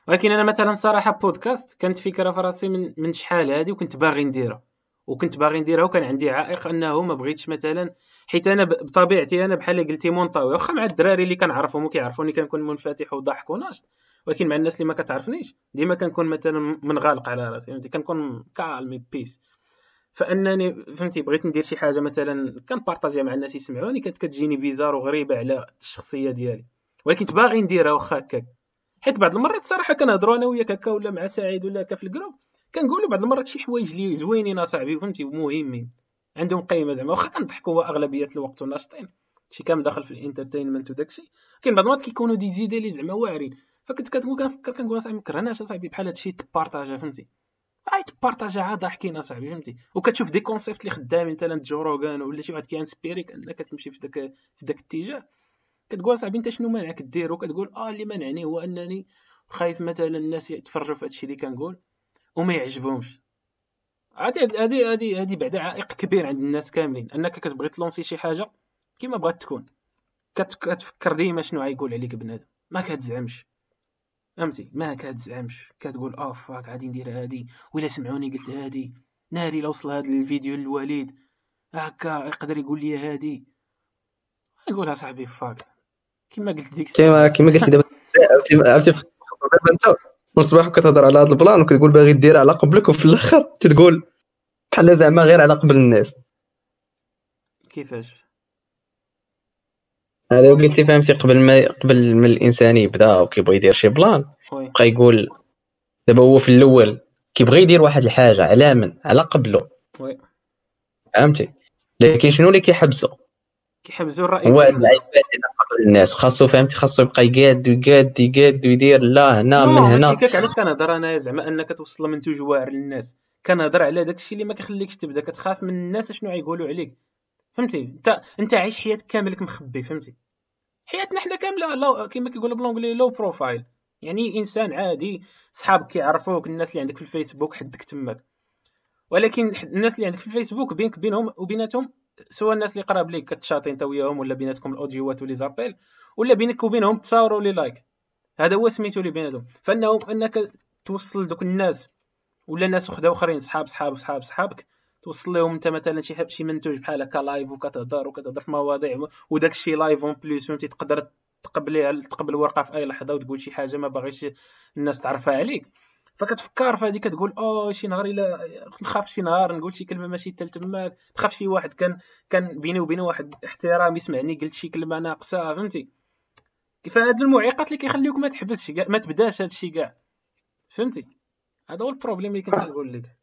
ولكن انا مثلا صراحه بودكاست كانت فكره في راسي من من شحال هذه وكنت باغي نديرها وكنت باغي نديرها وكان عندي عائق انه ما بغيتش مثلا، حيت انا ب- بطبيعتي انا بحال اللي قلتي منطوي، واخا مع الدراري اللي كنعرفهم وكيعرفوني كنكون منفتح وضاحك وناشط، ولكن مع الناس اللي ما كتعرفنيش ديما كنكون مثلا منغلق على راسي، فهمتي، كنكون كالمي بيس. فانني فهمتي بغيت ندير شي حاجه مثلا كنبارطاجيها مع الناس يسمعوني، كانت كتجيني بيزار وغريبه على الشخصيه ديالي، ولكن كنت باغي نديرها واخا هكاك. حيت بعض المرات صراحه كنهضروا انا وياك هكا ولا مع سعيد ولا هكا في الجروب، كنقولوا بعض المرات شي حوايج اللي زوينين اصاحبي فهمتي ومهمين عندهم قيمه، زعما واخا كنضحكوا اغلبيه الوقت وناشطين شي كامل داخل في الانترتينمنت وداكشي، كاين بعض المرات كيكونوا دي زيدي اللي زعما واعرين. فكنت كتقول كنفكر كنقول اصاحبي مكرهناش اصاحبي بحال هادشي تبارطاجا، فهمتي، اي تبارطاجا عاد ضاحكين اصاحبي، فهمتي، وكتشوف دي كونسيبت اللي خدامين مثلا جو روغان ولا شي واحد كيانسبيريك انك تمشي في داك في داك الاتجاه. كتقول صاحبي انت شنو مانعك دير، وكتقول اه اللي مانعني هو انني خايف مثلا الناس يتفرجوا في هادشي اللي كنقول وما يعجبهمش. عادي هادي هادي هادي بعدا عائق كبير عند الناس كاملين، انك كتبغي تلونسي شي حاجه كيما بغات تكون، كت- كتفكر ديما شنو غايقول عليك بنادم، ما كتزعمش، فهمتي، ما كتزعمش، كتقول اه فاك غادي ندير هادي، وإلا سمعوني قلت هادي، ناري لو وصل هاد الفيديو للوليد هكا يقدر يقول لي هادي، نقولها صاحبي فاك كيما قلت ديك كيما الساعه. كيما قلتي دابا، عرفتي عرفتي في- دابا انت من الصباح كتهضر على هذا البلان وكتقول باغي دير على قبلك، وفي الاخر تتقول بحال زعما غير على قبل الناس. كيفاش؟ هذا قلتي فهمتي، قبل ما قبل ما الانسان يبدا وكيبغي يدير شي بلان وي بقى يقول دابا هو في الاول كيبغي يدير واحد الحاجه على من على قبله، وي فهمتي، لكن شنو اللي كيحبسو كيحبسوا الراي هو ديال هاد العيبات الناس. اللي قبل الناس، خاصو فهمتي خاصو يبقى يقاد ويقاد يقاد ويدير لا هنا من نو ماشي هنا. هكاك، علاش كنهضر انا زعما انك توصل منتوج واعر للناس، كنهضر على داكشي اللي ما كيخليكش تبدا، كتخاف من الناس شنو غايقولوا عليك، فهمتي، انت انت عايش حياتك كاملك مخبي، فهمتي، حياتنا حنا كامله لو كما كيقولوا بالونجلي لو بروفايل، يعني انسان عادي، صحابك كيعرفوك، الناس اللي عندك في الفيسبوك حدك تماك، ولكن الناس اللي عندك في الفيسبوك بينك بينهم وبيناتهم، سواء الناس اللي قراب ليك كتشاطي انت وياهم ولا بيناتكم الاوديوات ولي زابيل، ولا بينك وبينهم تصاوروا لي لايك، هذا هو سميتو اللي بيناتهم، فانهم انك توصل دوك الناس ولا ناس وحده اخرين صحاب صحاب صحاب صحابك، توصل لهم انت مثلا شي حب شي منتوج بحال هكا لايف وكتهضر وكتهضر في مواضيع وداك الشيء لايف اون بليس، فهمتي، تقدر تقبليها تقبل ورقه في اي لحظه وتقول شي حاجه ما باغيش الناس تعرفها عليك، فكتفكر في هذه كتقول اوه شي نهار الا نخاف شي نهار نقول شي كلمه ماشي حتى تماك، نخاف شي واحد كان كان بيني وبينه واحد احترام يسمعني قلت شي كلمه ناقصه، فهمتي، كيف هاد المعيقات اللي كيخليوك ما تحبسش كاع ما تبداش هاد الشيء كاع، فهمتي، هذا هو البروبليم اللي كنت نقول لك.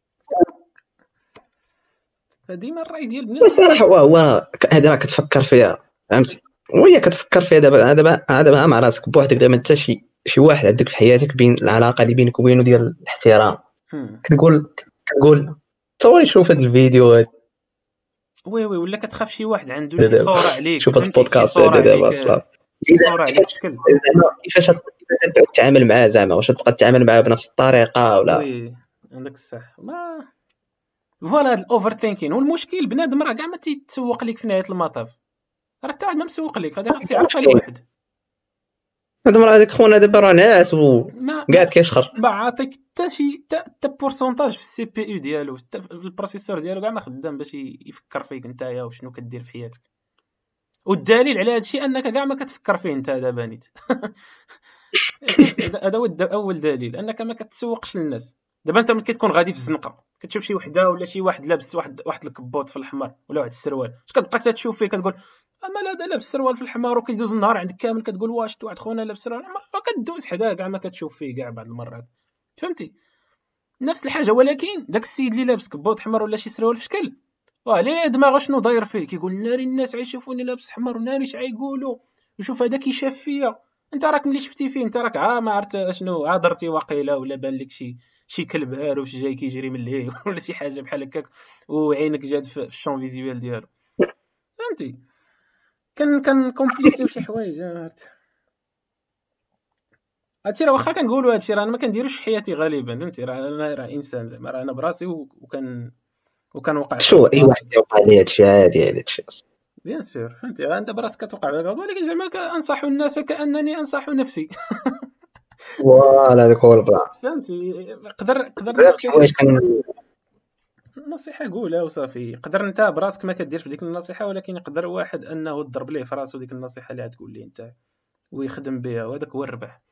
فديما الراي ديال بنادم الصراحه هو هو هذه راه كتفكر فيها، فهمتي، وهي كتفكر فيها دابا دابا دابا مع راسك بوحدك، دابا انت شي شي واحد عندك في حياتك بين العلاقه اللي بينك وبينه ديال الاحترام، هم. كتقول كتقول تصوري شوف هذا الفيديو هذا وي وي ولا كتخاف شي واحد عنده شي دابا، صوره عليك، شوف هذا فهمتي، شي البودكاست صوره هذا دابا عليك، اصلا شي صوره عليك شكل. زعما كيفاش غت- كيفاش غتبقى تتعامل معاه، زعما واش تبقى تتعامل معاه بنفس الطريقه ولا وي عندك الصح، ما فوالا هاد الاوفر ثينكين، والمشكل بنادم راه كاع ما تيتسوق لك في نهايه المطاف، راه حتى واحد ما مسوق لك، هذه خاص يعرفها الواحد، هذا مرة هذيك خونا دابا راه ناس ما وقاعد كيشخر. ما عاطيك حتى شي حتى بورسونتاج في السي بي يو ديالو، حتى في البروسيسور ديالو كاع ما خدام باش يفكر فيك نتايا وشنو كدير في حياتك، والدليل على هذا الشيء انك كاع ما كتفكر فيه انت دابا نيت. هذا هو الد- اول دليل انك ما كتسوقش للناس. دابا انت ملي كتكون غادي في الزنقه كتشوف شي وحده ولا شي واحد لابس واحد واحد الكبوط في الاحمر ولا واحد السروال، اش كتبقى كتشوف فيه كتقول اما هذا لابس السروال في الاحمر وكيدوز النهار عندك كامل كتقول واش واحد خونا لابس السروال، ما كدوز حداه كاع ما كتشوف فيه كاع بعض المرات، فهمتي، نفس الحاجه، ولكن داك السيد اللي لابس كبوط احمر ولا شي سروال في شكل واه ليه دماغه شنو داير فيه، كيقول ناري الناس غيشوفوني لابس احمر وناري اش غايقولوا، وشوف هذا كيشاف فيا، انت راك ملي شفتي فيه انت راك عا ما عرفت شنو عذرتي واقيلا ولا بان لك شي شي كلب هاروش جاي كيجري من اللهي ولا شي حاجه بحال هكاك وعينك جات في الشون فيزيوال ديالو، فهمتي، كان كان كومبليكيو شي حوايج، عرفت، هادشي راه واخا كنقولوا هادشي راه انا ما كنديروش في حياتي غالبا، فهمتي، راه انا راه انسان زعما راه انا براسي وكان وكنوقع شو اي واحد يوقع عليه هادشي عادي هذا الشيء. بيان سور، فهمتي، انت براسك كتوقع لك، ولكن زعما كنصح الناس كانني انصح نفسي. فوالا هذاك هو البلان. فهمتي قدر قدر بزاف نصيحة الحوايج كان نصيحة قولها وصافي. قدر انت براسك ما كديرش بديك النصيحة، ولكن يقدر واحد انه تضرب ليه في راسو ديك النصيحة اللي غتقول ليه انت ويخدم بها، وهذاك هو الربح.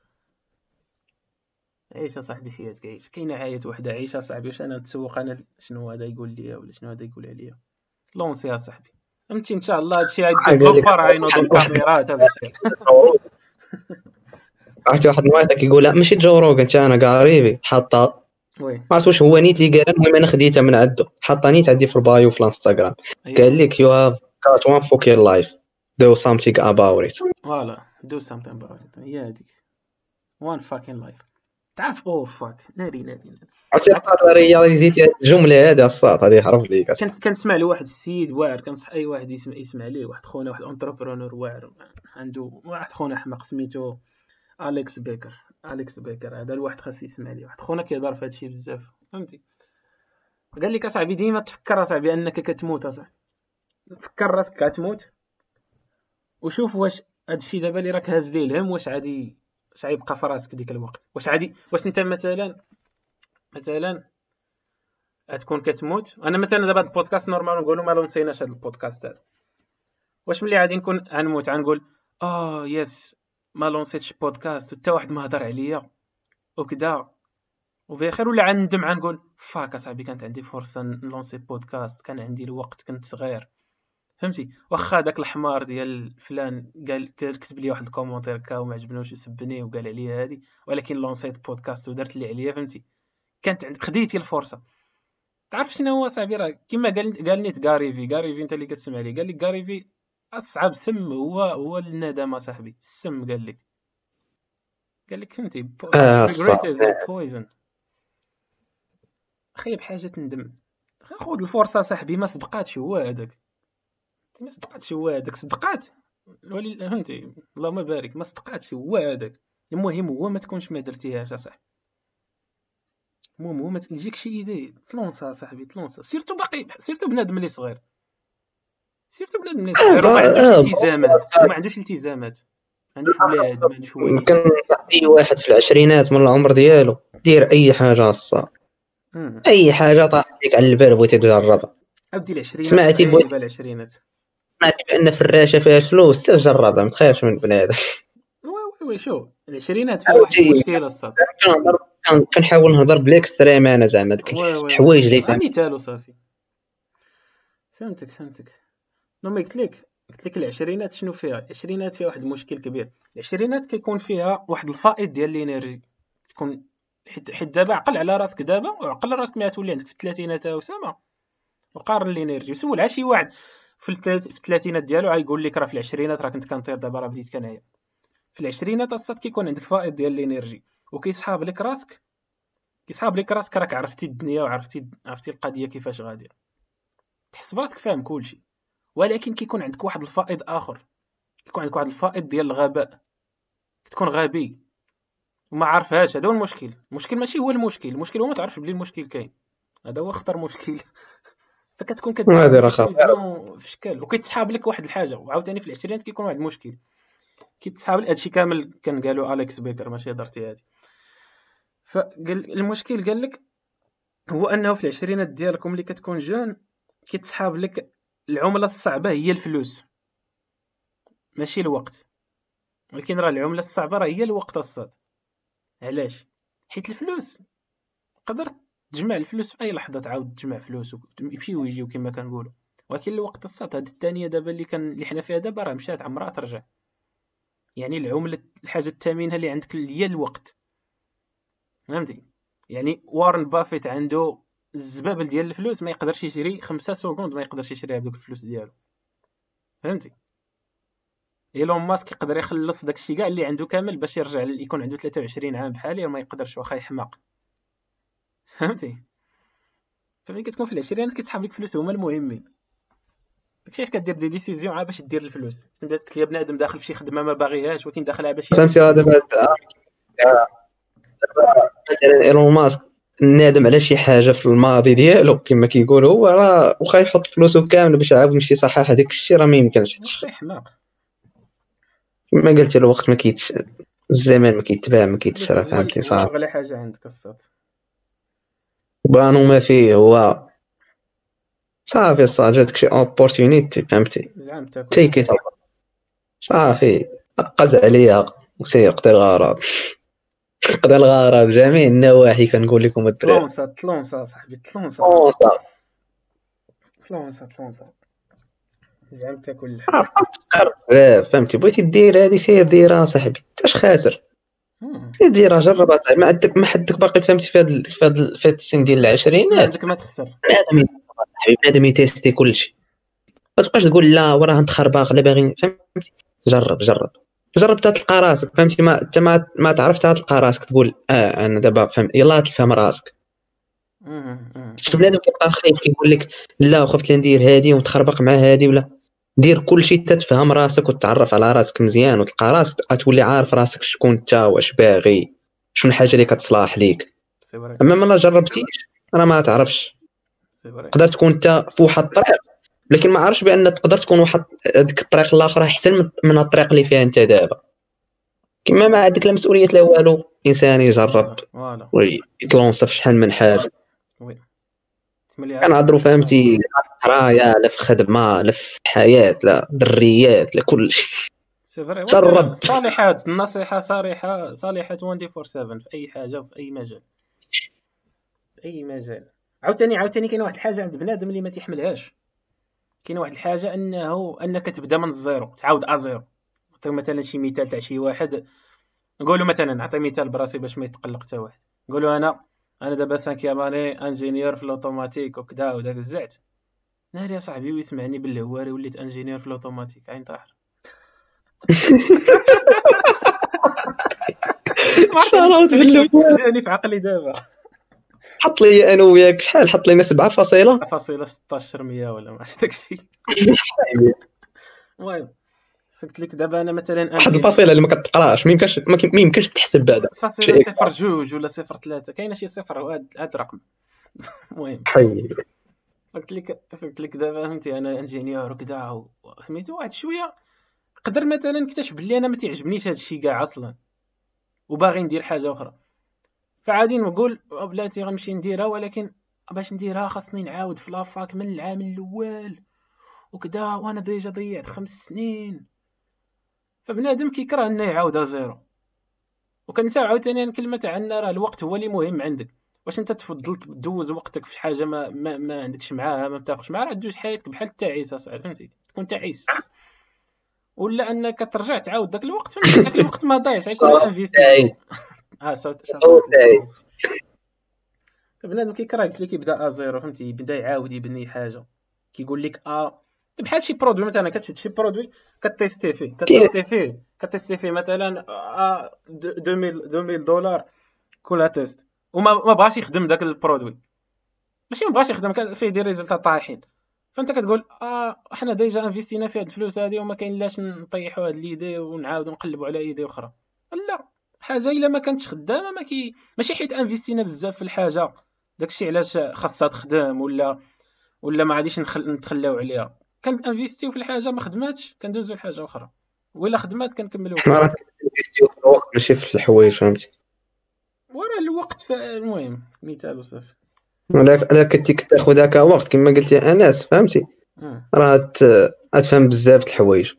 عيش اصاحبي حياتك، عيش. كاينه حياة وحده، عيش اصاحبي. واش انا نتسوق انا شنو هذا يقول لي ولا شنو هذا يقول عليا؟ لونسي اصاحبي، فهمتي؟ ان شاء الله هادشي غيديفلوبا، راه غينوضوا الكاميرات هذا الشيء. عرفتي واحد النوايا كيقول لا ماشي جو روغ، انت انا قاريبي حاطه، وي ما عرفت واش هو نيت اللي قال. المهم انا خديتها من عنده، حاطه نيت عندي في البايو في الانستغرام. قال لك يو هاف كات وان فوك يور لايف دو سامثينغ اباوت ات. فوالا دو سامثين اباوت ات. هي هذيك وان فاكين لايف. تعرف او فاك ناري ناري ناري. عرفتي رياليزيتي الجمله هذه الصاط هذه حرف ليك. كنت كنسمع لواحد السيد واعر، كنصح اي واحد يسمع يسمع ليه. واحد خونا واحد اونتربرونور واعر عنده، واحد خونا حماق سميتو اليكس بيكر. اليكس بيكر هذا الواحد خاص يسمع ليه. واحد خونا كيهضر في هادشي بزاف، فهمتي؟ قال لك اصاحبي ديما تفكر اصاحبي انك كتموت. اصاحبي فكر راسك كتموت وشوف واش هادشي دابا اللي راك هاز ليه الهم واش عادي، واش غيبقى في راسك ديك الوقت، واش عادي، واش انت مثلا مثلا غتكون كتموت. انا مثلا دابا هاد البودكاست نورمال نقولوا ما لونسيناش هاد البودكاست هذا، واش ملي غادي نكون غنموت غنقول اه يس ما لونسيتش بودكاست وحتى واحد ما هضر عليا وكذا وفي خير، ولا غندم غنقول فاك اصاحبي كانت عندي فرصه نلونسي بودكاست، كان عندي الوقت، كنت صغير، فهمتي؟ واخا داك الحمار ديال فلان قال كتب لي واحد الكومونتير كا وما عجبنيش وسبني وقال عليا هادي، ولكن لونسيت بودكاست ودرت اللي عليا، فهمتي؟ كانت عند خديتي الفرصه. تعرف شنو هو صاحبي؟ راه كيما قال قال نيت غاريفي غاريفي انت اللي كتسمع لي، قال لك غاريفي اصعب سم هو هو الندم صاحبي. السم قال لك قال لك فهمتي اه regret is صح. a poison. اخي بحاجه تندم، خذ الفرصه صاحبي. ما صدقاتش هو هذاك، ما صدقاتش هو هذاك، صدقات ولي فهمتي اللهم بارك، ما صدقاتش هو هذاك. المهم هو ما تكونش ما درتيهاش اصاحبي. المهم هو ما تجيك شي ايدي تلونسا صاحبي، تلونسا. سيرتو باقي سيرتو بنادم اللي صغير، سيرتو بنادم اللي صغير وما عندوش التزامات، وما عندوش التزامات، ما عندوش ولاد، ما عندوش والدين. يمكن اي واحد في العشرينات من العمر ديالو دير اي حاجه الصا، اي حاجه طاحت لك على البال بغيتي تجربها. ابدي العشرينات سمعتي بغيتي العشرينات سمعتي بان فراشه فيها فلوس تجربها، ما تخافش من بنادم. وي وي شو العشرينات فيها واحد المشكل الصاد. كنحاول نهضر بالاكستريم انا زعما داك الحوايج اللي فهم مثال صافي. فهمتك فهمتك نومي قلت لك قلت لك العشرينات شنو فيها؟ العشرينات فيها واحد المشكل كبير. العشرينات كيكون فيها واحد الفائض ديال الانرجي، تكون حيت حيت دابا عقل على راسك دابا، وعقل راسك ملي تولي عندك في الثلاثينات اسامه، وقارن الانرجي وسول عا شي واحد في الثلاث في الثلاثينات ديالو غايقول لك راه في العشرينات راه كنت كنطير، دابا راه بديت كنعيا. في العشرينات الصاد كيكون عندك فائض ديال الانرجي، وكيصحاب لك راسك كيصحاب لك راسك راك عرفتي الدنيا وعرفتي عرفتي القضيه كيفاش غاديه، تحس براسك فاهم كلشي. ولكن كيكون عندك واحد الفائض اخر، كيكون عندك واحد الفائض ديال الغباء، كتكون غبي وما عارفهاش. هذا هو المشكل. المشكل ماشي هو المشكل، المشكل هو ما تعرفش بلي المشكل كاين. هذا هو خطر مشكل. فكتكون كدير ديسيزيون في شكل وكيتسحاب لك واحد الحاجه. وعاوتاني في العشرينات كيكون واحد المشكل كيتسحاب لك هادشي كامل كان قالوا اليكس بيكر ماشي هضرتي هادي. فقال المشكل قال لك هو انه في العشرينات ديالكم اللي كتكون جون كيتسحاب لك العمله الصعبه هي الفلوس ماشي الوقت. ولكن راه العمله الصعبه راه هي الوقت الصاد. علاش؟ حيت الفلوس قدرت تجمع الفلوس في اي لحظه، تعاود تجمع فلوس ويمشي ويجيو كما كنقولوا. ولكن الوقت الصاد هاد الثانيه دابا اللي كان اللي حنا فيها دابا راه مشات عمرها ترجع. يعني العمله الحاجه الثمينه اللي عندك هي الوقت، فهمتي؟ يعني وارن بافيت عنده الزبابل ديال الفلوس ما يقدرش يشري خمسة سكوند، ما يقدرش يشريها بدوك الفلوس ديالو، فهمتي؟ ايلون ماسك يقدر يخلص داكشي كاع اللي عنده كامل باش يرجع يكون عنده ثلاثة وعشرين عام بحالي وما يقدرش، واخا يحماق، فهمتي؟ فملي كتكون في العشرينات كيتسحب لك فلوس هما المهمين. داكشي علاش كدير دي ديسيزيون عا باش دير الفلوس. قلت لي بنادم داخل في شي خدمه ما باغيهاش ولكن داخلها باش فهمتي. راه دابا مثلا ايلون ماسك نادم على شي حاجه في الماضي ديالو كما كيقول هو، راه واخا يحط فلوسه كامله باش يعاود يمشي يصحح هذاك الشيء راه ما يمكنش. حماق كما قلت الوقت ما كيتش الزمان ما كيتباع ما اللي كيتشرى هو فهمتي هو صافي. اغلى حاجه عندك الصاد. بانو ما فيه هو صافي صافي جاتك شي اوبورتونيتي فهمتي زعما تاكل تيكي صافي قز عليها وسيق دير الغرض قضى الغرض جميع النواحي كنقول لكم الدراري. طلونسا طلونسا صاحبي طلونسا أوه، صافي. طلونسا طلونسا زعما تاكل اللحم. فكر بزاف فهمتي بغيتي دير هادي سير ديرها صاحبي انتش خاسر مم. سير ديرها جربها صاحبي ما عندك ما حدك باقي فهمتي في هاد في هاد في هاد السن ديال ما العشرينات عندك ما تخسر. بنادم صاحبي بنادم يتيستي كلشي ما تبقاش تقول لا وراه نتخرباق لا باغي فهمتي جرب جرب جرب تلقى راسك فهمتي ما انت ما, ما تعرف تلقى راسك تقول اه انا دابا فهم يلا تفهم راسك. مم. مم. شي بنادم كيبقى خايف كيقول لك لا وخفت ندير هادي ونتخربق مع هادي ولا دير كلشي حتى تفهم راسك وتعرف على راسك مزيان وتلقى راسك غتولي عارف راسك شكون انت واش باغي شنو الحاجه اللي كتصلاح ليك. سي فري اما ما جربتيش راه ما تعرفش سي فري. تقدر تكون انت في واحد الطريق لكن ما عارفش بان تقدر تكون واحد ديك الطريق الاخرى احسن من- من الطريق اللي فيها انت دابا كما ما عندك لا مسؤوليه لا والو انسان يجرب فوالا ويتلونس في شحال من حاجه وي ملي كنهضروا فهمتي قرايه لا في خدمه لا في حياه لا دريات لا كل شيء. سي فري. جرب. صالحات النصيحه صريحه صالحه أربعة وعشرين سبعة في اي حاجه في اي مجال في اي مجال. عاوتاني عاوتاني كاين واحد الحاجه عند بنادم اللي ما تيحملهاش. كاين واحد الحاجه انه انك تبدا من الزيرو تعاود ازيرو. نعطيو مثلا شي مثال تاع شي واحد نقولوا مثلا نعطي مثال براسي باش ما يتقلق حتى واحد. نقولوا انا انا دابا سانكيام اني انجينيور في الاوتوماتيك وكذا وداك الزعت ناري يا صاحبي ويسمعني بالهواري وليت انجينيور في الاوتوماتيك عين طاحر. شراوت بالله جاني في عقلي دابا حط لي انا وياك شحال حط لينا سبعة فاصلة فاصلة ستطاش بالمية ولا ما عرفت داكشي. المهم قلت لك دابا انا مثلا واحد الفاصله اللي ما كتقراش ما يمكنش ما يمكنش تحسب بعدا فاصلة صفر جوج ولا صفر ثلاثة كاينه شي صفر هاد هاد الرقم. المهم حي قلت لك قلت لك دابا فهمتي انا انجينيور وكذا سميتو واحد شويه قدر مثلا نكتشف بلي انا ما تعجبنيش هاد الشيء كاع اصلا وباغي ندير حاجه اخرى فعادي نقول بلاتي غنمشي نديرها ولكن باش نديرها خاصني نعاود في لافاك من العام الاول وكذا وانا ديجا ضيعت خمس سنين. فبنادم كيكره انه يعاود زيرو. وكنسى عاوتاني كلمه تاع ان راه الوقت هو اللي مهم عندك. واش انت تفضل تدوز وقتك في حاجه ما ما, ما عندكش معاها ما بتاخذش معاها راه دوز حياتك بحال التعيس اصاحبي فهمتي تكون تعيس ولا انك ترجع تعاود داك الوقت فهمتي داك الوقت ما ضايعش عيط انفيستي اه صوت بنادم كيكره قلت لي كيبدا ازيرو فهمتي يبدا يعاود يبني حاجه كيقول لك اه بحال شي برودوي مثلا كتشد شي برودوي كتيستي فيه كتيستي فيه كتيستي فيه مثلا آه ألفين دولار كل تيست وما ما بغاش يخدم داك البرودوي ماشي ما بغاش يخدم فيه دي ريزلطات طايحين فانت كتقول اه حنا ديجا انفيستينا في هاد الفلوس هادي وما كاين لاش نطيحوا هاد ليدي ونعاودوا نقلبوا على ايدي اخرى. لا حاجه الا ما كانتش خدامه ما كي ماشي حيت انفيستينا بزاف في الحاجه داكشي علاش خاصها تخدم ولا ولا ما غاديش نخل... نتخلاو عليها. كان انفيستيو في الحاجه ما خدماتش كندوزو لحاجه اخرى ولا خدمات كنكملوا حنا راه كنستيو في الوقت ماشي في الحوايج فهمتي ورا الوقت ف... المهم مثال وصافي. ولا الا كنتي كتاخذ هكا وقت كما قلتي انس فهمتي راه غتفهم بزاف د الحوايج.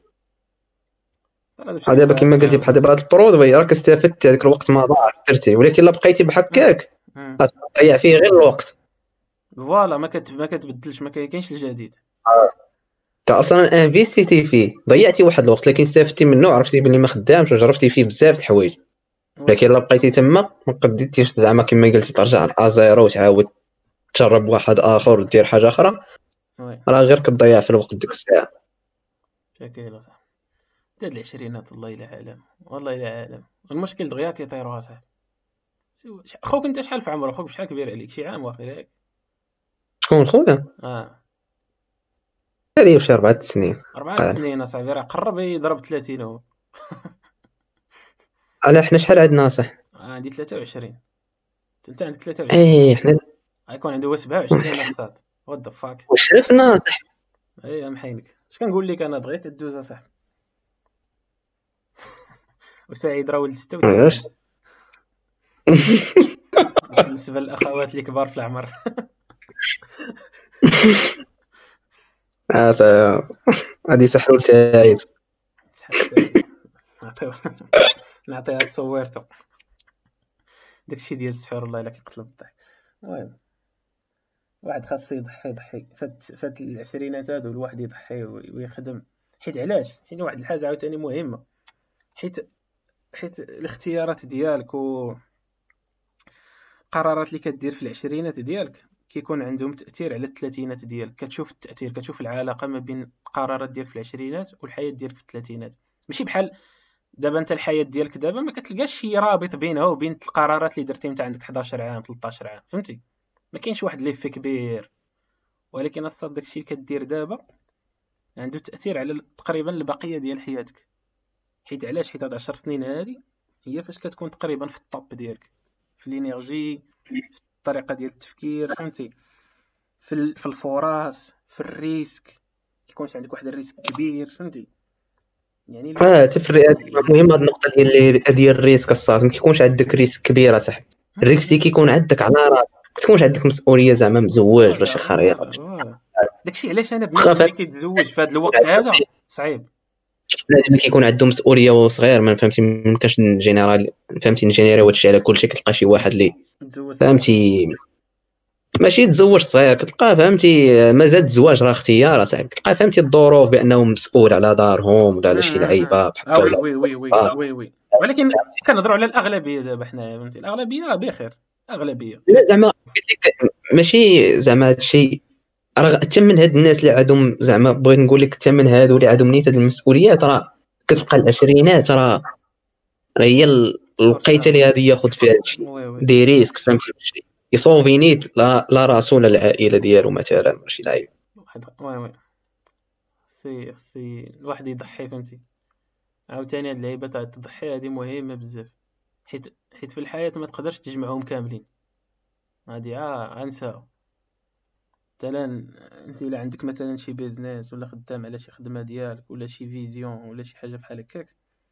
دابا كما قلتي بحال دابا هاد البرودوي راك استفدت هذاك الوقت ما ضاع درتي ولكن الا بقيتي بحكاك غتضيع فيه غير الوقت. فوالا ما كت... ما كتبدلش ما كاينش الجديد. انت اصلا انفيستيتي فيه ضيعتي واحد الوقت لكن استفدتي منه عرفتي بلي ما خدامش وجربتي فيه بزاف د الحوايج لكن الا بقيتي تما ما قديتيش زعما كما قلتي ترجع لازيرو وتعاود تجرب واحد اخر ودير حاجه اخرى راه غير كتضيع في الوقت ديك الساعه. شكيله صح داد العشرينات والله الا عالم والله الا عالم. المشكل دغيا كيطيروا صاحبي. خوك انت شحال في عمرك خوك شحال كبير عليك شي عام واخيرا ياك شكون خويا؟ اه عليه شي أربعة سنين. أربعة سنين اصاحبي راه قرب يضرب ثلاثين هو. على حنا شحال عندنا صح؟ عندي ثلاثة وعشرين انت عندك ثلاثة وعشرين. ايه حنا غيكون عنده هو سبعة وعشرين الصاد وات ذا فاك وشرفنا اي محينك اش كنقول لك انا دغيا كدوز اصاحبي. وسعيد راه ولد ستة علاش؟ وتسعين بالنسبه للاخوات اللي كبار في العمر. اه سا- غادي يسحلوا لسعيد. شحال سعيد نعطيو نعطيها تصويرته داكشي ديال السحور والله الا كيقتل بالضحك. المهم واحد خاص يضحي يضحي فات فات العشرينات هادو الواحد يضحي وي- ويخدم. حيت علاش؟ حيت واحد الحاجه عاوتاني مهمه. حيت حيت الاختيارات ديالك والقرارات اللي كدير في العشرينات ديالك كيكون عندهم تاثير على الثلاثينات ديالك. كتشوف التاثير، كتشوف العلاقه ما بين القرارات ديالك في العشرينات والحياه ديالك في الثلاثينات. ماشي بحال دابا انت الحياه ديالك دابا ما كتلقاش شي رابط بينها وبين القرارات اللي درتي انت عندك حداش عام ثلاثطاش عام، فهمتي؟ ما كاينش واحد ليفي كبير. ولكن اصلا داكشي اللي كدير دابا عنده تاثير على تقريبا البقيه ديال حياتك. حيت علاش؟ حيت هاد عشر سنين هادي هي فاش كتكون تقريبا في الطاب ديالك، في الانرجي، في الطريقه ديال التفكير، فهمتي؟ في ال- في الفرص، في الريسك. كيكونش عندك واحد الريسك كبير، فهمتي؟ يعني اه الواحد تفرق. المهم هاد النقطه ديال ديال الريسك الصاد ما كيكونش عندك ريسك كبير اصاحبي. الريسك اللي كيكون عندك على راسك، ما تكونش عندك مسؤوليه زعما مزواج ولا فوالا شي خريطه. فوالا فوالا. داكشي علاش انا واخا بنادم اللي فهمتي كيتزوج في هذا الوقت هذا صعيب. بنادم اللي كيكون عنده مسؤوليه وهو صغير، ما فهمتي ما يمكنش نجينيرال، فهمتي نجينيري هادشي على كلشي. كتلقى شي واحد اللي تزوج صغير. فهمتي ماشي تزوج صغير، كتلقاه فهمتي مازال الزواج راه اختيار اصاحبي. كتلقاه فهمتي الظروف بانه مسؤول على دارهم ولا على شي اه لعيبه بحال وي ولا وي وي وي آه. وي وي. ولكن كنهضروا على الاغلبيه دابا حنايا، فهمتي؟ الاغلبيه راه بخير. اغلبيه لا زعما قلت لك ماشي زعما هادشي راه حتى من هاد الناس اللي عندهم زعما بغيت نقول لك حتى من هادو اللي عندهم نيت هاد المسؤوليات، راه كتبقى العشرينات راه راه هي ال- الوقيته فرصه. اللي غادي ياخذ فيها هادشي وي وي دي ريسك، فهمتي باش يصوفي نيت لا لا راسو ولا العائله ديالو مثلا ولا شي لعيب. واحد وي وي. في في الواحد يضحي، فهمتي؟ عاوتاني هاد اللعيبه تاع التضحيه هادي مهمه بزاف. حيت حيت في الحياه ما تقدرش تجمعهم كاملين. هادي اه انسى. مثلا انت الا عندك مثلا شي بيزنس ولا خدام على شي خدمه ديالك ولا شي فيزيون ولا شي حاجه بحال هكاك،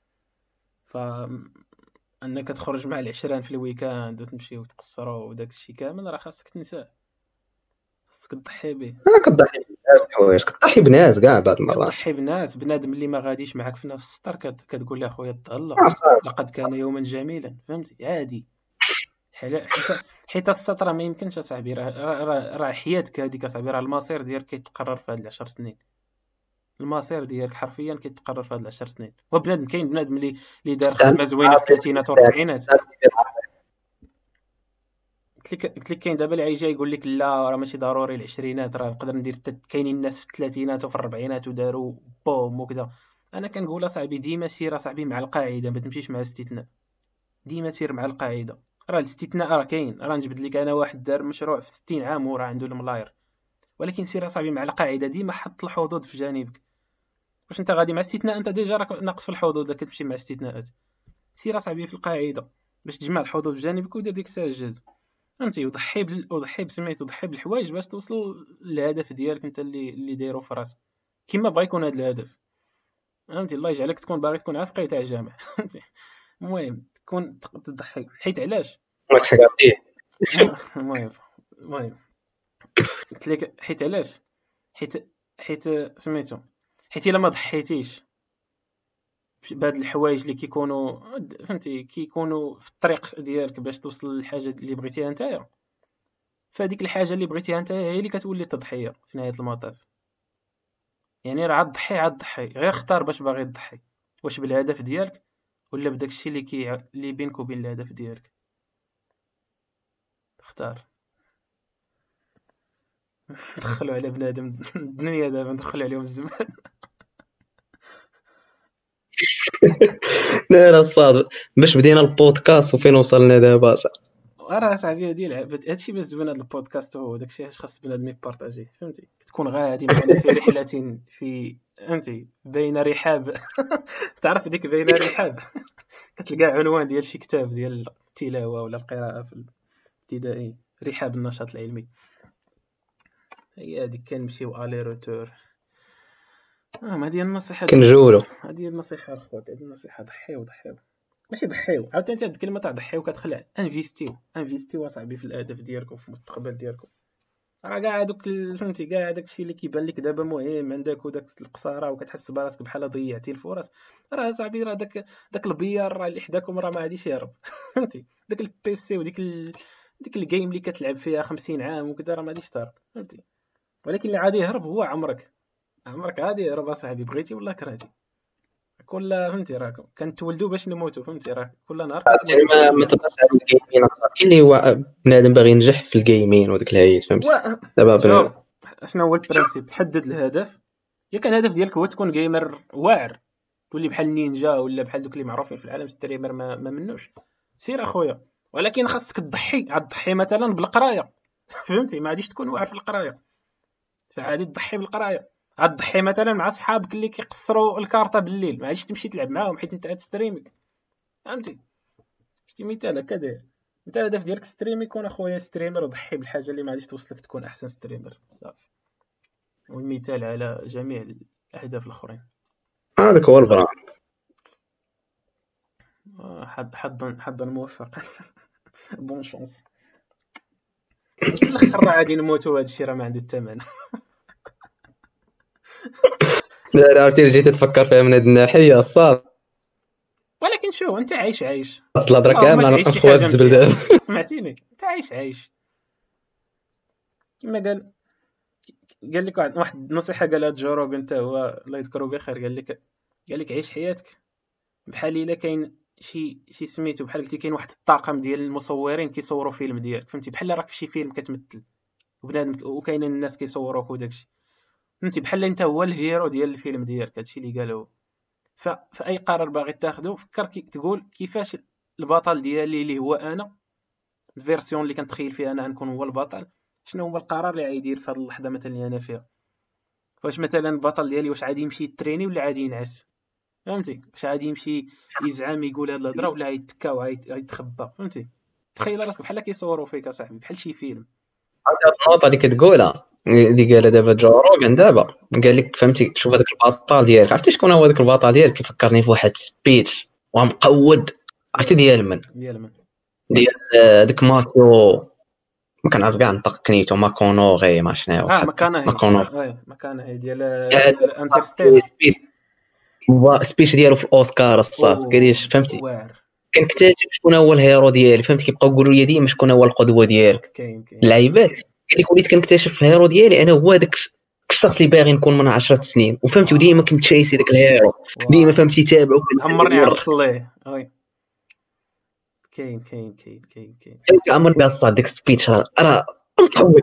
ف انك تخرج مع العشران في الويكاند وتمشي وتقصروا وداك الشيء كامل راه خاصك تنساه، خاصك تضحي به. انا كضحي بزاف الحوايج، كضحي بناس كاع بعض المرات. كتضحي بناس، بنادم اللي ما غاديش معاك في نفس السطر كت... كتقول له اخويا تهلا آه، صافي. لقد كان يوما جميلا، فهمتي؟ عادي. حلا- حيت حيت السطر ما يمكنش اصاحبي. راه راه راه راه حياتك هذيك اصاحبي، راه المصير ديالك كيتقرر في هاد العشر سنين. المصير ديالك حرفيا كيتقرر في هاد العشر سنين. وبنادم كاين بنادم اللي اللي دار خدمه زوينه في الثلاثينات والاربعينات. قلت لك قلت لك كاين دابا اللي جاي يقول لك لا راه ماشي ضروري العشرينات، راه نقدر ندير تت... كاينين الناس في الثلاثينات وفي الاربعينات وداروا بوم وكذا. انا كنقول اصاحبي ديما سير اصاحبي مع القاعده، ما تمشيش مع الاستثناء. ديما سير مع القاعده. راه الاستثناء راه كاين، راه نجبد لك انا واحد دار مشروع في ستين عام وراه عنده الملاير. ولكن سير اصاحبي مع القاعده، ديما حط الحدود في جانبك. واش انت غادي مع الاستثناء؟ انت ديجا راك ناقص في الحدود، كتمشي مع الاستثناءات. سير اصاحبي في القاعده باش تجمع الحدود في جانبك ودير ديك الساعه الجد، فهمتي؟ وضحي بال... وضحي بسميتو ضحي بالحوايج باش توصل للهدف ديالك انت اللي اللي دايرو في راسك كيما بغا يكون هذا الهدف، فهمتي؟ الله يجعلك تكون باغي تكون عافقي تاع الجامع فهمتي؟ المهم تكون تق- تضحي. حيت علاش؟ راك حكاتيه. المهم المهم قلت لك حيت علاش؟ حيت حيت سميتو حيت الا ما ضحيتيش بهاد الحوايج اللي كيكونوا فهمتي كيكونوا في الطريق ديالك باش توصل للحاجه اللي بغيتيها نتايا، فهاديك الحاجه اللي بغيتيها نتايا هي اللي كتولي تضحيه في نهايه المطاف. يعني راه عاد ضحي عاد ضحي، غير اختار باش باغي تضحي، واش بالهدف ديالك ولا بداك الشيء اللي كي اللي بينك وبين الهدف ديالك. اختار. دخلوا على بنادم الدنيا دابا، ندخلوا عليهم الزمان. لا لا الصاد باش بدينا البودكاست وفين وصلنا دابا صاحبي. راه صاحبي هادي لعبه، هادشي باش زوين هاد البودكاست هو داكشي علاش خاص بنادم يبارطاجي، فهمتي؟ تكون غادي معنا في رحله في فهمتي بين رحاب تعرف ديك بين رحاب كتلقى عنوان ديال شي كتاب ديال التلاوه ولا القراءه في الابتدائي، رحاب النشاط العلمي. هي هذيك كنمشيو الي روتور. اه هذه النصيحه ديال كنجولو هذه النصيحه الخوت، هذه النصيحه ضحيو ضحيو ماشي ضحيو، عاوتاني هاد الكلمه تاع ضحيو كتخلع. انفيستيو انفيستيو اصاحبي في الاهداف ديالكم في المستقبل ديالكم. راه كاع هادوك ال- فهمتي كاع هذاك الشيء اللي كيبان لك دابا مهم عندك وداك القصاره وكتحس براسك بحال ضيعتي الفرص، راه صاحبي راه داك داك البيار راه اللي حداكم راه ما غاديش يهرب. فهمتي داك البيسي وديك ال... ديك الجيم اللي كتلعب فيها خمسين عام وكذا راه ما غاديش تهرب. فهمتي ولكن اللي غادي يهرب هو عمرك. عمرك غادي يهرب اصاحبي بغيتي ولا كرهتي. كل فهمتي راه كنتولدوا باش نموتوا. فهمتي راه كل نهار يعني كتموت. ما ما تقدرش على الجيمين اصاحبي. كاين اللي هو بنادم باغي ينجح في الجيمين وديك الهيت فهمتي. و دابا شوف بن- شنو هو البرانسيب. حدد الهدف. يا كان الهدف ديالك هو تكون جيمر واعر تولي بحال نينجا ولا بحال دوك اللي معروفين في العالم ستريمر ما, ما منوش، سير اخويا. ولكن خاصك تضحي. غتضحي مثلا بالقرايه. فهمتي ما غاديش تكون واعر في القرايه فعادي تضحي بالقرايه. غتضحي مثلا مع صحابك اللي كيقصروا الكارطه بالليل ما غاديش تمشي تلعب معاهم حيت انت ستريمينغ. فهمتي شتي مثال هكا داير. انت الهدف ديالك ستريم يكون اخويا ستريمر وضحي بالحاجه اللي ما غاديش توصلك تكون احسن ستريمر صافي. والمثال على جميع الاهداف الاخرين. هذاك هو البلان. آه، حظ حظا حظا موفقا. بون شونس. في الاخر راه غادي نموتوا. هذا الشيء راه ما عنده الثمن. لا لا عرفتي جيت تفكر فيها من هذه الناحيه الصاد. ولكن شو انت عايش عايش. الهضره اللهم كامله تعيش شي نخوها في حاجه الزبل مزيان. دابا. سمعتيني انت عايش عايش كما قال. قال لك واحد واحد النصيحه قالها جو روغن حتى هو الله يذكره بخير. قال لك قال لك عيش حياتك بحال الا كاين شي شي سميتو بحال قلتي كاين واحد الطاقم ديال المصورين كيصوروا فيلم ديالك. فهمتي بحال راك في شي فيلم كتمثل وبنادم وكاين الناس كيصوروك وداكشي. فهمتي بحال انت هو الهيرو ديال الفيلم ديالك. هادشي اللي قالو. فاي قرار باغي تاخذه فكر كي تقول كيفاش البطل ديالي اللي هو انا الفيرسيون اللي كنتخيل فيها انا غنكون هو البطل. شنو هو القرار اللي غايدير في هذه اللحظه مثلا اللي انا فيها. واش مثلا البطل ديالي واش غادي يمشي يتريني ولا غادي ينعس. فهمتي واش غادي يمشي يزعم يقول هاد الهضره ولا غيتكا وغيتخبى. فهمتي تخيل راسك بحال كيصوروا فيك اصاحبي بحال شي فيلم. هاد النقطه اللي كتقولها اللي قالها دابا جو روغن دابا قال لك فهمتي شوف هذاك البطل ديالك. عرفتي شكون هو هذاك البطل ديالك؟ كيفكرني في واحد سبيتش ومقود. عرفتي ديال من ديال من ديال آه، ديك ماتيو ما كنعرف كاع نطق كنيتو ماكونوغي ما شنو اه مكانه هي ماكونوغي. اي مكانه هي ديال ديال انترستيل. هو سبيتش ديالو في الاوسكار الصاد قال فهمتي واعر. كنكتشف شكون هو الهيرو ديالي. فهمتي كيبقاو يقولوا لي ديما شكون هو القدوه ديالك كاين كاين اللعيبات. قال لك وليت كنكتشف الهيرو ديالي انا هو داك الشخص اللي باغي نكون من عشرة سنين. وفهمتي وديما كنت شايسي داك الهيرو ديما فهمتي تابعو. عمرني عرفت ليه وي كاين كاين كاين كاين كاين عمر قاصه ديك سبيتش راه مقود.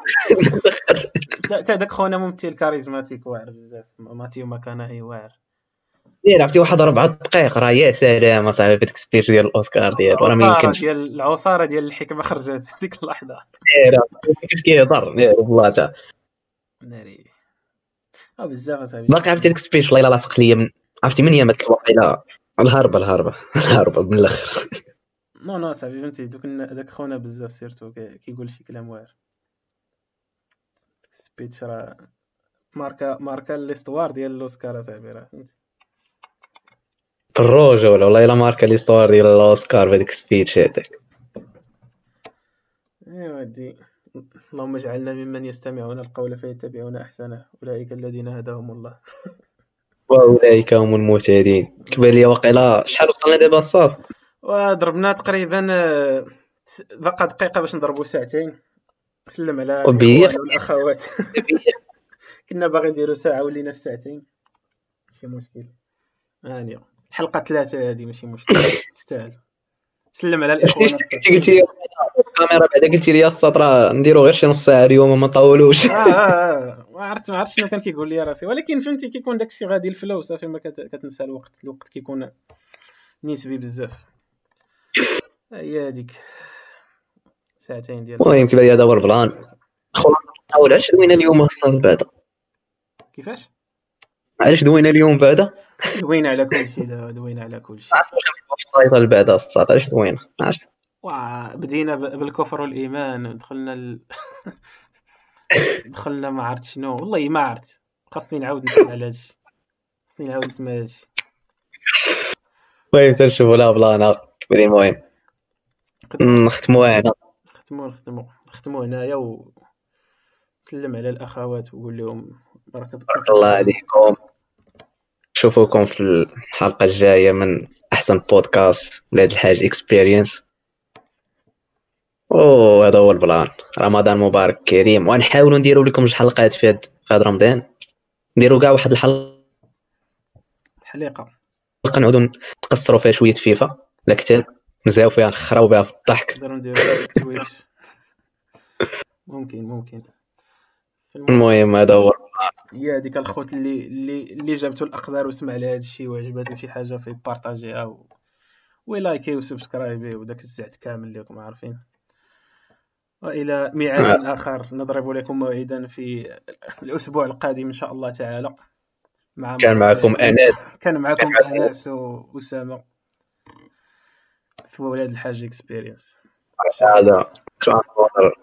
حتى داك خونا ممثل كاريزماتيك واعر بزاف. ماتيو ماكاناهي واعر. ديال عرفتي واحد أربعة دقائق راه يا سلام اصاحبي ديك سبيتش ديال الاوسكار ديالو راه ما يمكنش. ديال العصاره ديال الحكمه خرجت ديك اللحظه. كيف كيهضر والله تا ناري اه بزاف اصاحبي. باقي عرفتي ديك سبيتش والله الا لاصق ليا من عرفتي من يامات الوقيله الهربه الهربه الهربه من الاخر. نو نو صاحبي فهمتي دوك داك خونا بزاف سيرتو كيقول شي كلام واعر. سبيتش راه ماركا ماركا ليستوار ديال الاوسكار صاحبي راه فهمتي. الرجل والله الا ماركا ليستوار ديال الاوسكار بهذيك سبيتش هذاك. ايوا ودي اللهم اجعلنا ممن يستمعون القول فيتبعون احسنه اولئك الذين هداهم الله. واولئك هم المهتدين. كيبان لي واقيلا شحال وصلنا دابا الصاف وضربنا تقريبا بقى دقيقه باش نضربوا ساعتين. سلم على وبيخ. الاخوان والاخوات. كنا باغي نديروا ساعه ولينا في ساعتين ماشي مشكل. هانيه حلقه ثلاثه هذه ماشي مشكل تستاهل. سلم على الاخوان. قلتي قلتي لي الكاميرا بعدا قلتي لي الصاط راه نديرو غير شي نص ساعه اليوم ما نطولوش. اه اه ما عرفت ما عرفتش شنو كان كيقول لي راسي. ولكن فهمتي كيكون داكشي غادي الفلو صافي ما كت... كتنسى الوقت. الوقت كيكون نسبي بزاف. هي هذيك ساعتين ديال المهم كيبان لي هذا هو البلان. خلاص نحاول علاش دوينا اليوم الصاط بعدا كيفاش علاش دوينا اليوم بعدا دوينا على كل شيء. دابا دوينا على كل شيء. الطايطه بعدا الصاط علاش دوينا عرفت. بدينا بالكفر والايمان دخلنا ال... دخلنا ما عرفت شنو والله ما عرفت. خاصني نعاود نسمع على هادشي. خاصني نعاود نسمع هادشي. المهم تنشوفوا لا بلانا ولي المهم نختموها هنا. نختمو نختمو نختمو هنايا وسلم على الاخوات وقول لهم بارك بارك الله عليكم، نشوفوكم في الحلقه الجايه من احسن بودكاست لهاد الحاج اكسبيرينس. وهذا هو البلان. رمضان مبارك كريم، ونحاولوا نديروا لكم جوج حلقات في هاد في هاد رمضان، نديروا كاع واحد الحلقه حليقه نعودوا نقصروا فيها شويه فيفا لا كتاب، نزاو فيها نخراو بها في الضحك. نقدروا نديروا تويتش ممكن ممكن المهم هذا هو. هي هذيك الخوت اللي اللي اللي جابتو الاقدار وسمع لهذا الشيء وعجباتو شي حاجه في بارطاجيها و... ولايكي وسبسكرايبي وداك الزعت كامل اللي راكم عارفين. والى ميعاد اخر نضرب لكم موعدا في الاسبوع القادم ان شاء الله تعالى. مع كان معكم انس كان معكم انس واسامه في ولاد الحاج اكسبيرينس. هذا